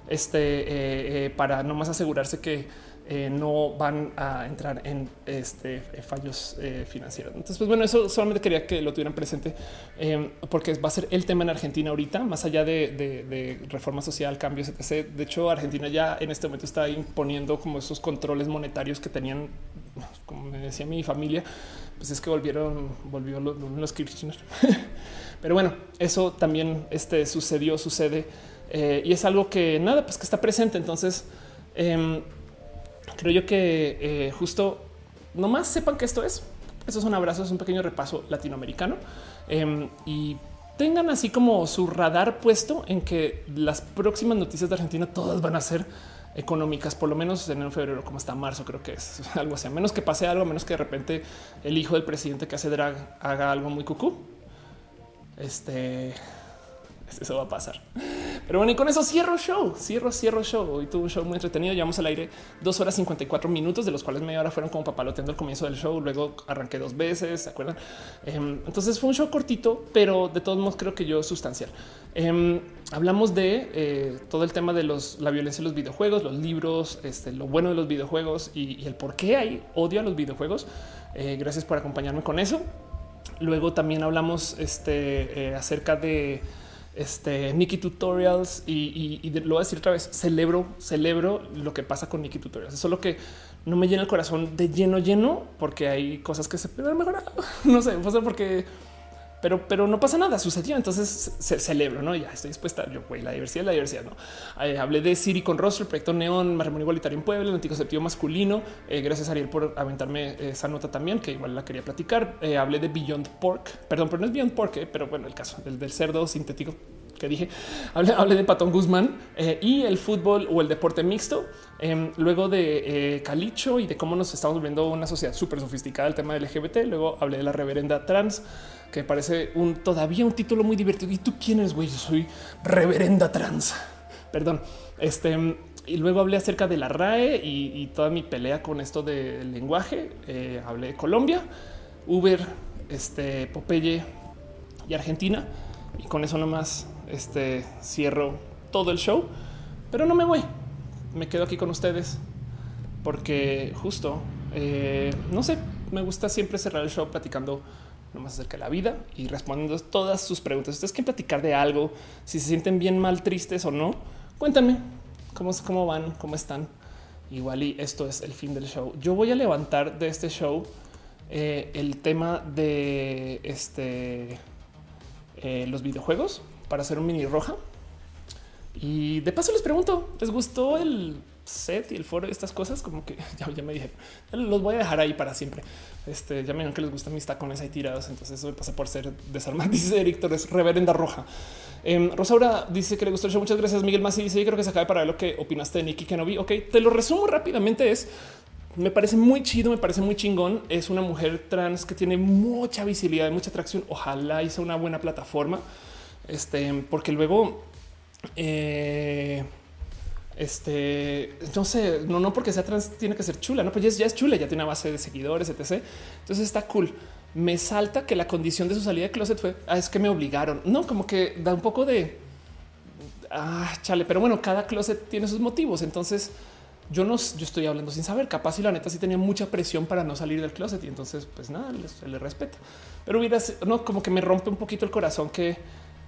A: para no más asegurarse que no van a entrar en fallos financieros. Entonces, pues bueno, eso solamente quería que lo tuvieran presente porque va a ser el tema en Argentina ahorita, más allá de reforma social, cambios, etc. De hecho, Argentina ya en este momento está imponiendo como esos controles monetarios que tenían, como me decía mi familia, pues es que volvió los Kirchner. Pero bueno, eso también sucede y es algo que nada, pues que está presente. Entonces, creo yo que justo nomás sepan que esto es un abrazo, es un pequeño repaso latinoamericano y tengan así como su radar puesto en que las próximas noticias de Argentina todas van a ser económicas, por lo menos en febrero, como hasta marzo, creo que es algo así, a menos que pase algo, a menos que de repente el hijo del presidente que hace drag haga algo muy cucú. Eso va a pasar. Pero bueno, y con eso cierro show. Hoy tuve un show muy entretenido. Llevamos al aire 2 horas 54 minutos, de los cuales media hora fueron como papaloteando el comienzo del show. Luego arranqué 2 veces, ¿se acuerdan? Entonces fue un show cortito, pero de todos modos creo que yo sustancial. Hablamos de todo el tema de la violencia en los videojuegos, los libros, lo bueno de los videojuegos y el por qué hay odio a los videojuegos. Gracias por acompañarme con eso. Luego también hablamos acerca de Nikki Tutorials y lo voy a decir otra vez, celebro lo que pasa con Nikki Tutorials. Es solo que no me llena el corazón de lleno porque hay cosas que se pueden mejorar. No sé, porque pero no pasa nada, sucedió. Entonces celebro, no? Ya estoy dispuesta. Yo, güey, la diversidad, no. Hablé de Siri con rostro, el proyecto Neón, matrimonio igualitario en Puebla, el anticonceptivo masculino. Gracias, Ariel, por aventarme esa nota también, que igual la quería platicar. Hablé de Beyond Pork, perdón, pero no es Beyond Pork, pero bueno, el caso del cerdo sintético que dije. Hablé de Patón Guzmán y el fútbol o el deporte mixto. Luego de Calicho y de cómo nos estamos volviendo una sociedad súper sofisticada, el tema del LGBT. Luego hablé de la reverenda trans, que parece todavía un título muy divertido. ¿Y tú quién eres, güey? Yo soy reverenda trans. Perdón. Y luego hablé acerca de la RAE y toda mi pelea con esto del lenguaje. Hablé de Colombia, Uber, Popeye y Argentina. Y con eso nomás cierro todo el show, pero no me voy. Me quedo aquí con ustedes porque justo, no sé, me gusta siempre cerrar el show platicando nomás acerca de la vida y respondiendo todas sus preguntas. Ustedes quieren platicar de algo, si se sienten bien, mal, tristes o no, cuéntame cómo van, cómo están. Igual y esto es el fin del show. Yo voy a levantar de este show el tema de los videojuegos para hacer un mini roja. Y de paso les pregunto, ¿les gustó el set y el foro y estas cosas? Como que ya me dije, los voy a dejar ahí para siempre. Ya me dijeron que les gustan mis tacones ahí tirados, entonces eso me pasa por ser desarmado. Dice Héctor, es reverenda roja. Rosaura dice que le gustó el show. Muchas gracias. Miguel Masi dice: yo creo que se acabe para ver lo que opinaste de Nikki que no vi. Ok, te lo resumo rápidamente. Me parece muy chido, me parece muy chingón. Es una mujer trans que tiene mucha visibilidad, mucha atracción. Ojalá hice una buena plataforma, porque luego no sé, no porque sea trans tiene que ser chula, no, pues ya es chula, ya tiene una base de seguidores, etc. Entonces está cool. Me salta que la condición de su salida de closet fue es que me obligaron. No, como que da un poco de chale, pero bueno, cada closet tiene sus motivos. Entonces yo estoy hablando sin saber, capaz y la neta sí tenía mucha presión para no salir del closet y entonces pues nada, le respeto. Pero no, como que me rompe un poquito el corazón que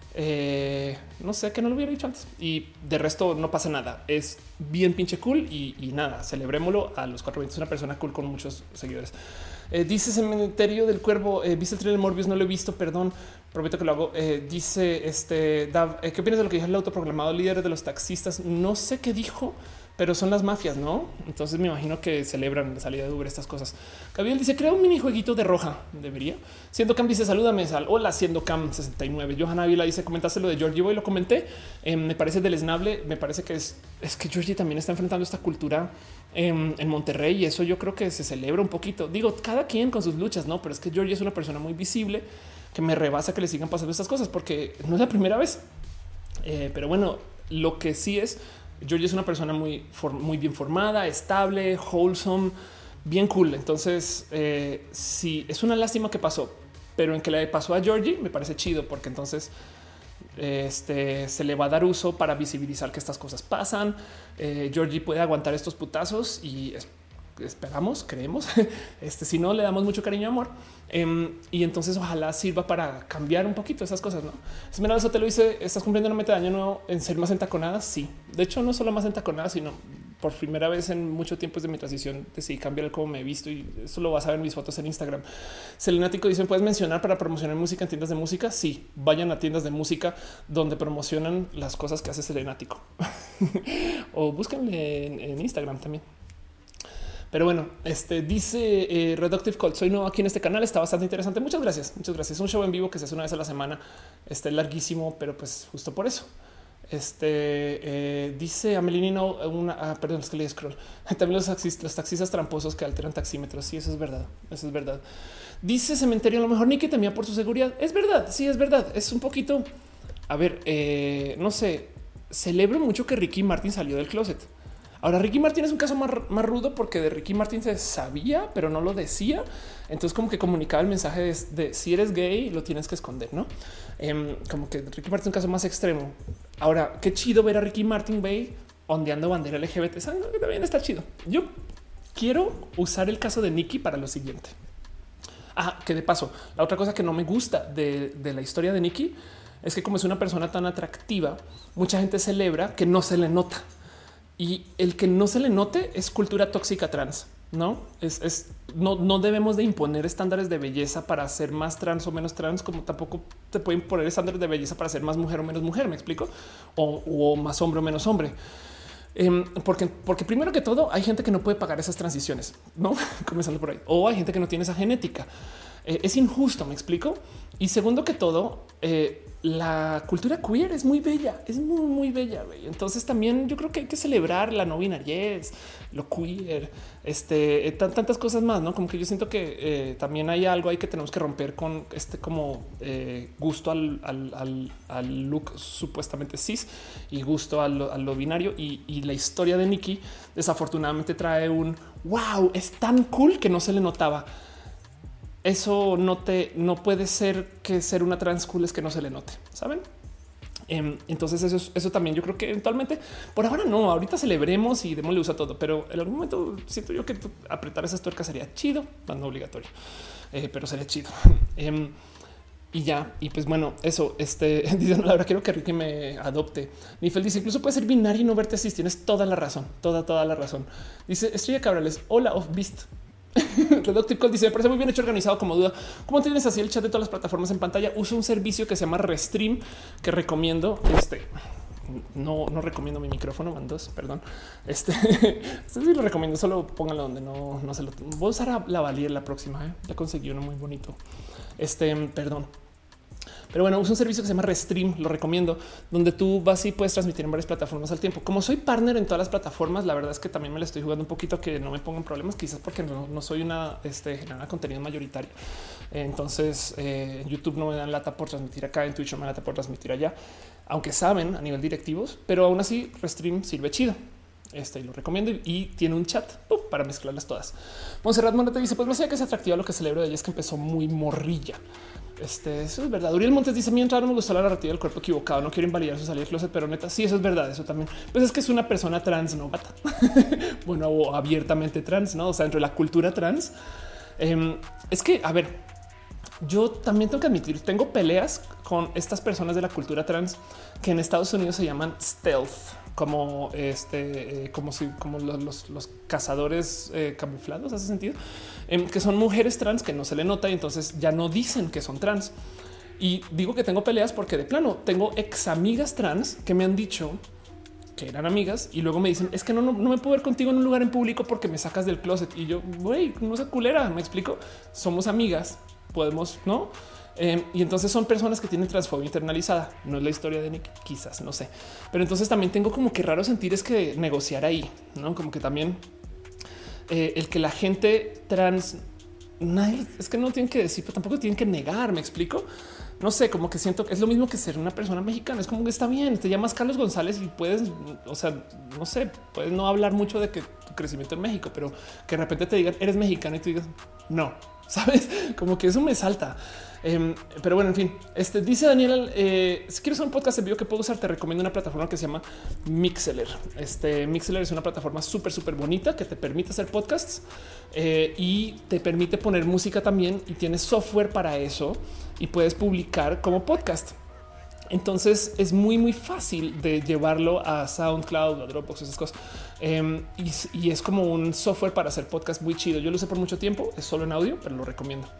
A: no sé, que no lo hubiera dicho antes y de resto no pasa nada. Es bien pinche cool y nada, celebrémoslo a los 420. Es una persona cool con muchos seguidores. Dice Cementerio del Cuervo, ¿viste el trailer de Morbius? No lo he visto, perdón, prometo que lo hago. Dice Dav, ¿qué opinas de lo que dijo el autoproclamado líder de los taxistas? No sé qué dijo, pero son las mafias, ¿no? Entonces me imagino que celebran la salida de Uber, estas cosas. Gabriel dice: crea un minijueguito de roja. Debería. Siendo Cam dice: salúdame, hola, siendo Cam 69. Johanna Ávila dice: comentaste lo de Georgie Boy, lo comenté. Me parece deleznable. Me parece que es que Georgie también está enfrentando esta cultura en Monterrey y eso yo creo que se celebra un poquito. Digo, cada quien con sus luchas, no, pero es que Georgie es una persona muy visible que me rebasa que le sigan pasando estas cosas porque no es la primera vez. Pero bueno, lo que sí es, Georgie es una persona muy bien formada, estable, wholesome, bien cool. Entonces, sí, es una lástima que pasó, pero en que le pasó a Georgie me parece chido porque entonces se le va a dar uso para visibilizar que estas cosas pasan. Georgie puede aguantar estos putazos y esperamos, creemos. Si no, le damos mucho cariño y amor. Y entonces ojalá sirva para cambiar un poquito esas cosas, ¿no? Esmeralda Sotelo dice: ¿estás cumpliendo una meta de año nuevo en ser más entaconada? Sí. De hecho, no solo más entaconada, sino por primera vez en mucho tiempo de mi transición decidí cambiar el cómo me he visto y eso lo vas a ver en mis fotos en Instagram. Selenático dice: ¿puedes mencionar para promocionar música en tiendas de música? Sí, vayan a tiendas de música donde promocionan las cosas que hace Selenático o búsquenle en Instagram también. Pero bueno, dice Reductive Cult: soy nuevo aquí en este canal, está bastante interesante. Muchas gracias, muchas gracias. Es un show en vivo que se hace una vez a la semana. Larguísimo, pero pues justo por eso. Dice Amelinino, perdón, es que le scroll. También los taxistas tramposos que alteran taxímetros. Sí, eso es verdad. Eso es verdad. Dice Cementerio: a lo mejor Nikki temía por su seguridad. Es verdad. Sí, es verdad. Es un poquito. A ver, no sé. Celebro mucho que Ricky Martin salió del closet. Ahora, Ricky Martin es un caso más rudo porque de Ricky Martin se sabía, pero no lo decía. Entonces, como que comunicaba el mensaje de si eres gay, lo tienes que esconder, no? Como que Ricky Martin es un caso más extremo. Ahora, qué chido ver a Ricky Martin Bay ondeando bandera LGBT. ¿Saben? Que también está chido. Yo quiero usar el caso de Nikki para lo siguiente. Que de paso, la otra cosa que no me gusta de la historia de Nikki es que como es una persona tan atractiva, mucha gente celebra que no se le nota. Y el que no se le note es cultura tóxica trans. No no debemos de imponer estándares de belleza para ser más trans o menos trans, como tampoco te pueden poner estándares de belleza para ser más mujer o menos mujer. Me explico, o más hombre o menos hombre. Porque primero que todo hay gente que no puede pagar esas transiciones, no comenzando por ahí, o hay gente que no tiene esa genética. Es injusto, me explico. Y segundo que todo, la cultura queer es muy bella, es muy, muy bella. Wey. Entonces también yo creo que hay que celebrar la no binariez, lo queer, tantas cosas más, no? Como que yo siento que también hay algo ahí que tenemos que romper con como gusto al look supuestamente cis y gusto a lo binario. Y la historia de Nicki desafortunadamente trae un wow, es tan cool que no se le notaba. Eso no puede ser que ser una trans cool es que no se le note, ¿saben? Entonces eso también yo creo que eventualmente, por ahora no, ahorita celebremos y démosle uso a todo, pero en algún momento siento yo que apretar esas tuercas sería chido, no obligatorio, pero sería chido. Y ya, y pues bueno, eso, dicen, la verdad quiero que Ricky me adopte. Nifel dice, incluso puede ser binario y no verte así, tienes toda la razón, toda la razón. Dice Estrella Cabrales, hola of Beast. Reductive Call dice, me parece muy bien hecho, organizado como duda. ¿Cómo tienes así el chat de todas las plataformas en pantalla? Uso un servicio que se llama Restream, que recomiendo. No recomiendo mi micrófono, van dos, perdón. Sí lo recomiendo, solo pónganlo donde no se lo... Voy a usar la Valier la próxima, ya conseguí uno muy bonito. Perdón. Pero bueno, uso un servicio que se llama Restream, lo recomiendo, donde tú vas y puedes transmitir en varias plataformas al tiempo. Como soy partner en todas las plataformas, la verdad es que también me la estoy jugando un poquito a que no me pongan problemas, quizás porque no soy una generadora de contenido mayoritario. Entonces, en YouTube no me dan lata por transmitir acá, en Twitch no me dan lata por transmitir allá, aunque saben a nivel directivos, pero aún así Restream sirve chido. Y lo recomiendo y tiene un chat para mezclarlas todas. Monserrat Monete dice, pues no sé que es atractiva, lo que celebro de ella es que empezó muy morrilla. Eso es verdad. Uriel Montes dice, a mí no me gustó la narrativa del cuerpo equivocado, no quiero invalidar su salida del closet, pero neta, sí, eso es verdad. Eso también, pues es que es una persona trans, no bata. Bueno, o abiertamente trans, no? O sea, dentro de la cultura trans, es que, a ver, yo también tengo que admitir, tengo peleas con estas personas de la cultura trans que en Estados Unidos se llaman stealth, como como los cazadores camuflados, hace sentido, que son mujeres trans que no se le nota y entonces ya no dicen que son trans. Y digo que tengo peleas porque de plano tengo ex amigas trans que me han dicho que eran amigas y luego me dicen es que no me puedo ver contigo en un lugar en público porque me sacas del closet. Y yo, güey, no sé, culera, me explico. Somos amigas, podemos, no? Y entonces son personas que tienen transfobia internalizada. No es la historia de Nick, quizás, no sé. Pero entonces también tengo como que raro sentir es que negociar ahí, no? Como que también el que la gente trans es que no tienen que decir, pero tampoco tienen que negar. Me explico. No sé, como que siento que es lo mismo que ser una persona mexicana. Es como que está bien, te llamas Carlos González y puedes, o sea, no sé, puedes no hablar mucho de que tu crecimiento en México, pero que de repente te digan eres mexicano y tú digas no, sabes, como que eso me salta. Pero bueno, en fin, dice Daniel, si quieres un podcast en vivo que puedo usar, te recomiendo una plataforma que se llama Mixler. Mixler es una plataforma súper bonita que te permite hacer podcasts y te permite poner música también y tienes software para eso y puedes publicar como podcast. Entonces es muy fácil de llevarlo a SoundCloud, a Dropbox, esas cosas. Y es como un software para hacer podcast muy chido. Yo lo usé por mucho tiempo, es solo en audio, pero lo recomiendo.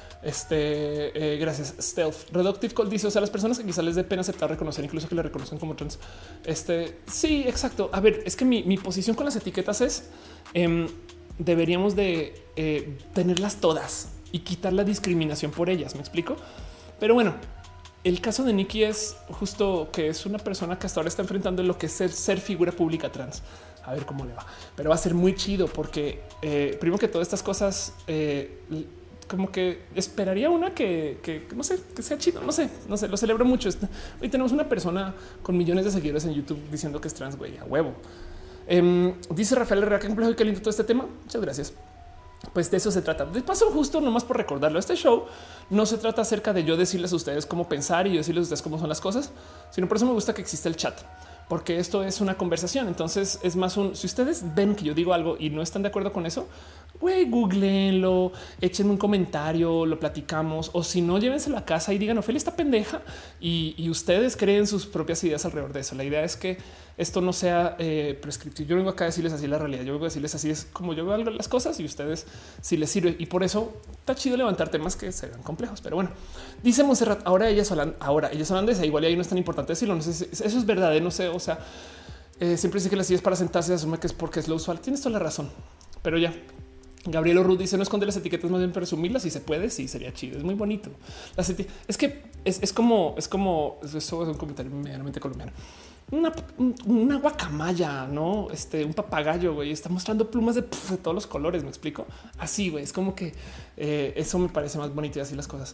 A: Gracias. Stealth Reductive Call dice, o sea, las personas que quizás les dé pena aceptar, reconocer, incluso que le reconocen como trans. Sí, exacto. A ver, es que mi posición con las etiquetas es deberíamos de tenerlas todas y quitar la discriminación por ellas. Me explico. Pero bueno, el caso de Nicki es justo que es una persona que hasta ahora está enfrentando lo que es ser figura pública trans. A ver cómo le va, pero va a ser muy chido porque primero que todas estas cosas, como que esperaría una que no sé, que sea chido. No sé, lo celebro mucho. Hoy tenemos una persona con millones de seguidores en YouTube diciendo que es trans, güey, a huevo. Dice Rafael Herrera, qué complejo y qué lindo todo este tema. Muchas gracias. Pues de eso se trata. De paso, justo nomás por recordarlo, este show no se trata acerca de yo decirles a ustedes cómo pensar y yo decirles a ustedes cómo son las cosas, sino por eso me gusta que exista el chat, porque esto es una conversación. Entonces es más si ustedes ven que yo digo algo y no están de acuerdo con eso, güey, googleenlo, échenme un comentario, lo platicamos, o si no, llévenselo a casa y digan, Ophelia está pendeja y ustedes creen sus propias ideas alrededor de eso. La idea es que esto no sea prescriptivo. Yo vengo acá a decirles así la realidad. Yo vengo a decirles así es como yo veo las cosas y ustedes si les sirve. Y por eso está chido levantar temas que se vean complejos. Pero bueno, dice Monserrat, ahora ellas holandesa, igual y ahí no es tan importante decirlo. No sé si eso es verdad, no sé. O sea, siempre dice que las sillas para sentarse se asume que es porque es lo usual. Tienes toda la razón, pero ya. Gabriel Ruth dice no esconde las etiquetas, más bien presumirlas si se puede. Sí, sería chido. Es muy bonito. Es que es como eso es un comentario medianamente colombiano. Una guacamaya, no un papagayo, güey, está mostrando plumas de todos los colores. Me explico así, güey. Es como que eso me parece más bonito y así las cosas.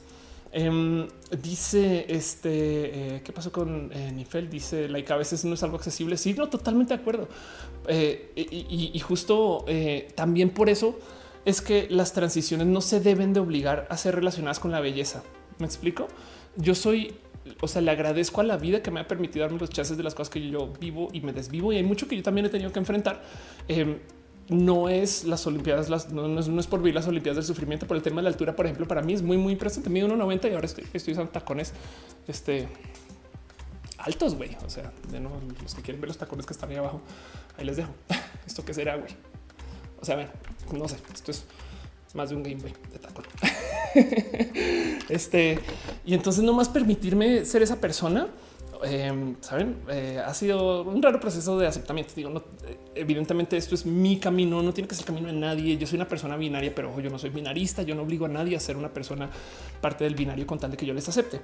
A: Dice ¿qué pasó con Nifel? Dice like a veces no es algo accesible. Sí, no, totalmente de acuerdo. Y justo también por eso es que las transiciones no se deben de obligar a ser relacionadas con la belleza. Me explico. Yo soy, o sea, le agradezco a la vida que me ha permitido darme los chances de las cosas que yo vivo y me desvivo. Y hay mucho que yo también he tenido que enfrentar. No es las Olimpiadas, no es por vivir las Olimpiadas del sufrimiento, por el tema de la altura, por ejemplo, para mí es muy, muy presente. Mido 1.90 y ahora estoy usando tacones altos, güey. O sea, de nuevo, los que quieren ver los tacones que están ahí abajo, ahí les dejo. ¿Esto qué será, güey? O sea, ven, no sé, esto es más de un Game Boy de tacón. Y entonces no más permitirme ser esa persona. Saben, ha sido un raro proceso de aceptamiento. Digo, no, evidentemente esto es mi camino, no tiene que ser el camino de nadie. Yo soy una persona binaria, pero ojo, yo no soy binarista. Yo no obligo a nadie a ser una persona parte del binario con tal de que yo les acepte.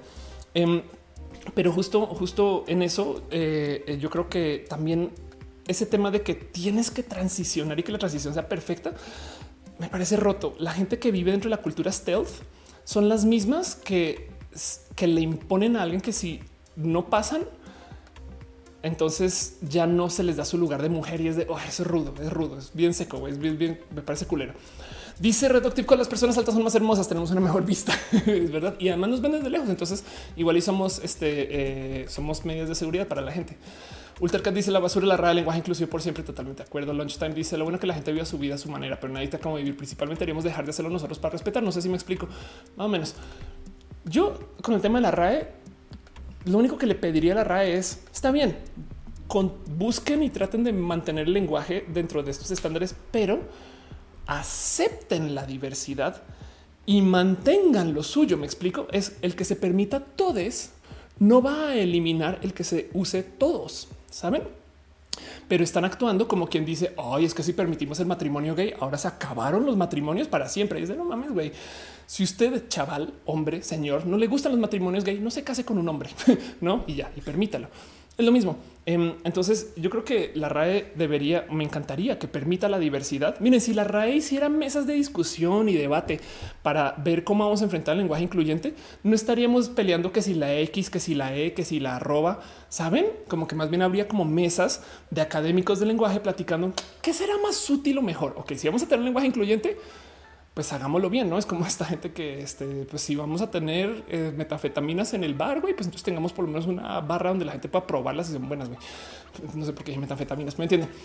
A: Pero justo en eso, yo creo que también ese tema de que tienes que transicionar y que la transición sea perfecta me parece roto. La gente que vive dentro de la cultura stealth son las mismas que le imponen a alguien que si no pasan, entonces ya no se les da su lugar de mujer y es de eso es rudo, es bien seco, es bien, me parece culero. Dice Reductive que las personas altas son más hermosas, tenemos una mejor vista, es verdad. Y además nos ven desde lejos. Entonces igual y somos somos medidas de seguridad para la gente. Ultracat dice la basura, la raya, lenguaje inclusivo por siempre. Totalmente de acuerdo. Lunchtime dice lo bueno que la gente viva su vida a su manera, pero nadie está como vivir. Principalmente deberíamos dejar de hacerlo nosotros para respetar. No sé si me explico más o menos. Yo con el tema de la RAE, lo único que le pediría a la RAE es está bien, busquen y traten de mantener el lenguaje dentro de estos estándares, pero acepten la diversidad y mantengan lo suyo. Me explico. Es el que se permita todes, no va a eliminar el que se use todos, saben? Pero están actuando como quien dice ay, es que si permitimos el matrimonio gay, ahora se acabaron los matrimonios para siempre. Y dice no mames, güey. Si usted, chaval, hombre, señor, no le gustan los matrimonios gay, no se case con un hombre, no? Y ya, y permítalo. Es lo mismo. Entonces yo creo que la RAE me encantaría que permita la diversidad. Miren, si la RAE hiciera mesas de discusión y debate para ver cómo vamos a enfrentar el lenguaje incluyente, no estaríamos peleando que si la X, que si la E, que si la arroba, saben, como que más bien habría como mesas de académicos del lenguaje platicando qué será más útil o mejor. Ok, si vamos a tener un lenguaje incluyente, pues hagámoslo bien, ¿no? Es como esta gente que, pues si vamos a tener metanfetaminas en el bar, güey, pues entonces tengamos por lo menos una barra donde la gente pueda probarlas y son buenas, güey. No sé por qué hay metanfetaminas, ¿me entienden?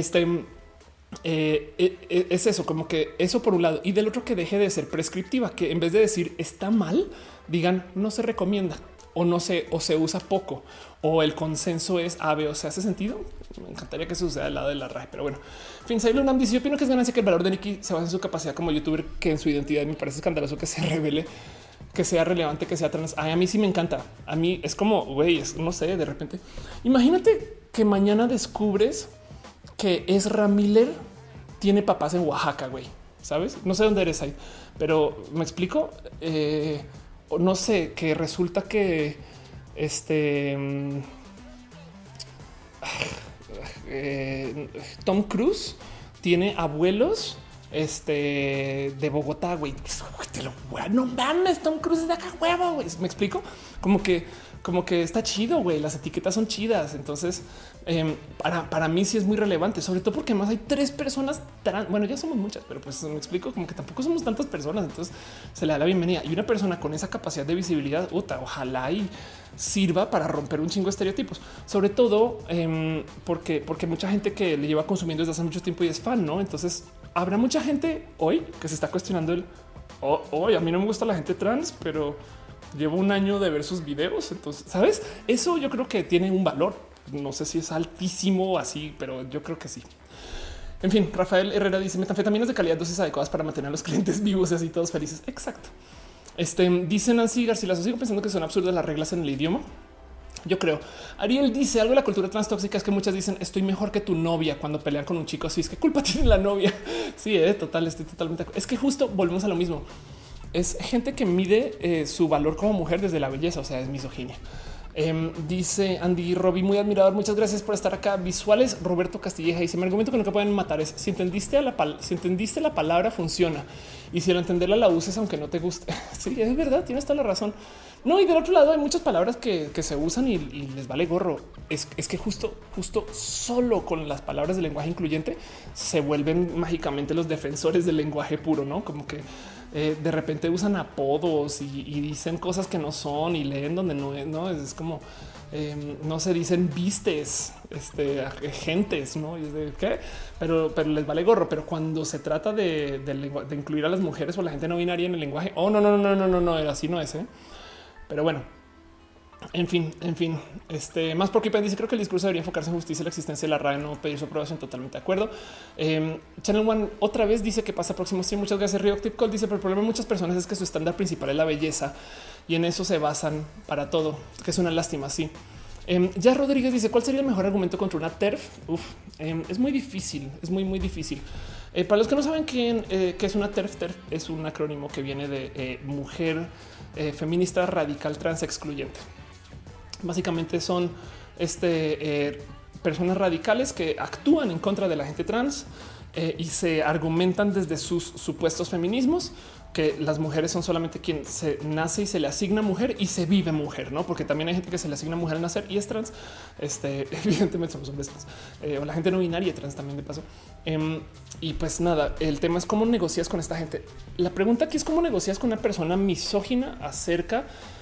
A: Es eso, como que eso por un lado. Y del otro que deje de ser prescriptiva, que en vez de decir está mal, digan no se recomienda o no se usa poco o el consenso es A, B, o sea, ¿hace sentido? Me encantaría que eso suceda al lado de la RAE, pero bueno. En fin, Sailor Nam dice yo opino que es ganancia que el valor de Nikki se basa en su capacidad como youtuber, que en su identidad. Me parece escandaloso que se revele, que sea relevante, que sea trans. Ay, a mí sí me encanta. A mí es como, güey, no sé, de repente. Imagínate que mañana descubres que Ezra Miller tiene papás en Oaxaca, güey. ¿Sabes? No sé dónde eres ahí, pero me explico. No sé, que resulta que Tom Cruise tiene abuelos de Bogotá, güey. No mames, Tom Cruise es de acá, huevo, güey. Me explico como que está chido, güey. Las etiquetas son chidas. Entonces, para mí sí es muy relevante, sobre todo porque más hay 3 personas trans. Bueno, ya somos muchas, pero pues me explico como que tampoco somos tantas personas. Entonces se le da la bienvenida y una persona con esa capacidad de visibilidad, ojalá y sirva para romper un chingo de estereotipos, sobre todo porque mucha gente que le lleva consumiendo desde hace mucho tiempo y es fan, no? Entonces habrá mucha gente hoy que se está cuestionando a mí no me gusta la gente trans, pero llevo un año de ver sus videos. Entonces, sabes, eso yo creo que tiene un valor. No sé si es altísimo o así, pero yo creo que sí. En fin, Rafael Herrera dice metanfetaminas de calidad, dosis adecuadas para mantener a los clientes vivos y así todos felices. Exacto. Dice Nancy Garcilaso, sigo pensando que son absurdas las reglas en el idioma. Yo creo. Ariel dice algo de la cultura trans tóxica es que muchas dicen estoy mejor que tu novia cuando pelean con un chico. Así es que culpa tiene la novia. Sí, total. Estoy totalmente. Es que justo volvemos a lo mismo. Es gente que mide su valor como mujer desde la belleza. O sea, es misoginia. Dice Andy Robbie, muy admirador. Muchas gracias por estar acá. Visuales. Roberto Castilleja dice: mi argumento que nunca pueden matar es si entendiste la palabra funciona y si al entenderla la uses aunque no te guste. Sí, es verdad. Tienes toda la razón. No, y del otro lado hay muchas palabras que se usan y les vale gorro. Es que justo solo con las palabras del lenguaje incluyente se vuelven mágicamente los defensores del lenguaje puro, no como que de repente usan apodos y dicen cosas que no son y leen donde no es, no es como no se dicen vistes, gentes, no? Y es de qué, pero les vale gorro. Pero cuando se trata de incluir a las mujeres o la gente no binaria en el lenguaje, oh, no, así no es. Pero bueno, en fin, más porque dice creo que el discurso debería enfocarse en justicia, la existencia de la RAE, no pedir su aprobación. Totalmente de acuerdo. Channel One otra vez dice que pasa próximo stream. Muchas gracias. Rio Tip Call dice pero el problema de muchas personas es que su estándar principal es la belleza y en eso se basan para todo, que es una lástima. Sí. Ya Rodríguez dice cuál sería el mejor argumento contra una TERF. Es muy difícil, es muy difícil. Para los que no saben qué es una TERF, TERF es un acrónimo que viene de mujer feminista radical trans excluyente. Básicamente son personas radicales que actúan en contra de la gente trans y se argumentan desde sus supuestos feminismos que las mujeres son solamente quien se nace y se le asigna mujer y se vive mujer, no? Porque también hay gente que se le asigna mujer al nacer y es trans. Evidentemente somos hombres trans o la gente no binaria trans también de paso. Y pues nada, el tema es cómo negocias con esta gente. La pregunta aquí es cómo negocias con una persona misógina acerca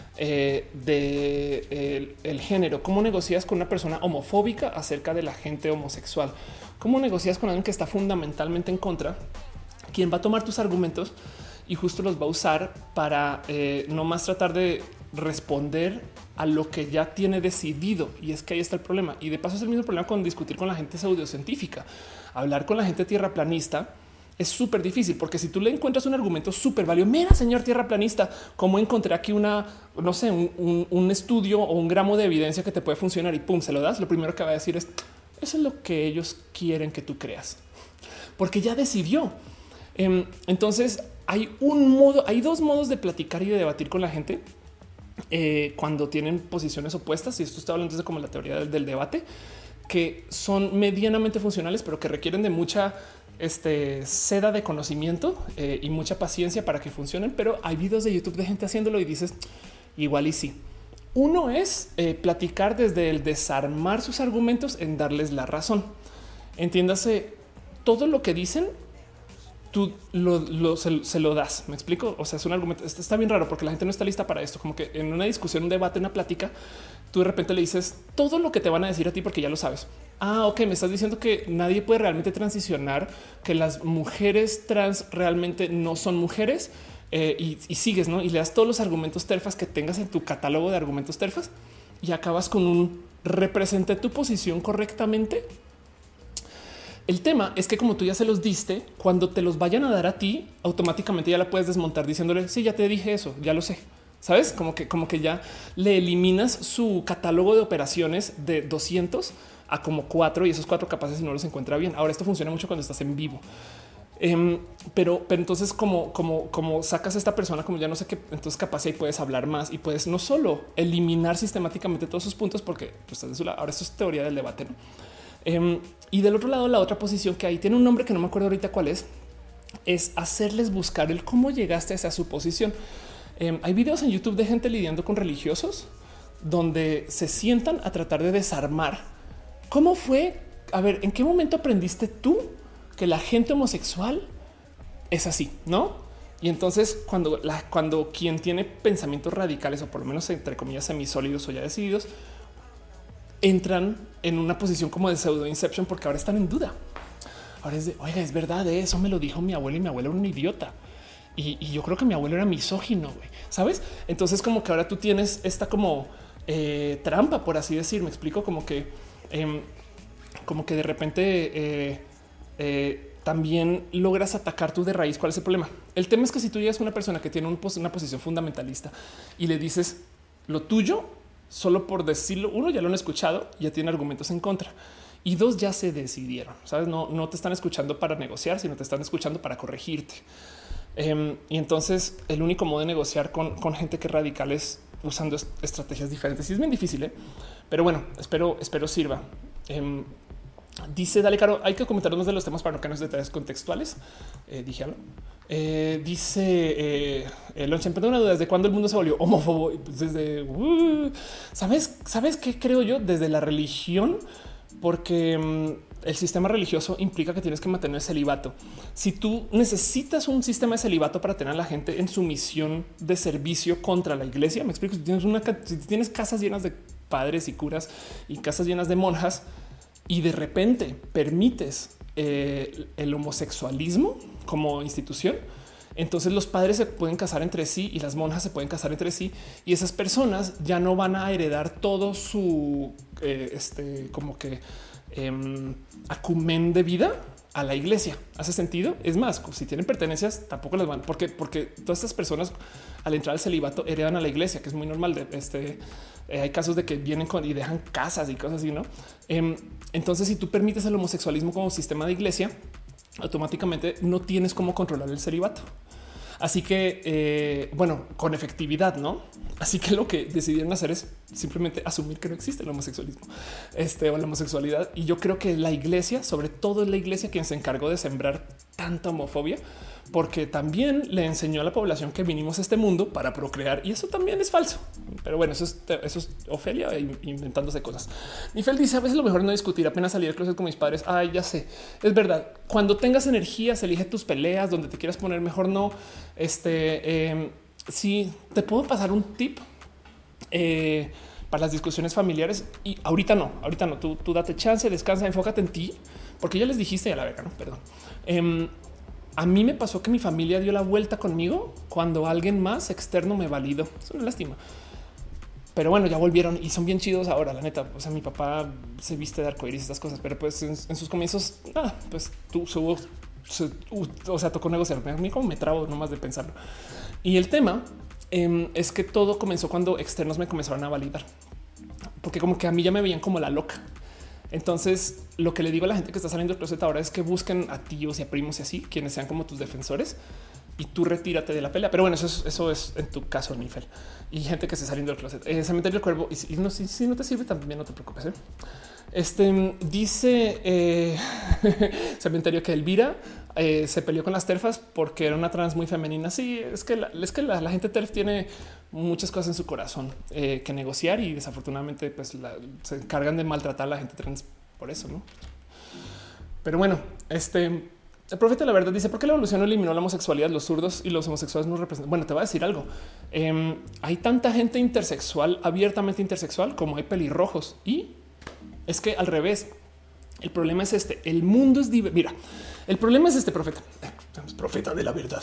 A: de el género. ¿Cómo negocias con una persona homofóbica acerca de la gente homosexual? ¿Cómo negocias con alguien que está fundamentalmente en contra? ¿Quién va a tomar tus argumentos y justo los va a usar para no más tratar de responder a lo que ya tiene decidido? Y es que ahí está el problema. Y de paso es el mismo problema con discutir con la gente pseudocientífica. Hablar con la gente tierraplanista es súper difícil porque si tú le encuentras un argumento súper válido, mira, señor tierraplanista, cómo encontré aquí un estudio o un gramo de evidencia que te puede funcionar y pum, se lo das. Lo primero que va a decir es eso es lo que ellos quieren que tú creas, porque ya decidió. Entonces hay dos modos de platicar y de debatir con la gente cuando tienen posiciones opuestas. Y esto está hablando de como la teoría del debate, que son medianamente funcionales, pero que requieren de mucha seda de conocimiento y mucha paciencia para que funcionen. Pero hay videos de YouTube de gente haciéndolo y dices igual y sí. Uno es platicar desde el desarmar sus argumentos en darles la razón. Entiéndase, todo lo que dicen tú se lo das. ¿Me explico? O sea, es un argumento. Está bien raro porque la gente no está lista para esto. Como que en una discusión, un debate, una plática, tú de repente le dices todo lo que te van a decir a ti porque ya lo sabes. Ah, ok, me estás diciendo que nadie puede realmente transicionar, que las mujeres trans realmente no son mujeres y sigues, ¿no? Y le das todos los argumentos terfas que tengas en tu catálogo de argumentos terfas y acabas con un representé tu posición correctamente. El tema es que como tú ya se los diste, cuando te los vayan a dar a ti, automáticamente ya la puedes desmontar diciéndole sí, ya te dije eso, ya lo sé. Sabes como que ya le eliminas su catálogo de operaciones de 200 a como 4 y esos 4 capaces si no los encuentra bien. Ahora esto funciona mucho cuando estás en vivo. Pero entonces como sacas a esta persona como ya no sé qué, entonces capaz ahí puedes hablar más y puedes no solo eliminar sistemáticamente todos sus puntos porque tú estás de su lado. Ahora esto es teoría del debate, ¿no? Y del otro lado, la otra posición que hay tiene un nombre que no me acuerdo ahorita cuál es hacerles buscar el cómo llegaste a esa suposición. Hay videos en YouTube de gente lidiando con religiosos donde se sientan a tratar de desarmar cómo fue. A ver, ¿en qué momento aprendiste tú que la gente homosexual es así? No? Y entonces cuando quien tiene pensamientos radicales o por lo menos entre comillas semisólidos o ya decididos entran en una posición como de pseudo inception porque ahora están en duda. Ahora es de oiga, es verdad, eso me lo dijo mi abuelo y mi abuelo era un idiota. Y yo creo que mi abuelo era misógino, güey, ¿sabes? Entonces como que ahora tú tienes esta como trampa, por así decir. Me explico como que de repente también logras atacar tú de raíz. ¿Cuál es el problema? El tema es que si tú llegas a una persona que tiene una posición fundamentalista y le dices lo tuyo solo por decirlo. Uno, ya lo han escuchado, ya tiene argumentos en contra. Y dos, ya se decidieron. Sabes, no te están escuchando para negociar, sino te están escuchando para corregirte. Y entonces el único modo de negociar con gente que es radical es usando estrategias diferentes. Y es bien difícil, pero bueno, espero sirva. Dice Dale Caro, hay que comentar unos de los temas para no caernos detalles contextuales. Dije algo. Dice Lonchen, tengo una duda, ¿desde cuándo el mundo se volvió homófobo? Pues desde ¿sabes qué creo yo? Desde la religión, porque el sistema religioso implica que tienes que mantener el celibato. Si tú necesitas un sistema de celibato para tener a la gente en sumisión de servicio contra la iglesia, me explico. Si tienes casas llenas de padres y curas y casas llenas de monjas y de repente permites el homosexualismo como institución, entonces los padres se pueden casar entre sí y las monjas se pueden casar entre sí, y esas personas ya no van a heredar todo su como que acumen de vida a la iglesia. ¿Hace sentido? Es más, si tienen pertenencias, tampoco las van, porque todas estas personas al entrar al celibato heredan a la iglesia, que es muy normal. Hay casos de que vienen y dejan casas y cosas así, ¿no? Entonces, si tú permites el homosexualismo como sistema de iglesia, automáticamente no tienes cómo controlar el celibato. Así que, bueno, con efectividad, ¿no? Así que lo que decidieron hacer es simplemente asumir que no existe el homosexualismo o la homosexualidad. Y yo creo que la iglesia, sobre todo es la iglesia quien se encargó de sembrar tanta homofobia, porque también le enseñó a la población que vinimos a este mundo para procrear, y eso también es falso. Pero bueno, eso es Ofelia inventándose cosas. Nifel dice, a veces lo mejor es no discutir, apenas salir del closet con mis padres. Ay, ya sé, es verdad. Cuando tengas energías, elige tus peleas, donde te quieras poner, mejor no. Sí, te puedo pasar un tip para las discusiones familiares, y ahorita no, tú date chance, descansa, enfócate en ti, porque ya les dijiste a la verga, no, perdón. A mí me pasó que mi familia dio la vuelta conmigo cuando alguien más externo me validó. Es una lástima. Pero bueno, ya volvieron y son bien chidos ahora, la neta. O sea, mi papá se viste de arcoíris y estas cosas, pero pues en sus comienzos, pues tocó negociar. A mí como me trabo nomás de pensarlo. Y el tema es que todo comenzó cuando externos me comenzaron a validar, porque como que a mí ya me veían como la loca. Entonces, lo que le digo a la gente que está saliendo del closet ahora es que busquen a tíos y a primos y así, quienes sean como tus defensores, y tú retírate de la pelea. Pero bueno, eso es en tu caso, Nifel, y gente que esté saliendo del closet. Cementerio del Cuervo, y si no te sirve, también no te preocupes. Dice Cementerio que Elvira se peleó con las terfas porque era una trans muy femenina. Sí, es que la gente terf tiene muchas cosas en su corazón que negociar, y desafortunadamente pues se encargan de maltratar a la gente trans por eso, ¿no? Pero bueno, el profeta de la verdad dice, ¿por qué la evolución no eliminó la homosexualidad? Los zurdos y los homosexuales no representan. Bueno, te voy a decir algo. Hay tanta gente intersexual, abiertamente intersexual, como hay pelirrojos, y es que al revés. El problema es el mundo es diverso. Mira, el problema es profeta. Profeta de la verdad.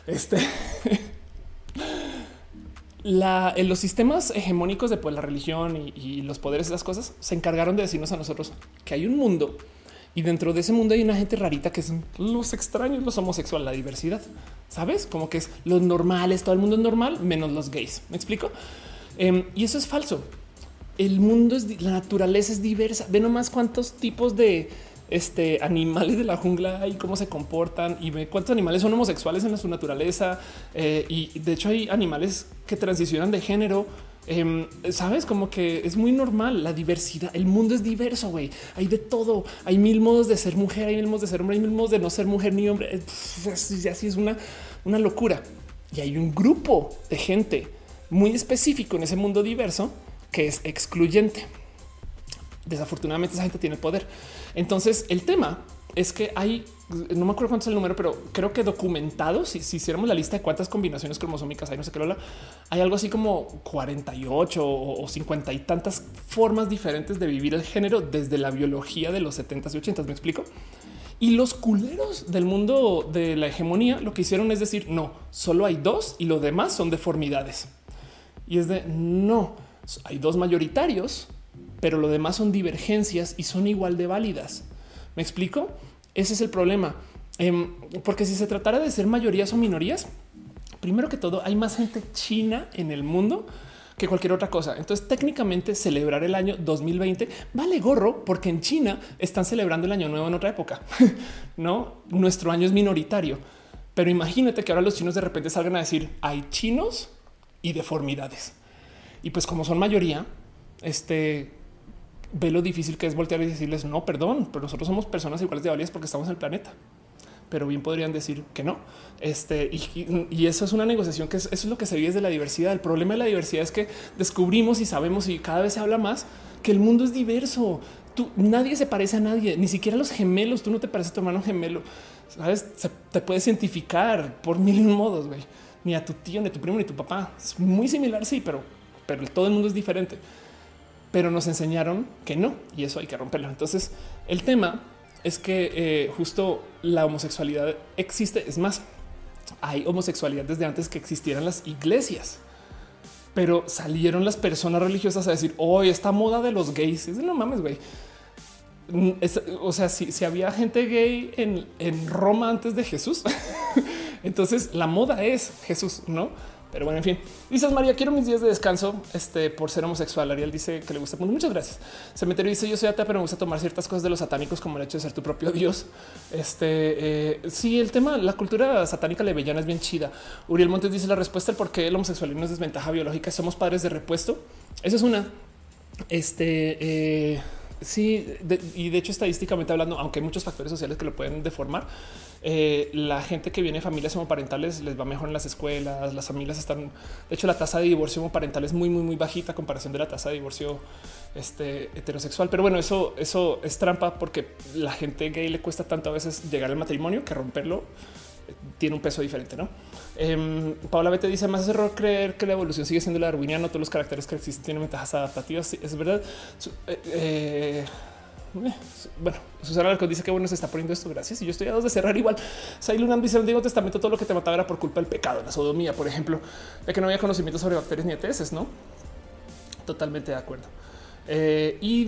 A: Los sistemas hegemónicos de pues, la religión y los poderes, esas cosas, se encargaron de decirnos a nosotros que hay un mundo, y dentro de ese mundo hay una gente rarita que son los extraños, los homosexuales, la diversidad. Sabes, como que es los normales, todo el mundo es normal, menos los gays. ¿Me explico? Y eso es falso. El mundo la naturaleza es diversa. Ve nomás cuántos tipos de animales de la jungla y cómo se comportan, y ve cuántos animales son homosexuales en su naturaleza. Y de hecho hay animales que transicionan de género. Sabes, como que es muy normal la diversidad. El mundo es diverso, güey. Hay de todo. Hay 1000 modos de ser mujer, hay 1000 modos de ser hombre, hay 1000 modos de no ser mujer ni hombre. Así es una locura. Y hay un grupo de gente muy específico en ese mundo diverso que es excluyente. Desafortunadamente esa gente tiene poder. Entonces el tema es que hay, no me acuerdo cuánto es el número, pero creo que documentados, si hiciéramos la lista de cuántas combinaciones cromosómicas hay, no sé qué, hay algo así como 48 o 50 y tantas formas diferentes de vivir el género desde la biología de los 70s y 80s. ¿Me explico? Y los culeros del mundo de la hegemonía lo que hicieron es decir, no, solo hay 2 y lo demás son deformidades. Y es de no, hay 2 mayoritarios, pero lo demás son divergencias y son igual de válidas. ¿Me explico? Ese es el problema. Porque si se tratara de ser mayorías o minorías, primero que todo, hay más gente china en el mundo que cualquier otra cosa. Entonces, técnicamente celebrar el año 2020 vale gorro porque en China están celebrando el año nuevo en otra época. No, nuestro año es minoritario, pero imagínate que ahora los chinos de repente salgan a decir hay chinos y deformidades. Y pues como son mayoría, ve lo difícil que es voltear y decirles no, perdón, pero nosotros somos personas iguales de validas porque estamos en el planeta. Pero bien podrían decir que no. Y eso es una negociación eso es lo que se vive desde la diversidad. El problema de la diversidad es que descubrimos y sabemos y cada vez se habla más que el mundo es diverso. Nadie se parece a nadie, ni siquiera los gemelos. Tú no te pareces a tu hermano gemelo. Sabes, te puedes identificar por mil y un modos, güey. Ni a tu tío, ni a tu primo, ni a tu papá. Es muy similar, sí, pero todo el mundo es diferente. Pero nos enseñaron que no, y eso hay que romperlo. Entonces, el tema es que justo la homosexualidad existe. Es más, hay homosexualidad desde antes que existieran las iglesias, pero salieron las personas religiosas a decir hoy esta moda de los gays. Es no mames, güey. O sea, si había gente gay en Roma antes de Jesús, entonces la moda es Jesús, no? Pero bueno, en fin, dices María, quiero mis días de descanso por ser homosexual. Ariel dice que le gusta. Muchas gracias. Cementerio dice yo soy atea, pero me gusta tomar ciertas cosas de los satánicos como el hecho de ser tu propio Dios. Sí, el tema, la cultura satánica lebellana es bien chida. Uriel Montes dice la respuesta al por qué el homosexualismo es desventaja biológica. Somos padres de repuesto. Eso es una. Sí, y de hecho estadísticamente hablando, aunque hay muchos factores sociales que lo pueden deformar, la gente que viene de familias homoparentales les va mejor en las escuelas. Las familias están, de hecho la tasa de divorcio homoparental es muy bajita a comparación de la tasa de divorcio heterosexual. Pero bueno, eso es trampa porque la gente gay le cuesta tanto a veces llegar al matrimonio que romperlo tiene un peso diferente, ¿no? Paola Bete dice más es error creer que la evolución sigue siendo la darwiniana. Todos los caracteres que existen tienen ventajas adaptativas. Sí, es verdad. Bueno, Susana Alarcón dice que bueno se está poniendo esto. Gracias. Y yo estoy a dos de cerrar igual. Sailunam dice en el Antiguo Testamento todo lo que te mataba era por culpa del pecado, la sodomía, por ejemplo, de que no había conocimiento sobre bacterias ni ETS, ¿no? Totalmente de acuerdo. Y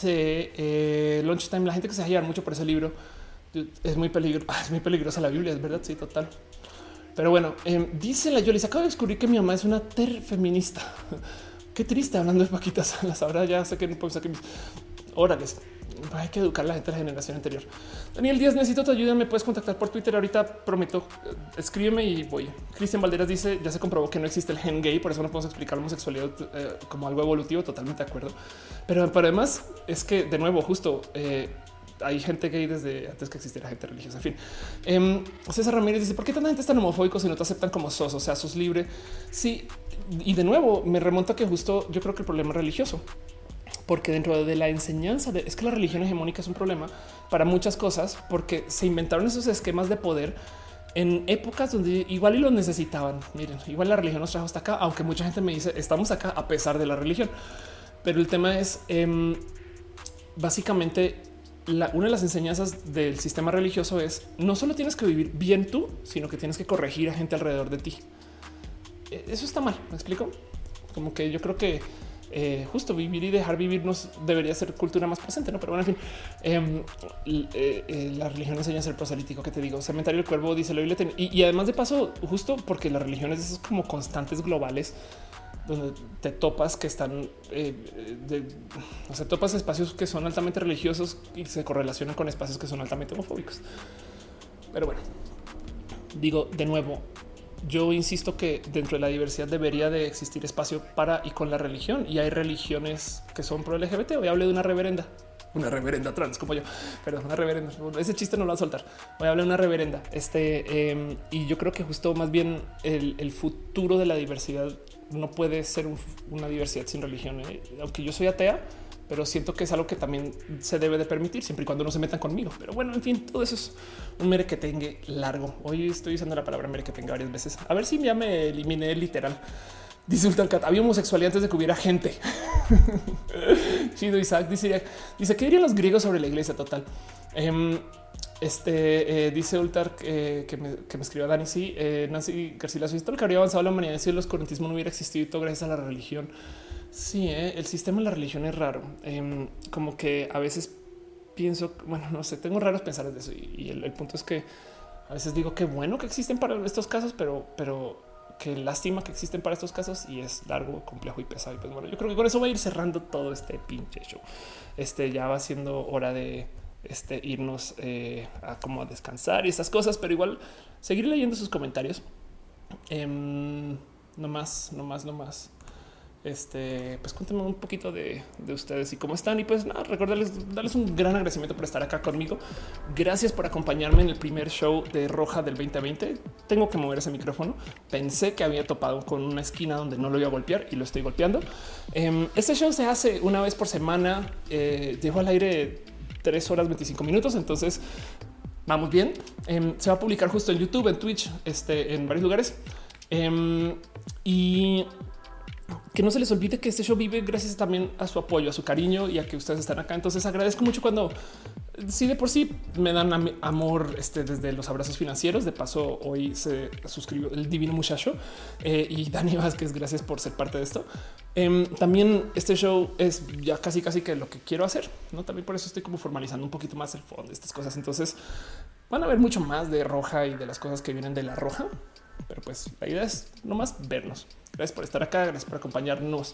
A: dice Lunchtime, la gente que se deja llevar mucho por ese libro es muy peligrosa la Biblia, es verdad. Sí, total. Pero bueno, dice la Yoli, acabo de descubrir que mi mamá es una feminista. Qué triste, hablando de Paquitas Salas. Ahora ya sé que no puedo sacar mis órales. Hay que educar a la gente de la generación anterior. Daniel Díaz, necesito tu ayuda. Me puedes contactar por Twitter. Ahorita prometo, escríbeme y voy. Cristian Valderas dice ya se comprobó que no existe el gen gay, por eso no podemos explicar la homosexualidad como algo evolutivo. Totalmente de acuerdo. Pero además es que de nuevo, justo hay gente gay desde antes que existiera gente religiosa. En fin, César Ramírez dice por qué tanta gente es tan homofóbico si no te aceptan como sos, o sea, sos libre. Sí, y de nuevo me remonta que justo yo creo que el problema es religioso, porque dentro de la enseñanza es que la religión hegemónica es un problema para muchas cosas, porque se inventaron esos esquemas de poder en épocas donde igual y los necesitaban. Miren, igual la religión nos trajo hasta acá, aunque mucha gente me dice estamos acá a pesar de la religión. Pero el tema es básicamente una de las enseñanzas del sistema religioso es no solo tienes que vivir bien tú, sino que tienes que corregir a gente alrededor de ti. Eso está mal. ¿Me explico? Como que yo creo que justo vivir y dejar vivirnos debería ser cultura más presente, ¿no? Pero bueno, en fin, la religión enseña a ser proselítico, que te digo, Cementerio del Cuervo dice la Biblia y además de paso, justo porque las religiones esos como constantes globales donde te topas que están, o sea, topas espacios que son altamente religiosos y se correlacionan con espacios que son altamente homofóbicos. Pero bueno, digo de nuevo, yo insisto que dentro de la diversidad debería de existir espacio para y con la religión, y hay religiones que son pro LGBT. Hoy hablé de una reverenda trans como yo, pero una reverenda. Ese chiste no lo va a soltar. Voy a hablar de una reverenda. Y yo creo que justo más bien el futuro de la diversidad no puede ser una diversidad sin religión. Aunque yo soy atea, pero siento que es algo que también se debe de permitir siempre y cuando no se metan conmigo. Pero bueno, en fin, todo eso es un merequetengue largo. Hoy estoy usando la palabra merequetengue varias veces. A ver si ya me eliminé literal. Dice Ultracat, había homosexualidad antes de que hubiera gente. Chido. Isaac dice ¿qué dirían los griegos sobre la iglesia? Total. Dice Ultar que me escribió Dani. Sí, Nancy García, todo lo que habría avanzado la humanidad si el oscurantismo no hubiera existido y todo gracias a la religión. Sí, el sistema de la religión es raro. Como que a veces pienso, bueno, no sé, tengo raros pensares de eso. Y el punto es que a veces digo que bueno que existen para estos casos, pero qué lástima que existen para estos casos y es largo, complejo y pesado. Y pues bueno, yo creo que con eso va a ir cerrando todo este pinche show. Ya va siendo hora de irnos a como a descansar y estas cosas, pero igual seguir leyendo sus comentarios. No más. Pues cuéntenme un poquito de ustedes y cómo están. Y pues nada, darles un gran agradecimiento por estar acá conmigo. Gracias por acompañarme en el primer show de Roja del 2020. Tengo que mover ese micrófono. Pensé que había topado con una esquina donde no lo iba a golpear y lo estoy golpeando. Este show se hace una vez por semana. Llevo al aire 3 horas 25 minutos. Entonces vamos bien. Se va a publicar justo en YouTube, en Twitch, en varios lugares. Y que no se les olvide que este show vive gracias también a su apoyo, a su cariño y a que ustedes están acá. Entonces agradezco mucho cuando sí de por sí me dan amor desde los abrazos financieros. De paso, hoy se suscribió el divino muchacho y Dani Vázquez. Gracias por ser parte de esto. También este show es ya casi que lo que quiero hacer, ¿no? También por eso estoy como formalizando un poquito más el fondo de estas cosas. Entonces van a ver mucho más de Roja y de las cosas que vienen de la Roja. Pero pues la idea es nomás vernos. Gracias por estar acá, gracias por acompañarnos.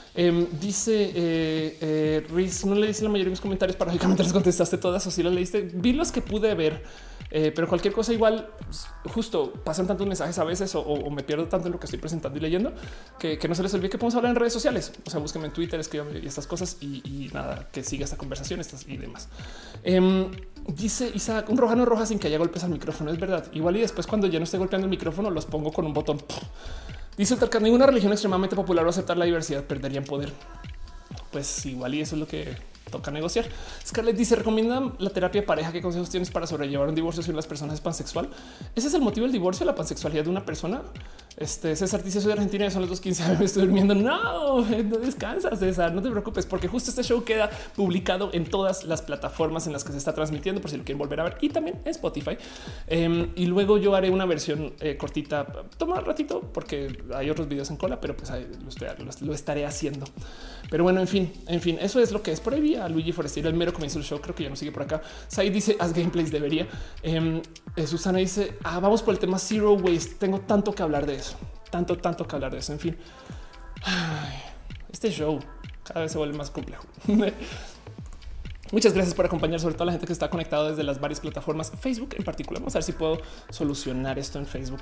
A: Dice Riz, no le dice la mayoría de mis comentarios, paradójicamente les contestaste todas o si las leíste. Vi los que pude ver, pero cualquier cosa igual, justo pasan tantos mensajes a veces o me pierdo tanto en lo que estoy presentando y leyendo que no se les olvide que podemos hablar en redes sociales. O sea, búsquenme en Twitter, escríbanme y estas cosas y nada, que siga esta conversación y demás. Dice Isaac, un roja no roja sin que haya golpes al micrófono. Es verdad. Igual y después cuando ya no esté golpeando el micrófono los pongo con un botón. Dice el Tarkan, ninguna religión extremadamente popular o aceptar la diversidad perderían poder. Pues igual y eso es lo que toca negociar. Scarlett dice, ¿recomiendan la terapia de pareja? ¿Qué consejos tienes para sobrellevar un divorcio si una de las personas es pansexual? ¿Ese es el motivo del divorcio, la pansexualidad de una persona? César dice, soy de Argentina y son las 2:15, me estoy durmiendo. No descansas, César, no te preocupes, porque justo este show queda publicado en todas las plataformas en las que se está transmitiendo, por si lo quieren volver a ver, y también en Spotify. Y luego yo haré una versión cortita, toma un ratito, porque hay otros videos en cola, pero pues lo estaré haciendo. Pero bueno, en fin, eso es lo que es. Por ahí vi a Luigi Forestier, el mero comienzo del show, creo que ya no sigue por acá. Sai dice, haz gameplays, debería. Susana dice, vamos por el tema Zero Waste, tengo tanto que hablar de eso. Tanto que hablar de eso. En fin, este show cada vez se vuelve más complejo. Muchas gracias por acompañar, sobre todo a la gente que está conectada desde las varias plataformas, Facebook en particular. Vamos a ver si puedo solucionar esto en Facebook.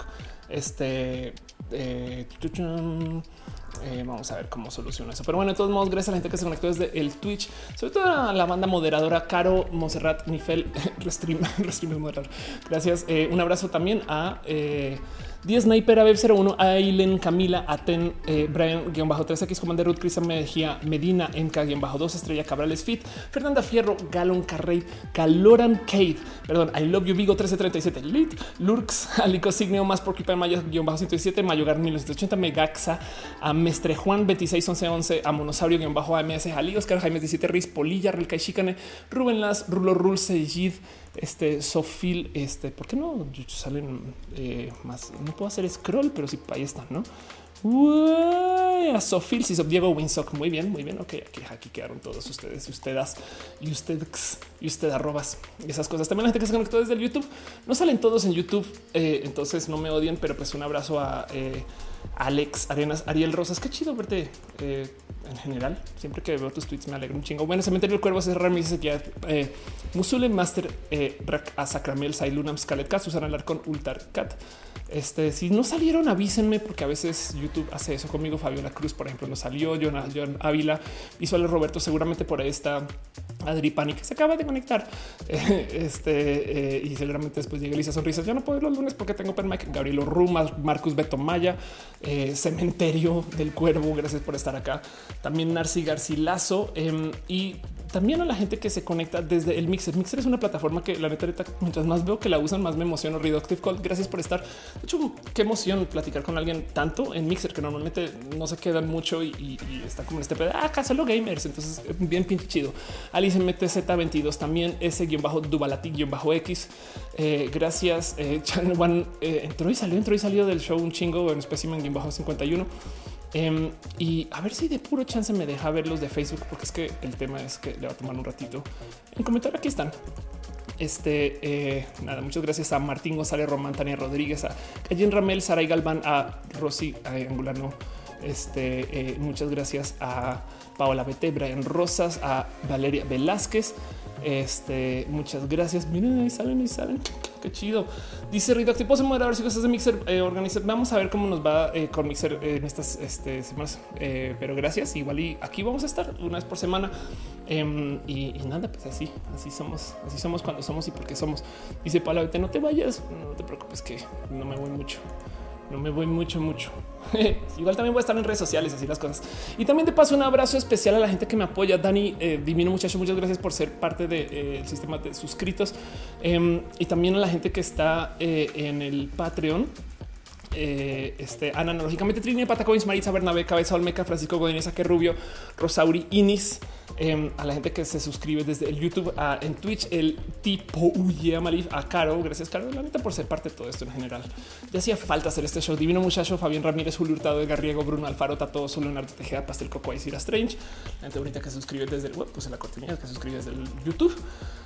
A: Vamos a ver cómo soluciona eso. Pero bueno, de todos modos, gracias a la gente que se conectó desde el Twitch, sobre todo a la banda moderadora Caro, Monserrat, Nifel, Restream es moderador. Gracias. Un abrazo también a 10 Sniper, Abeb 01, Ailen, Camila, Aten, Brian-3X, Commander Ruth, Cristian Mejía, Medina, MK-2, Estrella Cabrales Fit, Fernanda Fierro, Galon Carrey, Caloran Cave, perdón, I Love You Vigo 1337, Lit, Lurks, Alico Signeo, Más Porcupine Maya-107, Mayogar 1980, Megaxa, a Mestre Juan 2611, a Monosaurio-AMS, Ali, Oscar Jaime 17, Riz, Polilla, Relca y Chicane, Rubén Las, Rulo Rul, Sejid, Sofil, ¿por qué no salen más? No puedo hacer scroll, pero sí, ahí están, ¿no? Uy, a Sofil, si Diego Winsock, muy bien, ok, aquí quedaron todos ustedes, ustedes y usted arrobas esas cosas. También la gente que se conectó desde el YouTube, no salen todos en YouTube, entonces no me odien, pero pues un abrazo a Alex Arenas, Ariel Rosas, qué chido verte en general. Siempre que veo tus tweets me alegro un chingo. Bueno, Cementerio del Cuervo, Cerrar, me dice que Musule Master, a Sacramel, Sailunam, Scalet Cat, Susana Larcón, Ultar Cat. Si no salieron, avísenme, porque a veces YouTube hace eso conmigo. Fabiola Cruz, por ejemplo, no salió. John Ávila, Visuales Roberto, seguramente por ahí está Adri Pani, que se acaba de conectar. Y seguramente después llega Elisa Sonrisas. Ya no puedo ir los lunes porque tengo Permac. Gabriel Rumas, Marcus Beto Maya, Cementerio del Cuervo. Gracias por estar acá. También Narci Garcilaso y también a la gente que se conecta desde el Mixer. Mixer es una plataforma que la neta, mientras más veo que la usan, más me emociono. Reductive Call, gracias por estar. De hecho, qué emoción platicar con alguien tanto en Mixer, que normalmente no se quedan mucho y está como en este pedo. Acá solo gamers. Entonces, bien pinche chido. Alice MTZ22 también, S-Dubalati-X. Gracias. Channel One entró y salió del show un chingo en Specimen-51. Y a ver si de puro chance me deja ver los de Facebook, porque es que el tema es que le va a tomar un ratito. En comentario aquí están. Nada, muchas gracias a Martín González Román, Tania Rodríguez, a Cayen Ramel, Saray Galván, a Rosy Angular, no. Muchas gracias a Paola Bete, Brian Rosas, a Valeria Velázquez. Muchas gracias. Miren, ahí salen. Qué chido. Dice Ridoc, ¿puedo moderar si cosas de Mixer? Vamos a ver cómo nos va con Mixer en estas semanas. Pero gracias. Igual y aquí vamos a estar una vez por semana. Y nada, pues así somos cuando somos y porque somos. Dice Paola Bete, no te vayas, no te preocupes, que no me voy mucho. Igual también voy a estar en redes sociales, así las cosas. Y también te paso un abrazo especial a la gente que me apoya. Dani, divino muchacho, muchas gracias por ser parte del sistema de suscritos. Y también a la gente que está en el Patreon. Analógicamente Trini, Patacoins, Maritza Bernabé, Cabeza Olmeca, Francisco Godínez, Aque Rubio, Rosauri Inis, a la gente que se suscribe desde el YouTube, en Twitch, el tipo Uye Malif, a Caro, gracias Caro, la neta por ser parte de todo esto en general. Ya hacía falta hacer este show. Divino muchacho, Fabián Ramírez, Julio Hurtado, Edgar Riego, Bruno Alfaro, Tato, Leonardo Tejeda, Pastel Coco, Isira Strange, la gente bonita que se suscribe desde el web, pues en la cortinilla que se suscribe desde el YouTube.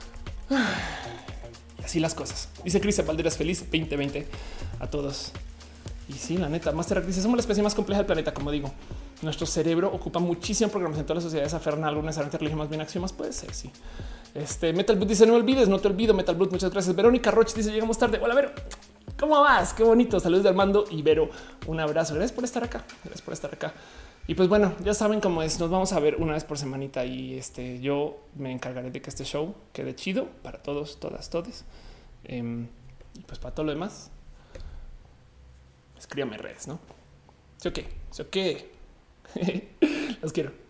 A: Y así las cosas. Dice Cris Valderas, feliz 2020 a todos. Y sí, la neta, Master dice, somos la especie más compleja del planeta, como digo. Nuestro cerebro ocupa muchísima programación. Todas las sociedades aferran a algo necesariamente religión más bien axiomas. Puede ser, sí. Metal Blood dice, no me olvides, no te olvido, Metal Blood, muchas gracias. Verónica Roche dice, llegamos tarde. Hola, Vero, ¿cómo vas? Qué bonito. Saludos de Armando y Vero. Un abrazo. Gracias por estar acá. Y pues bueno, ya saben cómo es. Nos vamos a ver una vez por semanita y yo me encargaré de que este show quede chido para todos, todas, todes. Y pues para todo lo demás, escríbame en redes, ¿no? Sí, ok. Los quiero.